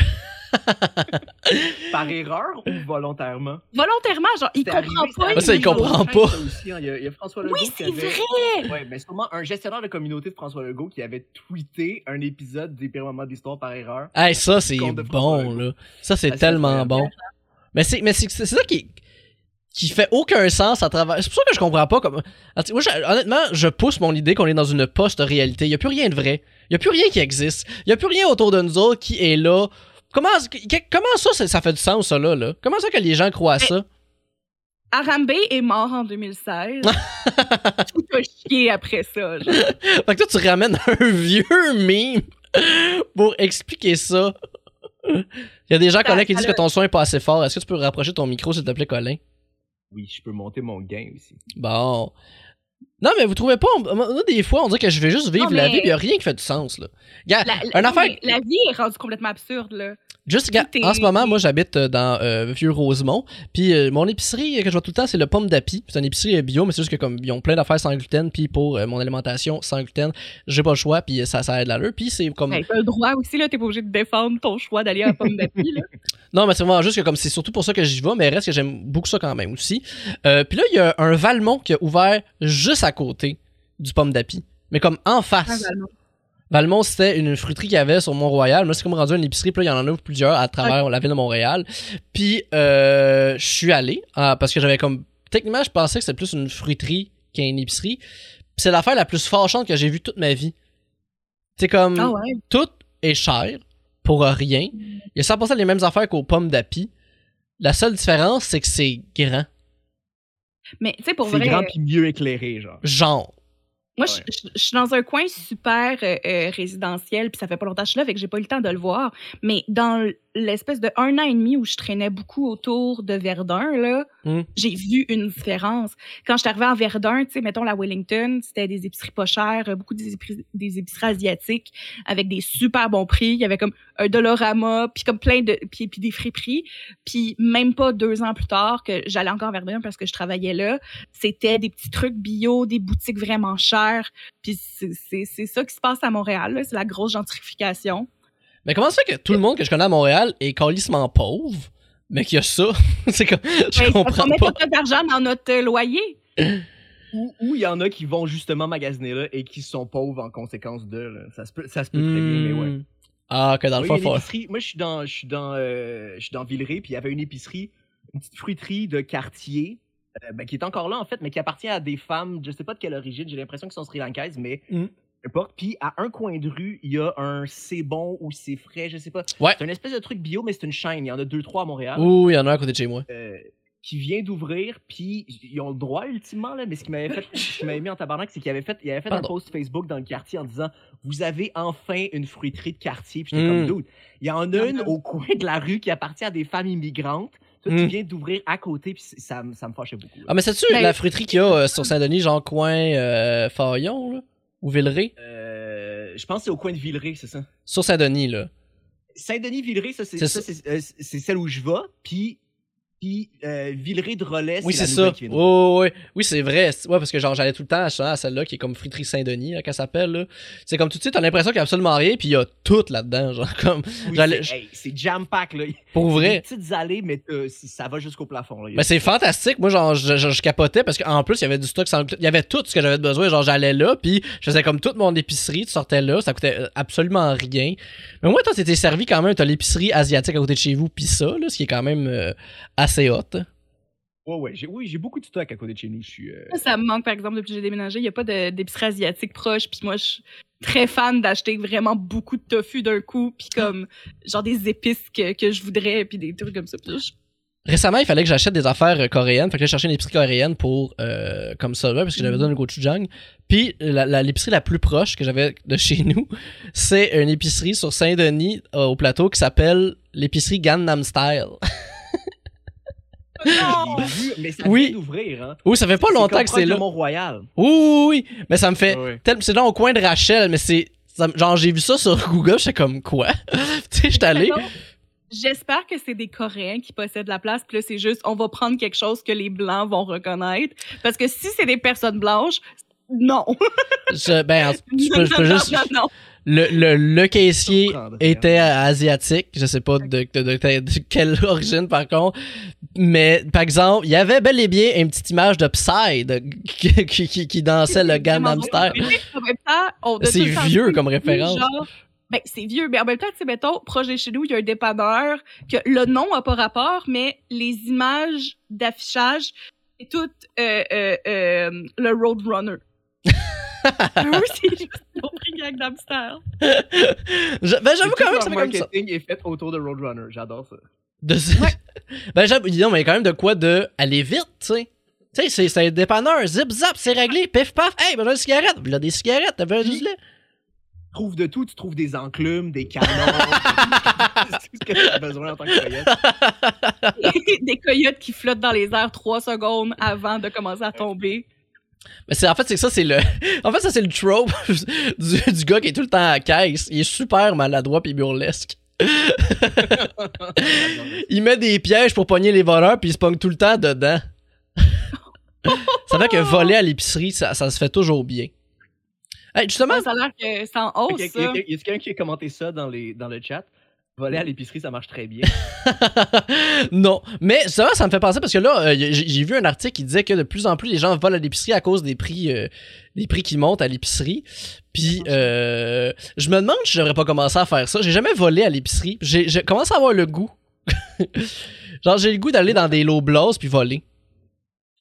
Par erreur ou volontairement? Volontairement, genre, il C'est comprend arrivé, pas. c'est Ah, ça, il arrivé comprend sur pas. chaîne, ça aussi, hein. Il y a, il y a François Legault Oui, qui c'est avait... vrai! Ouais, mais sûrement un gestionnaire de communauté de François Legault qui avait tweeté un épisode des pires moments de l'histoire par erreur. Hey, ça, c'est Compte de François bon, Legault. là. Ça, c'est Ah, c'est tellement incroyable. bon. Mais c'est, mais c'est, c'est ça qui, qui fait aucun sens à travers. C'est pour ça que je comprends pas comme. Moi, je- honnêtement, je pousse mon idée qu'on est dans une post-réalité. Il y a plus rien de vrai. Il y a plus rien qui existe. Il y a plus rien autour de nous autres qui est là. Comment, que- comment ça, ça, ça fait du sens, ça, là, là? Comment ça que les gens croient à ça? Arambe est mort en deux mille seize. Tout a chié après ça. Genre. Fait que toi, tu ramènes un vieux meme pour expliquer ça. Il y a des gens, Ça- Colin, qui ça disent le- que ton son est pas assez fort. Est-ce que tu peux rapprocher ton micro, s'il te plaît, Colin? Oui, je peux monter mon gain aussi. Bon. Non, mais vous trouvez pas, on- moi, des fois, on dirait que je vais juste vivre Non, la mais- vie, pis y a rien qui fait du sens, là. Regarde, La, un la- affaire, mais la vie est rendue complètement absurde, là. juste, regarde, tout est- en ce moment, moi, j'habite euh, dans euh, Vieux-Rosemont, puis euh, mon épicerie que je vois tout le temps, c'est le Pomme d'Api. C'est une épicerie euh, bio, mais c'est juste que comme ils ont plein d'affaires sans gluten, puis pour euh, mon alimentation sans gluten, j'ai pas le choix, puis ça, ça aide l'allure, puis c'est comme... Ben, t'as le droit aussi, là, t'es pas obligé de défendre ton choix d'aller à la pomme d'appui, là. Non, mais c'est vraiment juste que comme c'est surtout pour ça que j'y vais, mais reste que j'aime beaucoup ça quand même aussi. Euh, puis là, il y a un Valmont qui a ouvert juste à côté du Pomme d'Api, mais comme en face. Valmont, c'était une fruiterie qu'il y avait sur Mont-Royal. Moi, c'est comme rendu une épicerie, puis là, il y en a plusieurs à travers la ville de Montréal. Puis, euh, je suis allé, euh, parce que j'avais comme... Techniquement, je pensais que c'était plus une fruiterie qu'une épicerie. Puis c'est l'affaire la plus fâchante que j'ai vue toute ma vie. C'est comme... Ah ouais. Tout est cher, pour rien. Il y a cent pour cent les mêmes affaires qu'aux pommes d'api. La seule différence, c'est que c'est grand. Mais tu sais, pour C'est vrai. grand puis mieux éclairé, genre. Genre. Moi, Ouais. je, je- je suis dans un coin super euh, euh, résidentiel, puis ça fait pas longtemps que je suis là, fait que j'ai pas eu le temps de le voir. Mais dans l'espèce de un an et demi où je traînais beaucoup autour de Verdun, là, Mm. j'ai vu une différence. Quand je suis arrivée à Verdun, tu sais, mettons la Wellington, c'était des épiceries pas chères, euh, beaucoup des épiceries, des épiceries asiatiques avec des super bons prix. Il y avait comme un Dollarama, puis comme plein de, puis, puis des friperies. Puis même pas deux ans plus tard que j'allais encore à Verdun parce que je travaillais là, c'était des petits trucs bio, des boutiques vraiment chères. Puis c'est, c'est, c'est ça qui se passe à Montréal, là. C'est la grosse gentrification. Mais comment ça fait que tout le monde que je connais à Montréal est calissement pauvre, mais qu'il y a ça? C'est comme. Je Ouais, comprends on met pas. pas d'argent dans notre euh, loyer. Ou ou il y en a qui vont justement magasiner là et qui sont pauvres en conséquence de. Là. Ça se peut, ça se peut très bien, mais ouais. Hmm. Ah, que dans le Oui, fond, il y a une faut- épicerie. Moi, je suis dans, je suis dans, euh, je suis dans Villeray, puis il y avait une épicerie, une petite fruiterie de quartier, euh, ben, qui est encore là en fait, mais qui appartient à des femmes, je sais pas de quelle origine, j'ai l'impression qu'elles sont sri-lankaises, mais Mm. peu importe. Puis à un coin de rue, il y a un c'est bon ou c'est frais, je sais pas. Ouais. C'est une espèce de truc bio, mais c'est une chaîne. Il y en a deux, trois à Montréal. Ouh, il y en a un à côté de chez moi. euh, qui vient d'ouvrir, puis ils ont le droit ultimement, là, mais ce qui m'avait fait, ce qui m'avait mis en tabarnak, c'est qu'il avait fait, il avait fait Pardon. un post Facebook dans le quartier en disant « Vous avez enfin une fruiterie de quartier. » Puis j'étais Mm. comme « Dude, il y en a une au coin de la rue qui appartient à des femmes immigrantes. Toi, Mm. tu viens d'ouvrir à côté, puis c'est- ça, me- ça me fâchait beaucoup. là. Ah, mais c'est-tu Ben- la fruiterie qu'il y a euh, sur Saint-Denis, genre coin euh, Fayon, là? Ou Villeray? Euh, je pense que c'est au coin de Villeray, c'est ça. Sur Saint-Denis, là. Saint-Denis-Villeray, ça, c'est, C'est ça, c'est, euh, c'est celle où je vais, puis... Puis euh, Villeray de Relais, Oui, c'est c'est la ça. nouvelle qui vient d'ouvrir. Oh, ouais. Oui, c'est vrai. C'est- Ouais, parce que genre, j'allais tout le temps à celle-là qui est comme Fruiterie Saint-Denis, là, qu'elle s'appelle, là. C'est comme tout de suite, t'as l'impression qu'il y a absolument rien, puis il y a tout là-dedans, genre, comme. Oui, j'allais- c'est, hey, c'est jam-pack, là. Pour Des vrai. petites allées, mais euh, ça va jusqu'au plafond. Là. Mais c'est fantastique. Moi, genre, je, je, je capotais parce qu'en plus, il y avait du stock sans gluten. Il y avait tout ce que j'avais besoin. Genre, j'allais là, puis je faisais comme toute mon épicerie. Tu sortais là, ça coûtait euh, absolument rien. Mais moi, toi, t'étais servi quand même. T'as l'épicerie asiatique à côté de chez vous, puis ça, là, ce qui est quand même euh, assez hot. Ouais, ouais. J'ai, oui, j'ai beaucoup de stock à côté de chez nous. Je suis. euh, Ça me manque, par exemple, depuis que j'ai déménagé. Il n'y a pas de- d'épicerie asiatique proche. Puis moi, je suis très fan d'acheter vraiment beaucoup de tofu d'un coup. Puis comme, genre des épices que, que je voudrais, puis des trucs comme ça. Puis là, je- Récemment, il fallait que j'achète des affaires euh, coréennes. Fait que là, je cherchais une épicerie coréenne pour, euh, comme ça, là, parce que j'avais besoin de gochujang. Puis, la, la- l'épicerie la plus proche que j'avais de chez nous, c'est une épicerie sur Saint-Denis, euh, au plateau, qui s'appelle l'épicerie Gangnam Style. Non! je l'ai vu, mais ça Oui. vient d'ouvrir. Hein. Oui, ça fait pas longtemps comme que proche c'est de là. Mont-Royal. Oui, oui, oui. Mais ça me fait. Ouais, ouais. tel- C'est genre au coin de Rachel, mais c'est. ça- genre, j'ai vu ça sur Google, j'étais comme quoi? Tu sais, j'étais allé. Mettons, J'espère que c'est des Coréens qui possèdent la place, puis là, c'est juste, on va prendre quelque chose que les Blancs vont reconnaître. Parce que si c'est des personnes blanches, non. Je, ben, je peux, je peux Non, juste. non, non. Le, le, le caissier Surprendre, était asiatique. Je sais pas de, de, de- de- de quelle origine, par contre. Mais, par exemple, il y avait bel et bien une petite image de Psy de- qui, qui, qui, qui dansait le Gangnam Style. Mais en même temps, on a C'est tout le temps vieux dit, comme référence. genre, ben, c'est vieux, mais en même temps, tu sais, mettons, proche de chez nous, il y a un dépanneur que le nom a pas rapport, mais les images d'affichage, c'est tout euh, euh, euh, le Roadrunner. Eux, c'est juste ils ont pris Gangnam Style. Je- ben, j'avoue Tout quand même leur que ça fait comme ça. marketing est fait autour de Roadrunner. J'adore ça. De... ben, j'avoue, non, mais il y a quand même de quoi de aller vite, tu sais. Tu sais, c'est, c'est un dépanneur, zip zap, c'est réglé, pif paf, hey, ben j'ai une cigarette, il a des cigarettes, t'avais un gilet. Tu trouves de tout. Tu trouves des enclumes, des canons. C'est tout ce que tu as besoin en tant que coyote. Des coyotes qui flottent dans les airs trois secondes avant de commencer à tomber. Mais c'est, en fait, c'est que ça, c'est le. En fait, ça, c'est le trope du, du gars qui est tout le temps à la caisse. Il est super maladroit pis burlesque. Il met des pièges pour pogner les voleurs puis il se pogne tout le temps dedans. Ça fait que voler à l'épicerie, ça, ça se fait toujours bien. Hey, justement, Ça a l'air que c'est en hausse, Il y a, ça. il y a- il y a quelqu'un qui a commenté ça dans, les, dans le chat. Voler à l'épicerie, ça marche très bien. non, mais ça, ça me fait penser parce que là, euh, j'ai j'ai vu un article qui disait que de plus en plus les gens volent à l'épicerie à cause des prix, euh, des prix qui montent à l'épicerie. Puis, euh, je me demande si je devrais pas commencer à faire ça. J'ai jamais volé à l'épicerie. J'ai j'ai commencé à avoir le goût. Genre, j'ai le goût d'aller dans des low blows puis voler. Je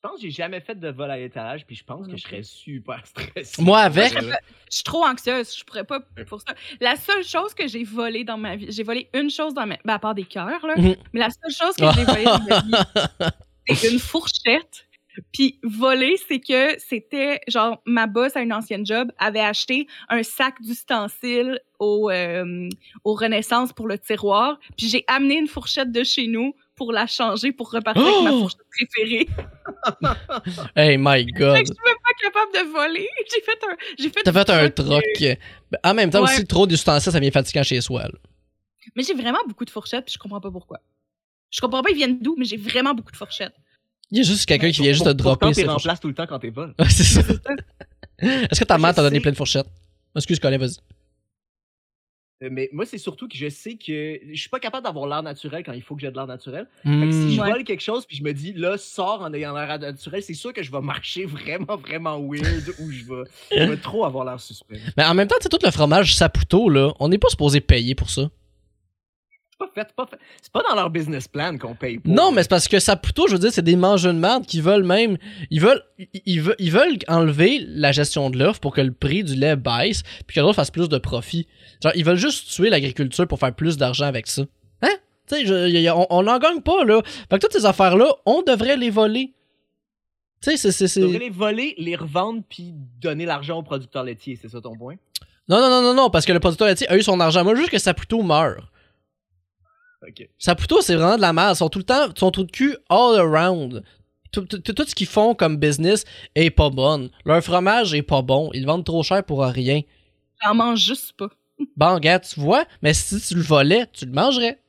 Je pense que j'ai jamais fait de vol à l'étalage, puis je pense que je serais super stressé. Moi, avec. Je suis trop anxieuse, je pourrais pas pour ça. La seule chose que j'ai volée dans ma vie, j'ai volé une chose dans ma ben, à part des cœurs, là, Mhm. mais la seule chose que j'ai volée dans ma vie, c'est une fourchette. Puis voler, c'est que c'était genre ma boss à une ancienne job avait acheté un sac d'ustensiles au euh, au Renaissance pour le tiroir, puis j'ai amené une fourchette de chez nous pour la changer pour repartir avec ma Oh! fourchette préférée. Hey, my Fait God. que je suis même pas capable de voler. J'ai fait un j'ai fait T'as fait un troc. troc. Ben, en même temps, Ouais. aussi, trop d'ustensiles, ça vient fatigant chez soi. Là. Mais j'ai vraiment beaucoup de fourchettes, puis je comprends pas pourquoi. Je comprends pas ils viennent d'où, mais j'ai vraiment beaucoup de fourchettes. Il y a juste quelqu'un qui vient juste te dropper. Pourtant, t'es ses remplaces tout le temps quand t'es vol. Ouais, c'est ça. Est-ce que ta mère Je t'a donné sais. plein de fourchettes? Excuse, Colin, vas-y. Euh, Mais moi, c'est surtout que je sais que je suis pas capable d'avoir l'air naturel quand il faut que j'ai de l'air naturel. Fait que si Hmm. je Ouais. vole quelque chose puis je me dis là, sors en ayant l'air naturel, c'est sûr que je vais marcher vraiment, vraiment weird ou je vais, je vais trop avoir l'air suspect. Mais en même temps, tu sais, tout le fromage Saputo, là, on n'est pas supposé payer pour ça. C'est pas fait, c'est pas fait. C'est pas dans leur business plan qu'on paye pour. Non, mais c'est parce que Saputo, je veux dire, c'est des mangeux de merde qui veulent même. Ils veulent, ils, ils veulent, ils veulent enlever la gestion de l'offre pour que le prix du lait baisse puis que l'autre fasse plus de profit. Genre, ils veulent juste tuer l'agriculture pour faire plus d'argent avec ça. Hein? Tu sais, je- y a- on, on n'en gagne pas, là. Fait que toutes ces affaires-là, on devrait les voler. Tu sais, c'est. c'est, c'est... Tu devrais les voler, les revendre puis donner l'argent aux producteurs laitiers, c'est ça ton point? Non, non, non, non, non, parce que le producteur laitier a eu son argent. Moi, juste que Saputo meurt. Ok. Saputo, c'est vraiment de la merde. Ils sont tout le temps, ils sont trou de cul all around. Tout, tout, tout ce qu'ils font comme business est pas bon. Leur fromage est pas bon. Ils le vendent trop cher pour rien. J'en mange juste pas. Bon, regarde, tu vois, mais si tu le volais, tu le mangerais.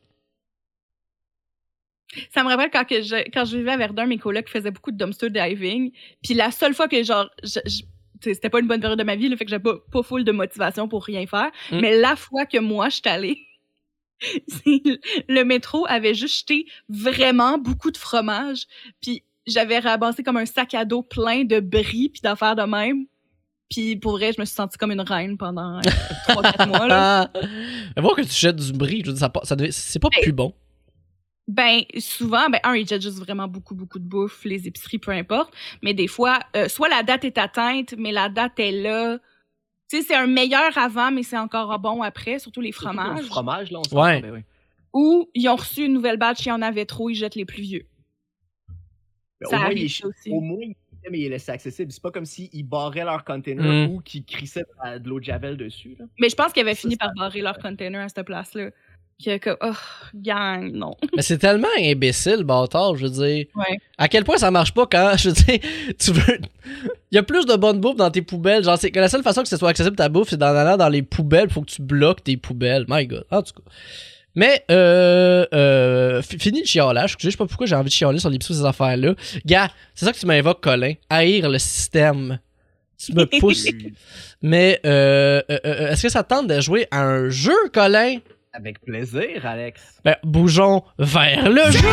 Ça me rappelle quand, que je, quand je vivais à Verdun, mes colocs faisaient beaucoup de dumpster diving. Puis la seule fois que, genre, je, je- t'sais, c'était pas une bonne période de ma vie, le fait que j'avais pas, pas full de motivation pour rien faire. Mm. Mais la fois que moi, j'étais allée, c'est- le métro avait juste jeté vraiment beaucoup de fromage. Puis j'avais ramassé comme un sac à dos plein de brie puis d'affaires de même. Puis pour vrai, je me suis sentie comme une reine pendant trois quatre mois. Là. Ah! Mais voir que tu jettes du brie, je veux dire, ça, pa- ça devait- c'est pas Hey. plus bon. Ben, souvent, ben, un, ils jettent juste vraiment beaucoup, beaucoup de bouffe, les épiceries, peu importe. Mais des fois, euh, soit la date est atteinte, mais la date est là. Tu sais, c'est un meilleur avant, mais c'est encore bon après, surtout les Surtout pour fromages. le fromage, là, on Ouais. s'entend, ben oui. Ou ils ont reçu une nouvelle batch, il y en avait trop, ils jettent les plus vieux. Ben, Ça au moins, arrive, il est ça aussi. Au moins, il est- mais il est laissé accessible. C'est pas comme s'ils barraient leur container Mm. ou qu'ils crissaient de de l'eau de javel dessus. Là. Mais je pense qu'ils avaient Ça, fini ça- par barrer leur container à cette place-là. Que, que, oh, gang, non. Mais c'est tellement imbécile, bâtard, je veux dire. Ouais. À quel point ça marche pas quand, je veux dire, tu veux. Il y a plus de bonne bouffe dans tes poubelles. Genre, c'est que la seule façon que ce soit accessible ta bouffe, c'est d'en allant dans les poubelles. Faut que tu bloques tes poubelles. My God. En tout cas. Mais, euh, euh, f- fini le chiolage. Je sais pas pourquoi j'ai envie de chialer sur les ces affaires-là. Gars, c'est ça que tu m'invoques, Colin. Haïr le système. Tu me pousses. Mais, euh, euh, euh, est-ce que ça te tente de jouer à un jeu, Colin? Avec plaisir, Alex. Ben, bougeons vers le jeu!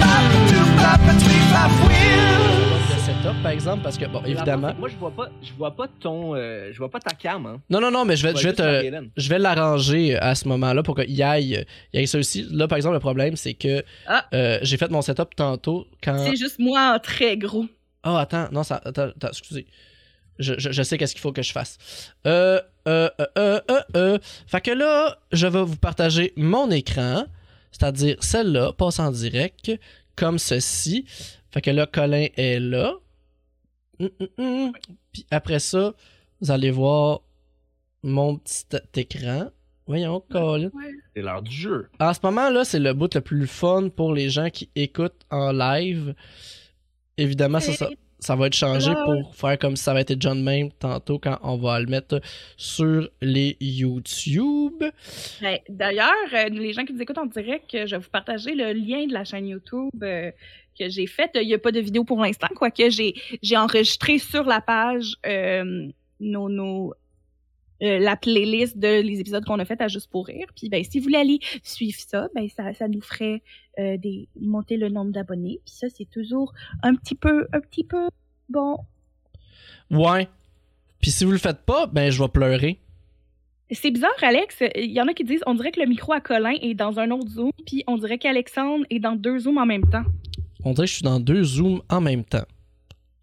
Le setup, par exemple, parce que, bon, évidemment. Moi, je vois pas, je vois pas ton, euh, je vois pas ta cam. Hein. Non, non, non, mais je vais, Je je vois vais juste te. Marie-Hélène. Je vais l'arranger à ce moment-là pour qu'il y aille, il y ait ça aussi. Là, par exemple, le problème, c'est que Ah. euh, j'ai fait mon setup tantôt quand. C'est juste moi en très gros. Oh, attends, non, ça. Attends, attends, excusez. Je, je, je sais qu'est-ce qu'il faut que je fasse. Euh, euh, euh, euh, euh, euh. Fait que là, je vais vous partager mon écran, c'est-à-dire celle-là, passe en direct, comme ceci. Fait que là, Colin est là. Hum, hum, hum. Puis après ça, vous allez voir mon petit écran. Voyons, Colin. C'est l'heure du jeu. En ce moment-là, c'est le bout le plus fun pour les gens qui écoutent en live. Évidemment, ça, ça, ça va être changé pour faire comme si ça avait été John même tantôt quand on va le mettre sur les YouTube. Ben, D'ailleurs, euh, les gens qui nous écoutent en direct, je vais vous partager le lien de la chaîne YouTube euh, que j'ai faite. Il n'y a pas de vidéo pour l'instant, quoique j'ai j'ai enregistré sur la page euh, nos, nos, euh, la playlist de les épisodes qu'on a fait à Juste pour rire. Puis ben, si vous voulez aller suivre ça, ben ça, ça nous ferait euh, des, monter le nombre d'abonnés. Puis ça, c'est toujours un petit peu, un petit peu bon. Ouais. Puis si vous le faites pas, ben je vais pleurer. C'est bizarre, Alex. Il y en a qui disent on dirait que le micro à Colin est dans un autre Zoom, puis on dirait qu'Alexandre est dans deux Zooms en même temps. On dirait que je suis dans deux Zooms en même temps.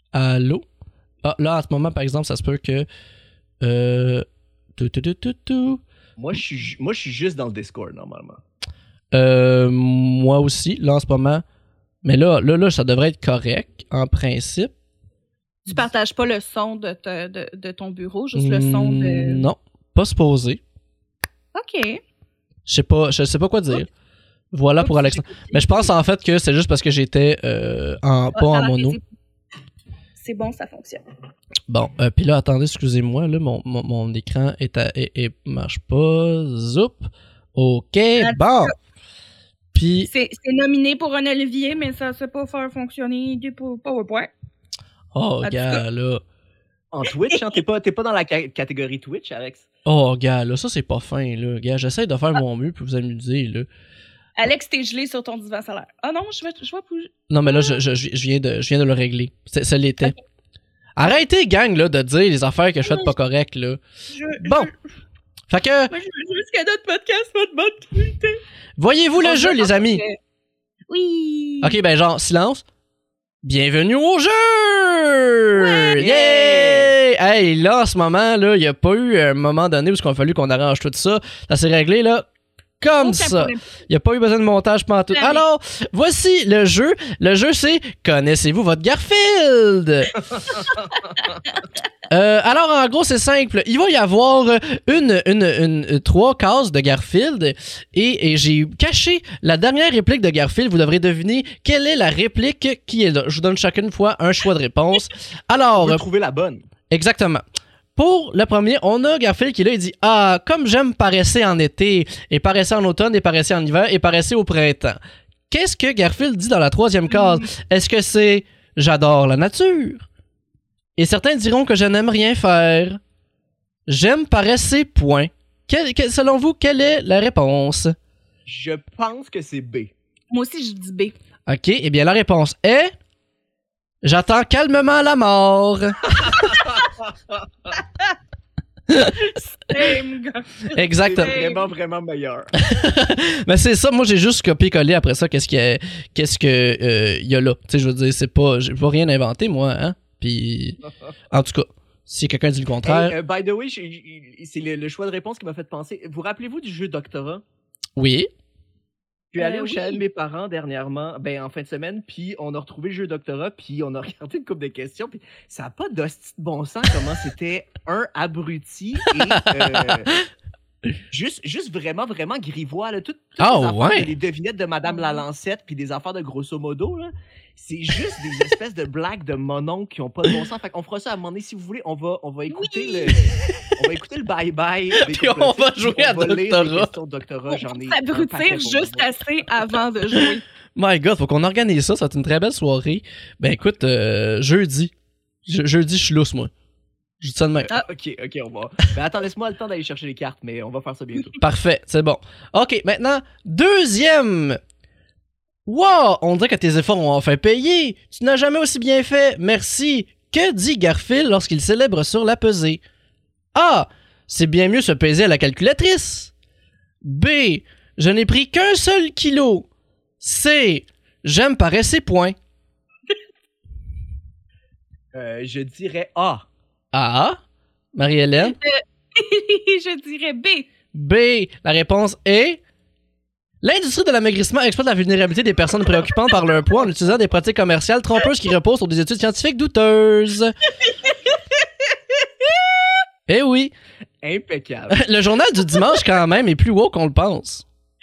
Allô? Ah, là, en ce moment, par exemple, ça se peut que... Euh... Tout, tout, tout, tout, tout. Moi, je suis, ju- moi, je suis juste dans le Discord, normalement. Euh, moi aussi, là, en ce moment. Mais là, là, là, ça devrait être correct, en principe. Tu partages pas le son de, te- de, de ton bureau, juste le son Mm, de... Non, pas supposé. OK. Je sais pas, je sais pas quoi dire. Voilà pour Alexandre. Mais je pense en fait que c'est juste parce que j'étais euh, en, pas en mono. C'est bon, ça fonctionne. Bon, euh, puis là, attendez, excusez-moi, là, mon, mon, mon écran est à, est, est- marche pas. Zoup. OK, bon. Puis, C'est c'est nominé pour un Olivier, mais ça ne sait pas faire fonctionner du po- PowerPoint. oh, En tout gars, là. En Twitch, hein, t'es pas, t'es pas dans la ca- catégorie Twitch, Alex? Oh, gars, là, ça, c'est pas fin, là. Gars, j'essaie de faire mon mieux pour vous amuser, là. Alex, t'es gelé sur ton divan solaire. Ah non, je vais, je vais bouger. Non, mais là, je, je, je viens, de, je viens de le régler. C'est- Ça l'était. Arrêtez, gang, là, de dire les affaires que je fais de pas correctes, là. Je, Bon. je- Fait que, moi, je veux juste que notre podcast soit de bonne qualité. voyez-vous le jeu, les amis? Oui. Ok, ben genre, silence. Bienvenue au jeu! Ouais! Yeah! Hey, là, en ce moment, là, il n'y a pas eu un moment donné où il a fallu qu'on arrange tout ça. Ça s'est réglé, là, comme Aucun ça. problème. Il n'y a pas eu besoin de montage pantoute. Jamais. Alors, voici le jeu. Le jeu, c'est Connaissez-vous votre Garfield? Euh, alors, en gros, c'est simple. Il va y avoir une, une, une, une- trois cases de Garfield et, et j'ai caché la dernière réplique de Garfield. Vous devrez deviner quelle est la réplique qui est là. Je vous donne chacune fois un choix de réponse. On Alors, veut trouver la bonne. exactement. Pour le premier, on a Garfield qui est là, il dit « Ah, comme j'aime paresser en été, et paresser en automne, et paresser en hiver, et paresser au printemps. » Qu'est-ce que Garfield dit dans la troisième case? Est-ce que c'est « J'adore la nature » et certains diront que je n'aime rien faire. J'aime paresser, point. Quel- quel- selon vous, quelle est la réponse? Je pense que c'est B. Moi aussi, je dis B. OK, eh bien la réponse est... J'attends calmement la mort. Same, gars. Exactement. C'est vraiment, vraiment meilleur. Mais c'est ça, moi j'ai juste copié-collé après ça qu'est-ce qu'il y a, qu'est-ce que euh, il y a là. Tu sais, je veux dire, c'est pas, j'ai pas rien inventé moi, hein. Puis, en tout cas, si quelqu'un dit le contraire, Hey, euh, by the way, j'ai- j'ai- c'est le, le choix de réponse qui m'a fait penser. Vous rappelez-vous du jeu Doctorat? oui. Je suis allé Euh, au chalet oui. de mes parents dernièrement, ben en fin de semaine, puis on a retrouvé le jeu Doctorat, puis on a regardé une couple de questions, puis ça n'a pas d'hostie de bon sens comment c'était un abruti et euh, juste, juste vraiment, vraiment grivois. Là. Tout, toutes Ah, les affaires ouais. de- les devinettes de Madame Lalancette, puis des affaires de grosso modo, là, c'est juste des espèces de blagues de mononcle qui ont pas de bon sens. Fait qu'on fera ça à un moment donné, si vous voulez, on va, on va écouter Oui. le... On va écouter le bye-bye. des Puis on complotistes, va puis jouer on à va lire des Doctorat. questions de Doctorat. J'en ai un paquet S'abrutir pour juste vous. assez avant de jouer. My God, faut qu'on organise ça, ça va être une très belle soirée. Ben écoute, euh, jeudi. Je- jeudi, je suis lousse, moi. Je dis ça de même. Ah. Ok, ok, on va. Ben attends, laisse-moi le temps d'aller chercher les cartes, mais on va faire ça bientôt. Parfait, c'est bon. OK, maintenant, deuxième. Wow, on dirait que tes efforts ont enfin payé. Tu n'as jamais aussi bien fait. Merci. Que dit Garfield lorsqu'il célèbre sur la pesée? A. C'est bien mieux se peser à la calculatrice. B. Je n'ai pris qu'un seul kilo. C. J'aime paresser, point. Euh, je dirais A. A. Marie-Hélène. Je dirais B. B. La réponse est... L'industrie de l'amaigrissement exploite la vulnérabilité des personnes préoccupantes par leur poids en utilisant des pratiques commerciales trompeuses qui reposent sur des études scientifiques douteuses. Eh oui, Impeccable. le journal du dimanche quand même est plus haut qu'on le pense.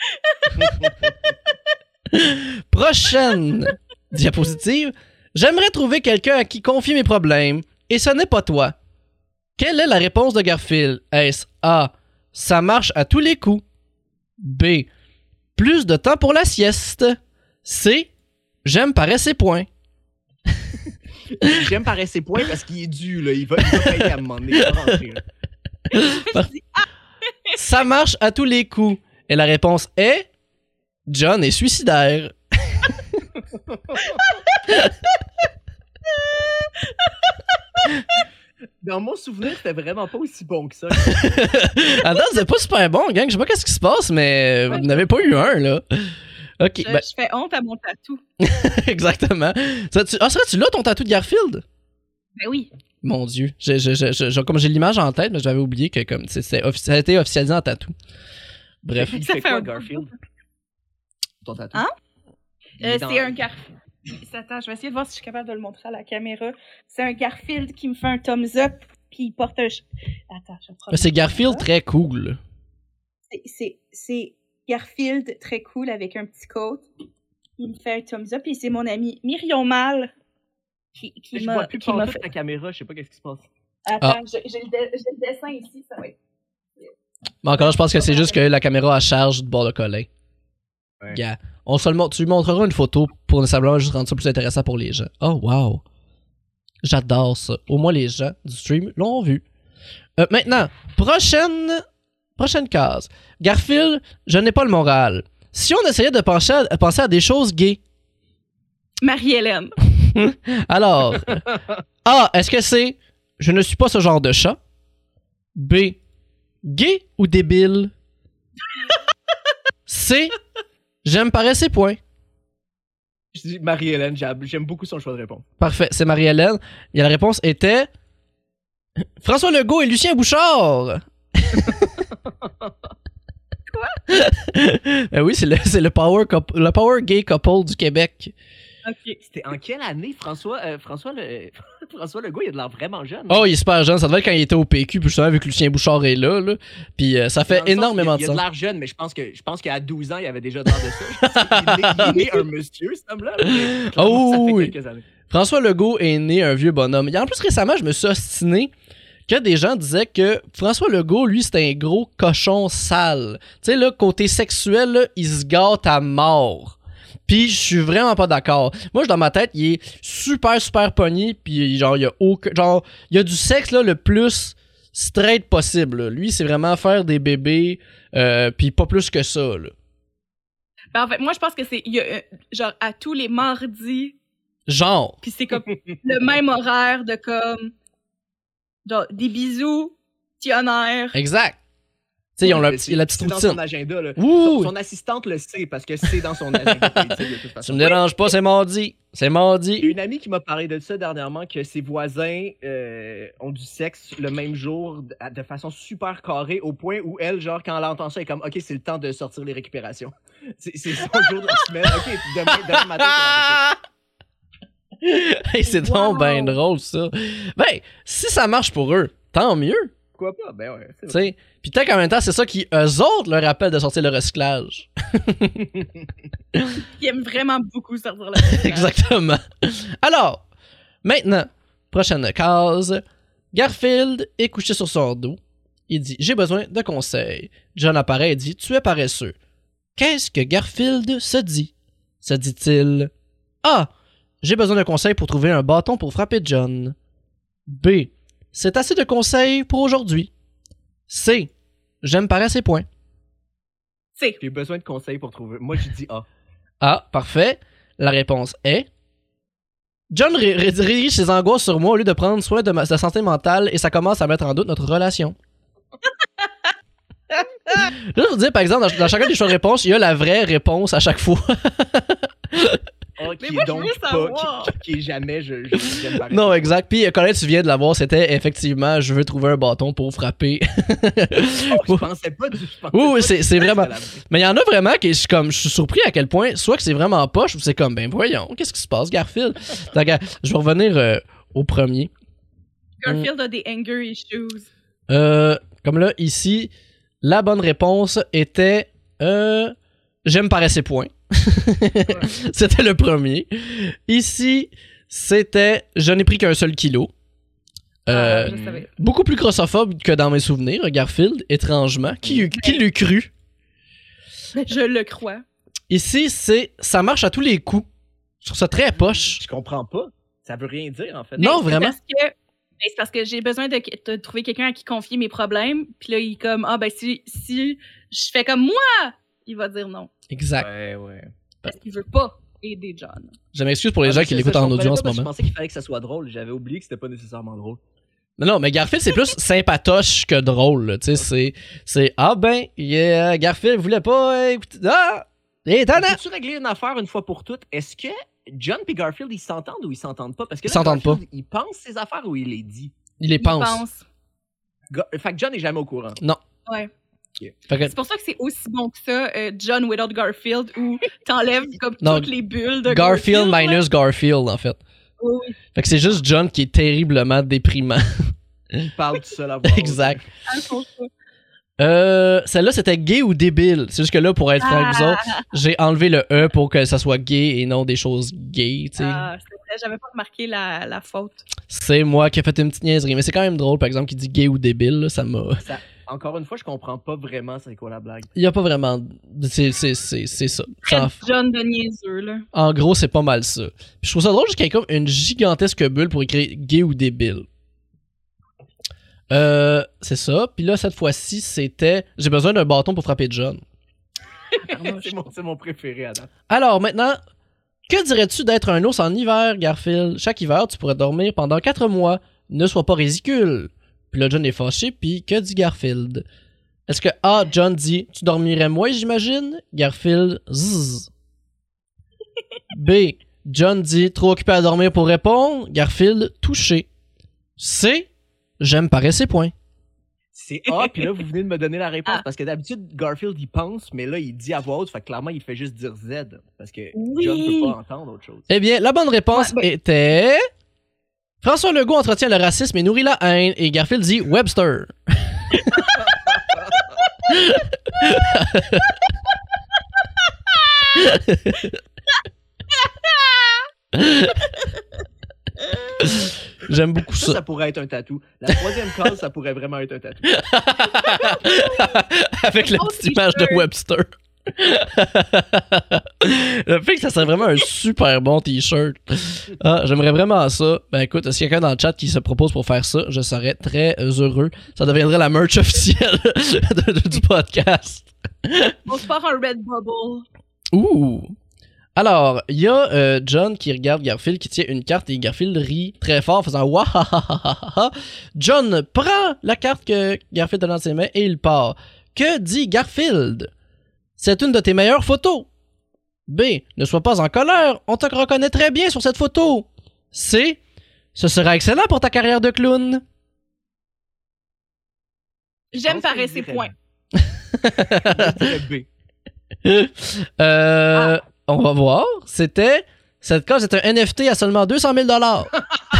Prochaine diapositive. J'aimerais trouver quelqu'un à qui confier mes problèmes, et ce n'est pas toi. Quelle est la réponse de Garfield? Est-ce A. Ça marche à tous les coups. B. Plus de temps pour la sieste. C. J'aime paresser, point. J'aime paresser point parce qu'il est dû, là. Il va, il va payer à un moment donné. Il va rentrer, là. Ça marche à tous les coups. Et la réponse est... John est suicidaire. Dans mon souvenir, c'était vraiment pas aussi bon que ça. Attends, c'est pas super bon, gang. Je sais pas qu'est-ce qui se passe, mais vous n'avez pas eu un, là. Ok, Je, ben, je fais honte à mon tatou. exactement. Ça, tu... Ah, serais-tu là ton tatou de Garfield? Ben oui. Mon Dieu. Je, je, je, je- comme j'ai l'image en tête, mais j'avais oublié que comme c'est, c'est offi- ça a été officialisé en tatou. Bref. Il Ça fait fait quoi, un- Garfield? Ton tatou? Hein? Il Euh, est dans- C'est un Garfield. Attends, je vais essayer de voir si je suis capable de le montrer à la caméra. C'est un Garfield qui me fait un thumbs up, puis il porte un. ch- Attends, je vais prendre. C'est Garfield très cool. C'est- C'est c'est Garfield très cool avec un petit coat. Il me fait un thumbs up, et c'est mon ami Myrion Mal qui, qui Je m'a vois plus qui m'a pendant fait. ta caméra, je sais pas qu'est-ce qui se passe. Attends, j'ai j'ai le, dé- j'ai le dessin ici, ça va être. Mais encore là, je pense que c'est juste que la caméra à charge du bord de collet. Ouais. Gars, on se le mon- tu lui montreras une photo pour nécessairement juste rendre ça plus intéressant pour les gens. Oh, wow. J'adore ça. Au moins, les gens du stream l'ont vu. Euh, maintenant, prochaine, prochaine case. Garfield, je n'ai pas le moral. Si on essayait de penser à, à penser à des choses gays, Marie-Hélène. alors, A, est-ce que c'est je ne suis pas ce genre de chat? B, gay ou débile? C, j'aime pareil ses points. Je dis Marie-Hélène, j'aime j'aime beaucoup son choix de réponse. Parfait, c'est Marie-Hélène. Et la réponse était François Legault et Lucien Bouchard. Quoi? Ben oui, c'est le, c'est le, power coup- le power gay couple du Québec. Ok. C'était en quelle année, François euh, François, le... François Legault, il a de l'air vraiment jeune. Oh, il est super jeune. Ça devait être quand il était au P Q, puis justement, vu que Lucien Bouchard est là. là. Puis euh, ça Dans fait le sens, énormément il, de il a de sens. l'air jeune, mais je pense que je pense qu'à douze ans, il avait déjà de l'air de ça. Je pense qu'il est né- il est né un monsieur, cet homme-là. mais clairement, Oh, ça fait oui. quelques années. François Legault est né un vieux bonhomme. Et en plus, récemment, je me suis ostiné que des gens disaient que François Legault, lui, c'était un gros cochon sale. Tu sais, là, côté sexuel, là, il se gâte à mort. Puis je suis vraiment pas d'accord. Moi, je- dans ma tête, il est super, super pogné, puis genre, il y a aucun... Genre, il y a du sexe, là, le plus straight possible. là. Lui, c'est vraiment faire des bébés, euh, puis pas plus que ça, là. Ben, en fait, moi, je pense que c'est. Il y a, euh, genre, à tous les mardis, Genre. puis c'est comme le même horaire de comme. Genre, des bisous, tionnerre. Exact. Tu sais, ils ont la, Ouais, petite- la petite c'est dans son routine. agenda. Là. Ouh! Son, son assistante le sait parce que c'est dans son agenda politique, de toute Tu façon. me déranges pas, c'est mardi. C'est Il y a mardi. une amie qui m'a parlé de ça dernièrement, que ses voisins euh, ont du sexe le même jour de, de façon super carrée, au point où elle, genre, quand elle entend ça, elle est comme « Ok, c'est le temps de sortir les récupérations. » C'est c'est son jour de la semaine. « Ok, demain, demain matin, Hey, c'est Wow. donc ben drôle, ça. Ben, si ça marche pour eux, tant mieux. pourquoi pas? » Ben ouais, c'est Tu vrai. sais. Puis peut-être qu'en même temps, c'est ça qui, eux autres, leur rappelle de sortir le recyclage. Qui aime vraiment beaucoup sortir la Exactement. Alors, maintenant, prochaine case. Garfield est couché sur son dos. Il dit « J'ai besoin de conseils. » John apparaît et dit « Tu es paresseux. » Qu'est-ce que Garfield se dit? Se dit-il « A. J'ai besoin de conseils pour trouver un bâton pour frapper John. » B. C'est assez de conseils pour aujourd'hui. C. J'aime parer ses points. C'est. J'ai besoin de conseils pour trouver. Moi, je dis A. Ah, parfait. La réponse est... John ré- ré- dirige ses angoisses sur moi au lieu de prendre soin de ma de santé mentale et ça commence à mettre en doute notre relation. Là, je vous dis, par exemple, dans, dans chacun des choix de réponse, il y a la vraie réponse à chaque fois. A Mais qui moi, est je donc veux pas, savoir. qui, qui- qui est jamais, je, je, j'aime pas Non, exact. Puis, euh, Colette, tu viens de l'avoir, c'était effectivement, je veux trouver un bâton pour frapper. Je pensais pas du. je pensais Oui, oui, pas c'est du- c'est vraiment... de la- Mais il y en a vraiment qui, je suis comme, je suis surpris à quel point, soit que c'est vraiment poche, ou c'est comme, ben voyons, qu'est-ce qui se passe, Garfield? Donc, regarde, je vais revenir euh, au premier. Garfield a des anger issues. Euh, comme là, ici, la bonne réponse était euh, j'aime parer ses points. C'était le premier. Ici, c'était je n'ai pris qu'un seul kilo. Euh, Ah, je savais. beaucoup plus grossophobe que dans mes souvenirs, Garfield, étrangement. Qui, eût- qui l'eût cru? Je le crois. Ici, c'est ça marche à tous les coups. Je trouve ça très poche. Je comprends pas. Ça veut rien dire, en fait. Non, Mais c'est vraiment. Parce que, mais c'est parce que j'ai besoin de, de trouver quelqu'un à qui confier mes problèmes. Puis là, il est comme, ah ben si, si je fais comme moi, il va dire non. Exact. Ouais, ouais. Parce qu'il veut pas aider John. Je m'excuse pour les Ah, gens mais qui je- l'écoutent je en comprenais audio en pas ce parce que moment. Je pensais qu'il fallait que ça soit drôle. J'avais oublié que c'était pas nécessairement drôle. Non, non, mais Garfield, c'est plus sympatoche que drôle. là. Tu sais, c'est, c'est ah ben, yeah, Garfield voulait pas euh, écouter. Ah! Il est étonnant! Peux-tu régler une affaire une fois pour toutes? Est-ce que John et Garfield, ils s'entendent ou ils s'entendent pas? Parce que là, Ils s'entendent pas. Garfield, il pense ses affaires ou il les dit? Il les Il pense. pense. Ga- Fait que John est jamais au courant. Ouais. Fait que C'est pour ça que c'est aussi bon que ça, euh, John Without Garfield, où t'enlèves comme Non, toutes les bulles de Garfield Garfield. là. minus Garfield, en fait. Oui, oui. Fait que c'est juste John qui est terriblement déprimant. Il parle tout seul à voix haute. Exact. Ah, je pense pas. Euh, celle-là, c'était gay ou débile. C'est juste que là, pour être franc avec vous Ah. autres, j'ai enlevé le E pour que ça soit gay et non des choses gays, tu sais. Ah, c'est vrai, j'avais pas remarqué la, la faute. C'est moi qui ai fait une petite niaiserie. Mais c'est quand même drôle, par exemple, qui dit gay ou débile, là, ça m'a... Ça- Encore une fois, je comprends pas vraiment c'est quoi la blague. Il y a pas vraiment... C'est, c'est, c'est, c'est ça. Ça en- John de niaiseux, là. En gros, c'est pas mal ça. Puis je trouve ça drôle, juste qu'il y ait comme une gigantesque bulle pour écrire gay ou débile. Euh, c'est ça. Puis là, cette fois-ci, c'était... J'ai besoin d'un bâton pour frapper John. c'est, mon, c'est mon préféré à date. Alors, maintenant, que dirais-tu d'être un ours en hiver, Garfield? Chaque hiver, tu pourrais dormir pendant quatre mois. Ne sois pas ridicule. Puis là, John est fâché, puis que dit Garfield? Est-ce que A, John dit « Tu dormirais moins, j'imagine? » Garfield « Zzz. » B, John dit « Trop occupé à dormir pour répondre? » Garfield « Touché. » C, J'aime paresser point. C'est A, puis là, vous venez de me donner la réponse. Ah. Parce que d'habitude, Garfield, il pense, mais là, il dit à voix haute. Fait que clairement, il fait juste dire Z. Parce que Oui. John peut pas entendre autre chose. Eh bien, la bonne réponse Ouais, ben- était... François Legault entretient le racisme et nourrit la haine, et Garfield dit Webster. J'aime beaucoup Ça, ça. ça pourrait être un tatou. La troisième case, ça pourrait vraiment être un tatou. Avec la Oh, petite image de t-shirt. Webster. Le fait que ça serait vraiment un super bon t-shirt. Ah, j'aimerais vraiment ça. Ben écoute, s'il y a quelqu'un dans le chat qui se propose pour faire ça, je serais très heureux. Ça deviendrait la merch officielle de- de- du podcast. On se part un Red Bubble. Ouh! Alors, il y a euh, John qui regarde Garfield qui tient une carte et Garfield rit très fort en faisant Wahahaha. John prend la carte que Garfield a dans ses mains et il part. Que dit Garfield? C'est une de tes meilleures photos. B. Ne sois pas en colère, on te reconnaît très bien sur cette photo. C. Ce sera excellent pour ta carrière de clown. J'aime pense que parer je ses dirais- points. Je dirais B. Euh, On va voir. C'était... Cette case est un N F T à seulement deux cent mille dollars.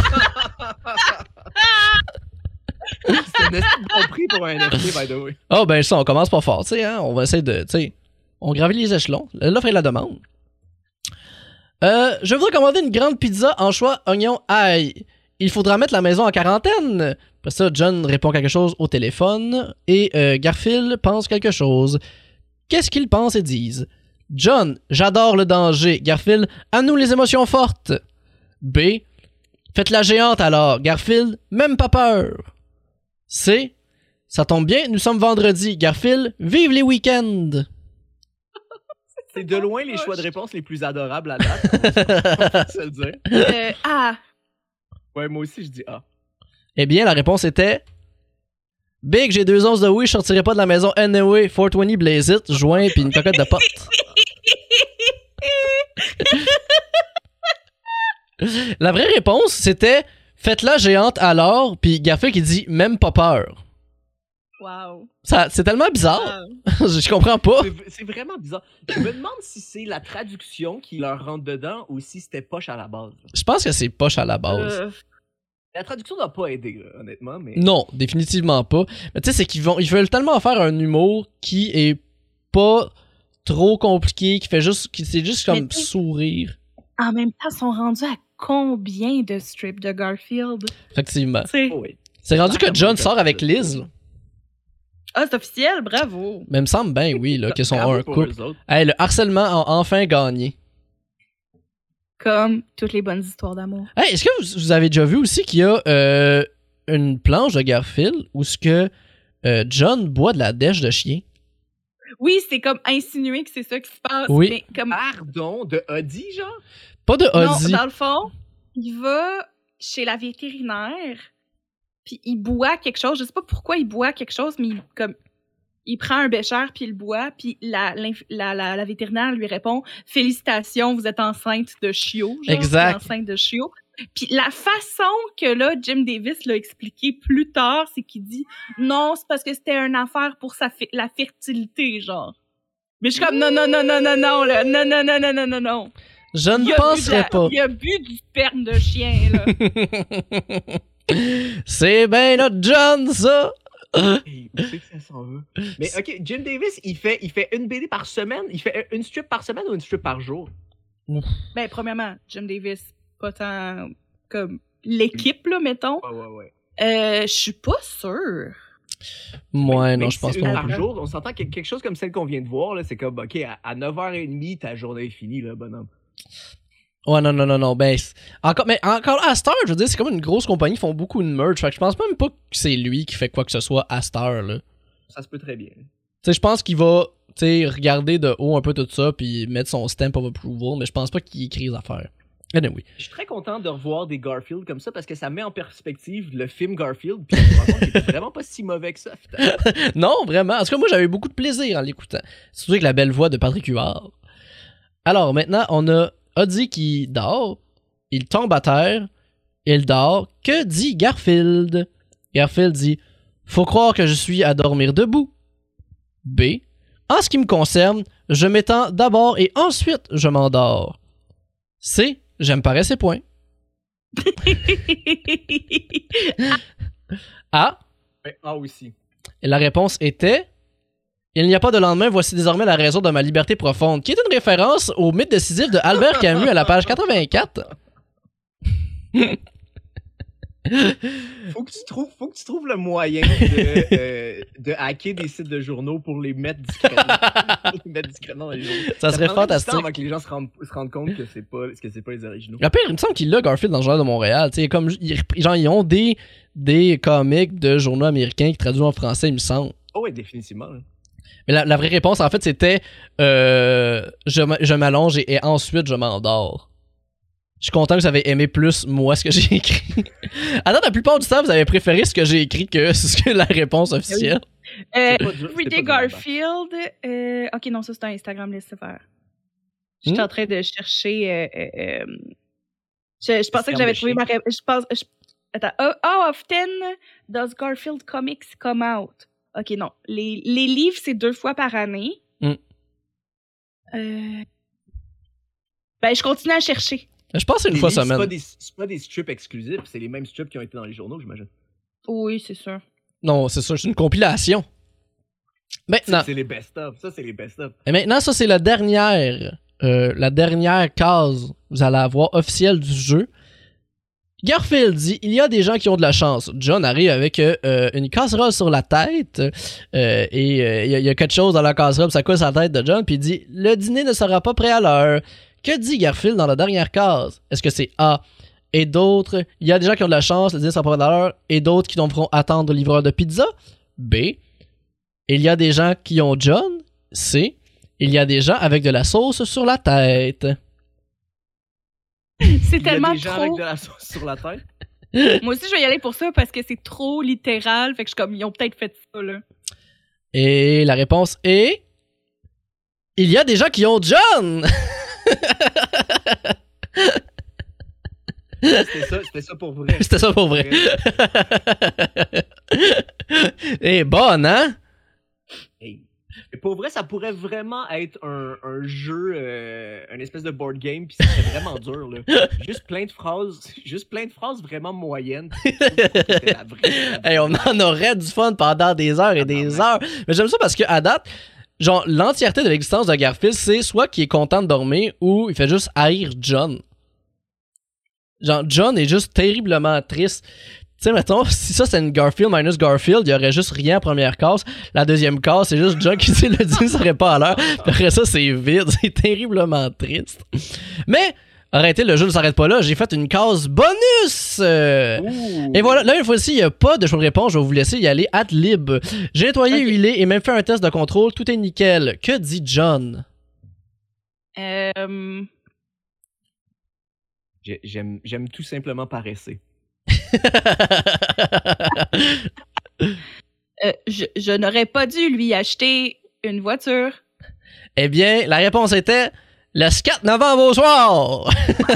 C'est un esti de bon prix pour un N F T, by the way. Oh, ben ça, on commence pas fort, tu sais, hein. On va essayer de, tu sais, on gravit les échelons. L'offre et la demande. Euh, je voudrais commander une grande pizza anchois, oignon, ail. Il faudra mettre la maison en quarantaine. Après ça, John répond quelque chose au téléphone et euh, Garfield pense quelque chose. Qu'est-ce qu'ils pensent et disent? John, j'adore le danger. Garfield, à nous les émotions fortes. B, faites la géante alors. Garfield, même pas peur. C, ça tombe bien, nous sommes vendredi. Garfield, vive les week-ends. C'est de loin les choix de réponse les plus adorables à date. On va se le dire. Euh, ah, Ouais, moi aussi, je dis A. Eh bien, la réponse était Big, j'ai deux onces de oui, je sortirai pas de la maison anyway. quatre cent vingt Blaze It, joint puis une cocotte de porte. La vraie réponse, c'était faites-la géante alors, puis Garfield qui dit même pas peur. wow. Ça, c'est tellement bizarre. Ah. Je comprends pas. C'est- C'est vraiment bizarre. Je me demande si c'est la traduction qui leur rentre dedans ou si c'était poche à la base. Je pense que c'est poche à la base. Euh, La traduction n'a pas aidé, là, honnêtement, mais... Non, définitivement pas. Mais tu sais, c'est qu'ils vont, ils veulent tellement faire un humour qui est pas trop compliqué, qui fait juste, qui c'est juste comme Mais tu sais- sourire. en même temps, ils sont rendus à combien de strips de Garfield? Effectivement. Tu sais. Oh, oui. C'est rendu que Ah, John mon sort Dieu. avec Liz. Là. Ah, c'est officiel, bravo. Mais il me semble bien, oui, là, qu'ils sont Bravo un pour couple. eux autres. Hey, le harcèlement a enfin gagné. Comme toutes les bonnes histoires d'amour. Hey, est-ce que vous, vous avez déjà vu aussi qu'il y a euh, une planche de Garfield où ce que euh, John boit de la dèche de chien? Oui, c'est comme insinué que c'est ça qui se passe. Oui. Mais comme... Pardon, de Audi, genre? Pas de Non, Ozzy. dans le fond, il va chez la vétérinaire, puis il boit quelque chose. Je sais pas pourquoi il boit quelque chose, mais il, comme, il prend un bécher puis il le boit, puis la, la, la, la vétérinaire lui répond « Félicitations, vous êtes enceinte de chiot. » Exact. Enceinte de chiot. Puis la façon que là, Jim Davis l'a expliqué plus tard, c'est qu'il dit « Non, c'est parce que c'était une affaire pour sa fi- la fertilité, genre. » Mais je suis comme « Non, non, non, non, non, non, là. Non, non, non, non, non, non, non. » Je ne Il a penserais bu de la- pas. Il a bu du sperme de chien, là. C'est bien notre John, ça! Hey, où c'est que ça s'en va? Mais ok, Jim Davis, il fait, il fait une B D par semaine? Il fait une strip par semaine ou une strip par jour? Ben, premièrement, Jim Davis, pas tant comme l'équipe, là, mettons. Ouais, ouais, ouais. Euh, je suis pas sûre. Ouais, Mais non, si je pense c'est pas. une non par plus. jour, on s'entend que quelque chose comme celle qu'on vient de voir, là, c'est comme, ok, à, à neuf heures trente, ta journée est finie, là, bonhomme. Ouais, non, non, non, non. Ben, c'est- encore, mais encore à cette heure, je veux dire, c'est comme une grosse compagnie, ils font beaucoup de merch. Fait que je pense même pas que c'est lui qui fait quoi que ce soit à cette heure, là. Ça se peut très bien. Tu sais, je pense qu'il va, tu sais, regarder de haut un peu tout ça, puis mettre son stamp of approval, mais je pense pas qu'il écrit les affaires. Anyway. Je suis très content de revoir des Garfield comme ça parce que ça met en perspective le film Garfield, puis je me rends compte qu'il était vraiment pas si mauvais que ça, finalement. Non, vraiment. En tout cas, moi, j'avais beaucoup de plaisir en l'écoutant. Surtout avec la belle voix de Patrick Huard. Alors, maintenant, on a Audie qui dort. Il tombe à terre. Il dort. Que dit Garfield? Garfield dit « Faut croire que je suis à dormir debout. » B. En ce qui me concerne, je m'étends d'abord et ensuite je m'endors. C. J'aime parer ces points. A. Ouais, ah, aussi. Et la réponse était « Il n'y a pas de lendemain, voici désormais la raison de ma liberté profonde », qui est une référence au mythe décisif de Albert Camus à la page quatre-vingt-quatre. Faut que tu trouves, faut que tu trouves le moyen de, euh, de hacker des sites de journaux pour les mettre discrètement, pour les mettre discrètement dans les journaux. Ça serait prendrait du fantastique. temps avant que les gens se rendent, se rendent compte que c'est pas, que c'est pas les originaux. Le pire, il me semble qu'il l'a Garfield dans le journal de Montréal. Tu sais, comme, ils, genre, ils ont des, des comics de journaux américains qui traduisent en français, il me semble. Oh ouais, définitivement. Là. Mais la, la vraie réponse, en fait, c'était euh, je, m- je m'allonge et, et ensuite je m'endors. Je suis content que vous avez aimé plus moi ce que j'ai écrit. Alors, la plupart du temps, vous avez préféré ce que j'ai écrit que ce que la réponse officielle. Euh, C'est pas dur, c'est Everyday pas dur, Garfield. Euh, ok, non, ça c'est un Instagram, laisse faire. J'étais Hmm? en train de chercher. Euh, euh, euh, je, je pensais que Ferme j'avais de trouvé chien. ma réponse. Je pense. je- attends. How, how often does Garfield Comics come out? Ok, non. Les, les livres, c'est deux fois par année. Hmm. Euh, ben, je continue à chercher. Je pense que c'est une Les fois livres, C'est semaine. pas, des, c'est pas des strips exclusifs, c'est les mêmes strips qui ont été dans les journaux, j'imagine. Oui, c'est sûr. Non, c'est ça, c'est une compilation. Maintenant, C'est, c'est les best-of. Ça, c'est les best-of. et maintenant ça, c'est la dernière, euh, la dernière case, vous allez avoir officielle du jeu. Garfield dit, il y a des gens qui ont de la chance. John arrive avec euh, euh, une casserole sur la tête euh, et euh, il y, a- il y a quelque chose dans la casserole, ça coule sur la tête de John, puis il dit, le dîner ne sera pas prêt à l'heure. Que dit Garfield dans la dernière case? Est-ce que c'est A? Et d'autres, il y a des gens qui ont de la chance, le dîner sera pas prêt à l'heure, et d'autres qui devront attendre le livreur de pizza? B. Il y a des gens qui ont John? C. Il y a des gens avec de la sauce sur la tête. C'est Il y a tellement des gens trop. avec de la sauce sur la tête. Moi aussi, je vais y aller pour ça parce que c'est trop littéral. Fait que je suis comme, ils ont peut-être fait ça, là. Et la réponse est... Il y a des gens qui ont John! C'était ça, c'était ça pour vrai. C'était ça pour vrai. Et bonne, hein? Hey. Et pour vrai, ça pourrait vraiment être un, un jeu, euh, un espèce de board game, puis c'est vraiment dur, là. Juste plein de phrases, juste plein de phrases vraiment moyennes. C'était la vraie- la vraie- Hey, on en aurait du fun pendant des heures et des heures. Mais j'aime ça parce que à date, genre, l'entièreté de l'existence de Garfield, c'est soit qu'il est content de dormir ou il fait juste haïr John. Genre, John est juste terriblement triste. Tu sais, mettons, si ça c'est une Garfield minus Garfield, il y aurait juste rien en première case. La deuxième case, c'est juste John qui dit le dîner serait pas à l'heure. Puis après ça, c'est vide. C'est terriblement triste. Mais, arrêtez, le jeu ne s'arrête pas là. J'ai fait une case bonus! Euh, Ouh. Et voilà, là, une fois-ci, il n'y a pas de choix de réponse. Je vais vous laisser y aller ad lib. J'ai nettoyé, Ok. huilé et même fait un test de contrôle. Tout est nickel. Que dit John? Euh, J'ai- J'aime, j'aime tout simplement paresser. Euh, je, je n'aurais pas dû lui acheter une voiture. Eh bien, la réponse était le quatre novembre au soir.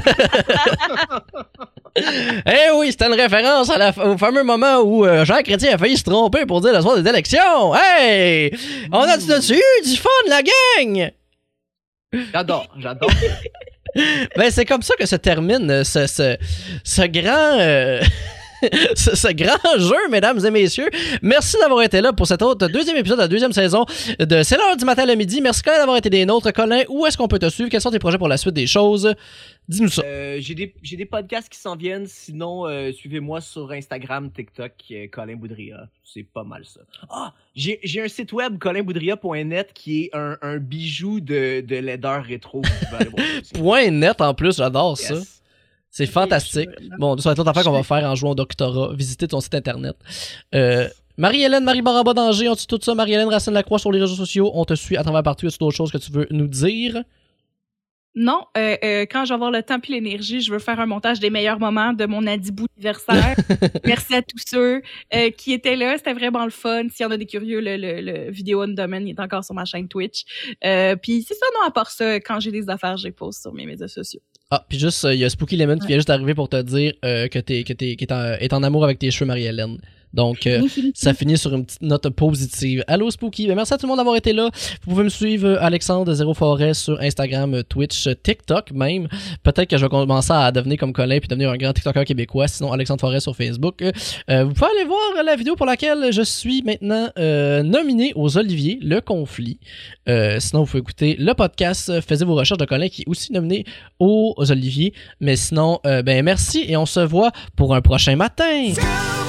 Eh oui, c'était une référence à la, au fameux moment où euh, Jean Chrétien a failli se tromper pour dire le soir des élections. Hey! On a du dessus, du fun, la gang! J'adore, j'adore. Ben, c'est comme ça que se termine ce, ce, ce grand... Euh... ce, ce grand jeu, mesdames et messieurs. Merci d'avoir été là pour cet autre deuxième épisode de la deuxième saison de C'est l'heure du matin le midi. Merci Colin d'avoir été des nôtres. Colin, où est-ce qu'on peut te suivre? Quels sont tes projets pour la suite des choses? Dis-nous ça. Euh, j'ai, des, j'ai des podcasts qui s'en viennent. Sinon, euh, suivez-moi sur Instagram, TikTok, euh, Colin Boudria. C'est pas mal ça. Ah! J'ai, j'ai un site web, colin boudria point net, qui est un, un bijou de, de laideur rétro. Point net en plus, j'adore yes. ça. C'est fantastique. Bon, ça va être l'autre affaire qu'on va faire en jouant au doctorat. Visiter ton site internet. Euh, Marie-Hélène, Marie-Baraba d'Angers, on te suit tout ça. Marie-Hélène Racine-Lacroix sur les réseaux sociaux. On te suit à travers partout. Est-ce d'autres choses que tu veux nous dire? Non, euh, euh, quand je vais avoir le temps et l'énergie, je veux faire un montage des meilleurs moments de mon Adibou anniversaire. Merci à tous ceux euh, qui étaient là. C'était vraiment le fun. S'il y en a des curieux, le, le, le vidéo on domaine il est encore sur ma chaîne Twitch. Euh, puis c'est ça, non, à part ça, quand j'ai des affaires, je les poste sur mes médias sociaux. Ah, puis juste, il euh, y a Spooky Lemon ouais. qui vient juste d'arriver pour te dire euh, que t'es, que t'es, qu'est en, est en amour avec tes cheveux, Marie-Hélène. Donc, euh, ça finit sur une petite note positive. Allô, Spooky. Ben, merci à tout le monde d'avoir été là. Vous pouvez me suivre, euh, Alexandre Zéro Forêt, sur Instagram, Twitch, TikTok même. Peut-être que je vais commencer à devenir comme Colin puis devenir un grand TikToker québécois. Sinon, Alexandre Forêt sur Facebook. Euh, vous pouvez aller voir la vidéo pour laquelle je suis maintenant euh, nominé aux Oliviers, Le Conflit. Euh, sinon, vous pouvez écouter le podcast Faisez vos recherches de Colin qui est aussi nominé aux Oliviers. Mais sinon, euh, ben merci et on se voit pour un prochain matin.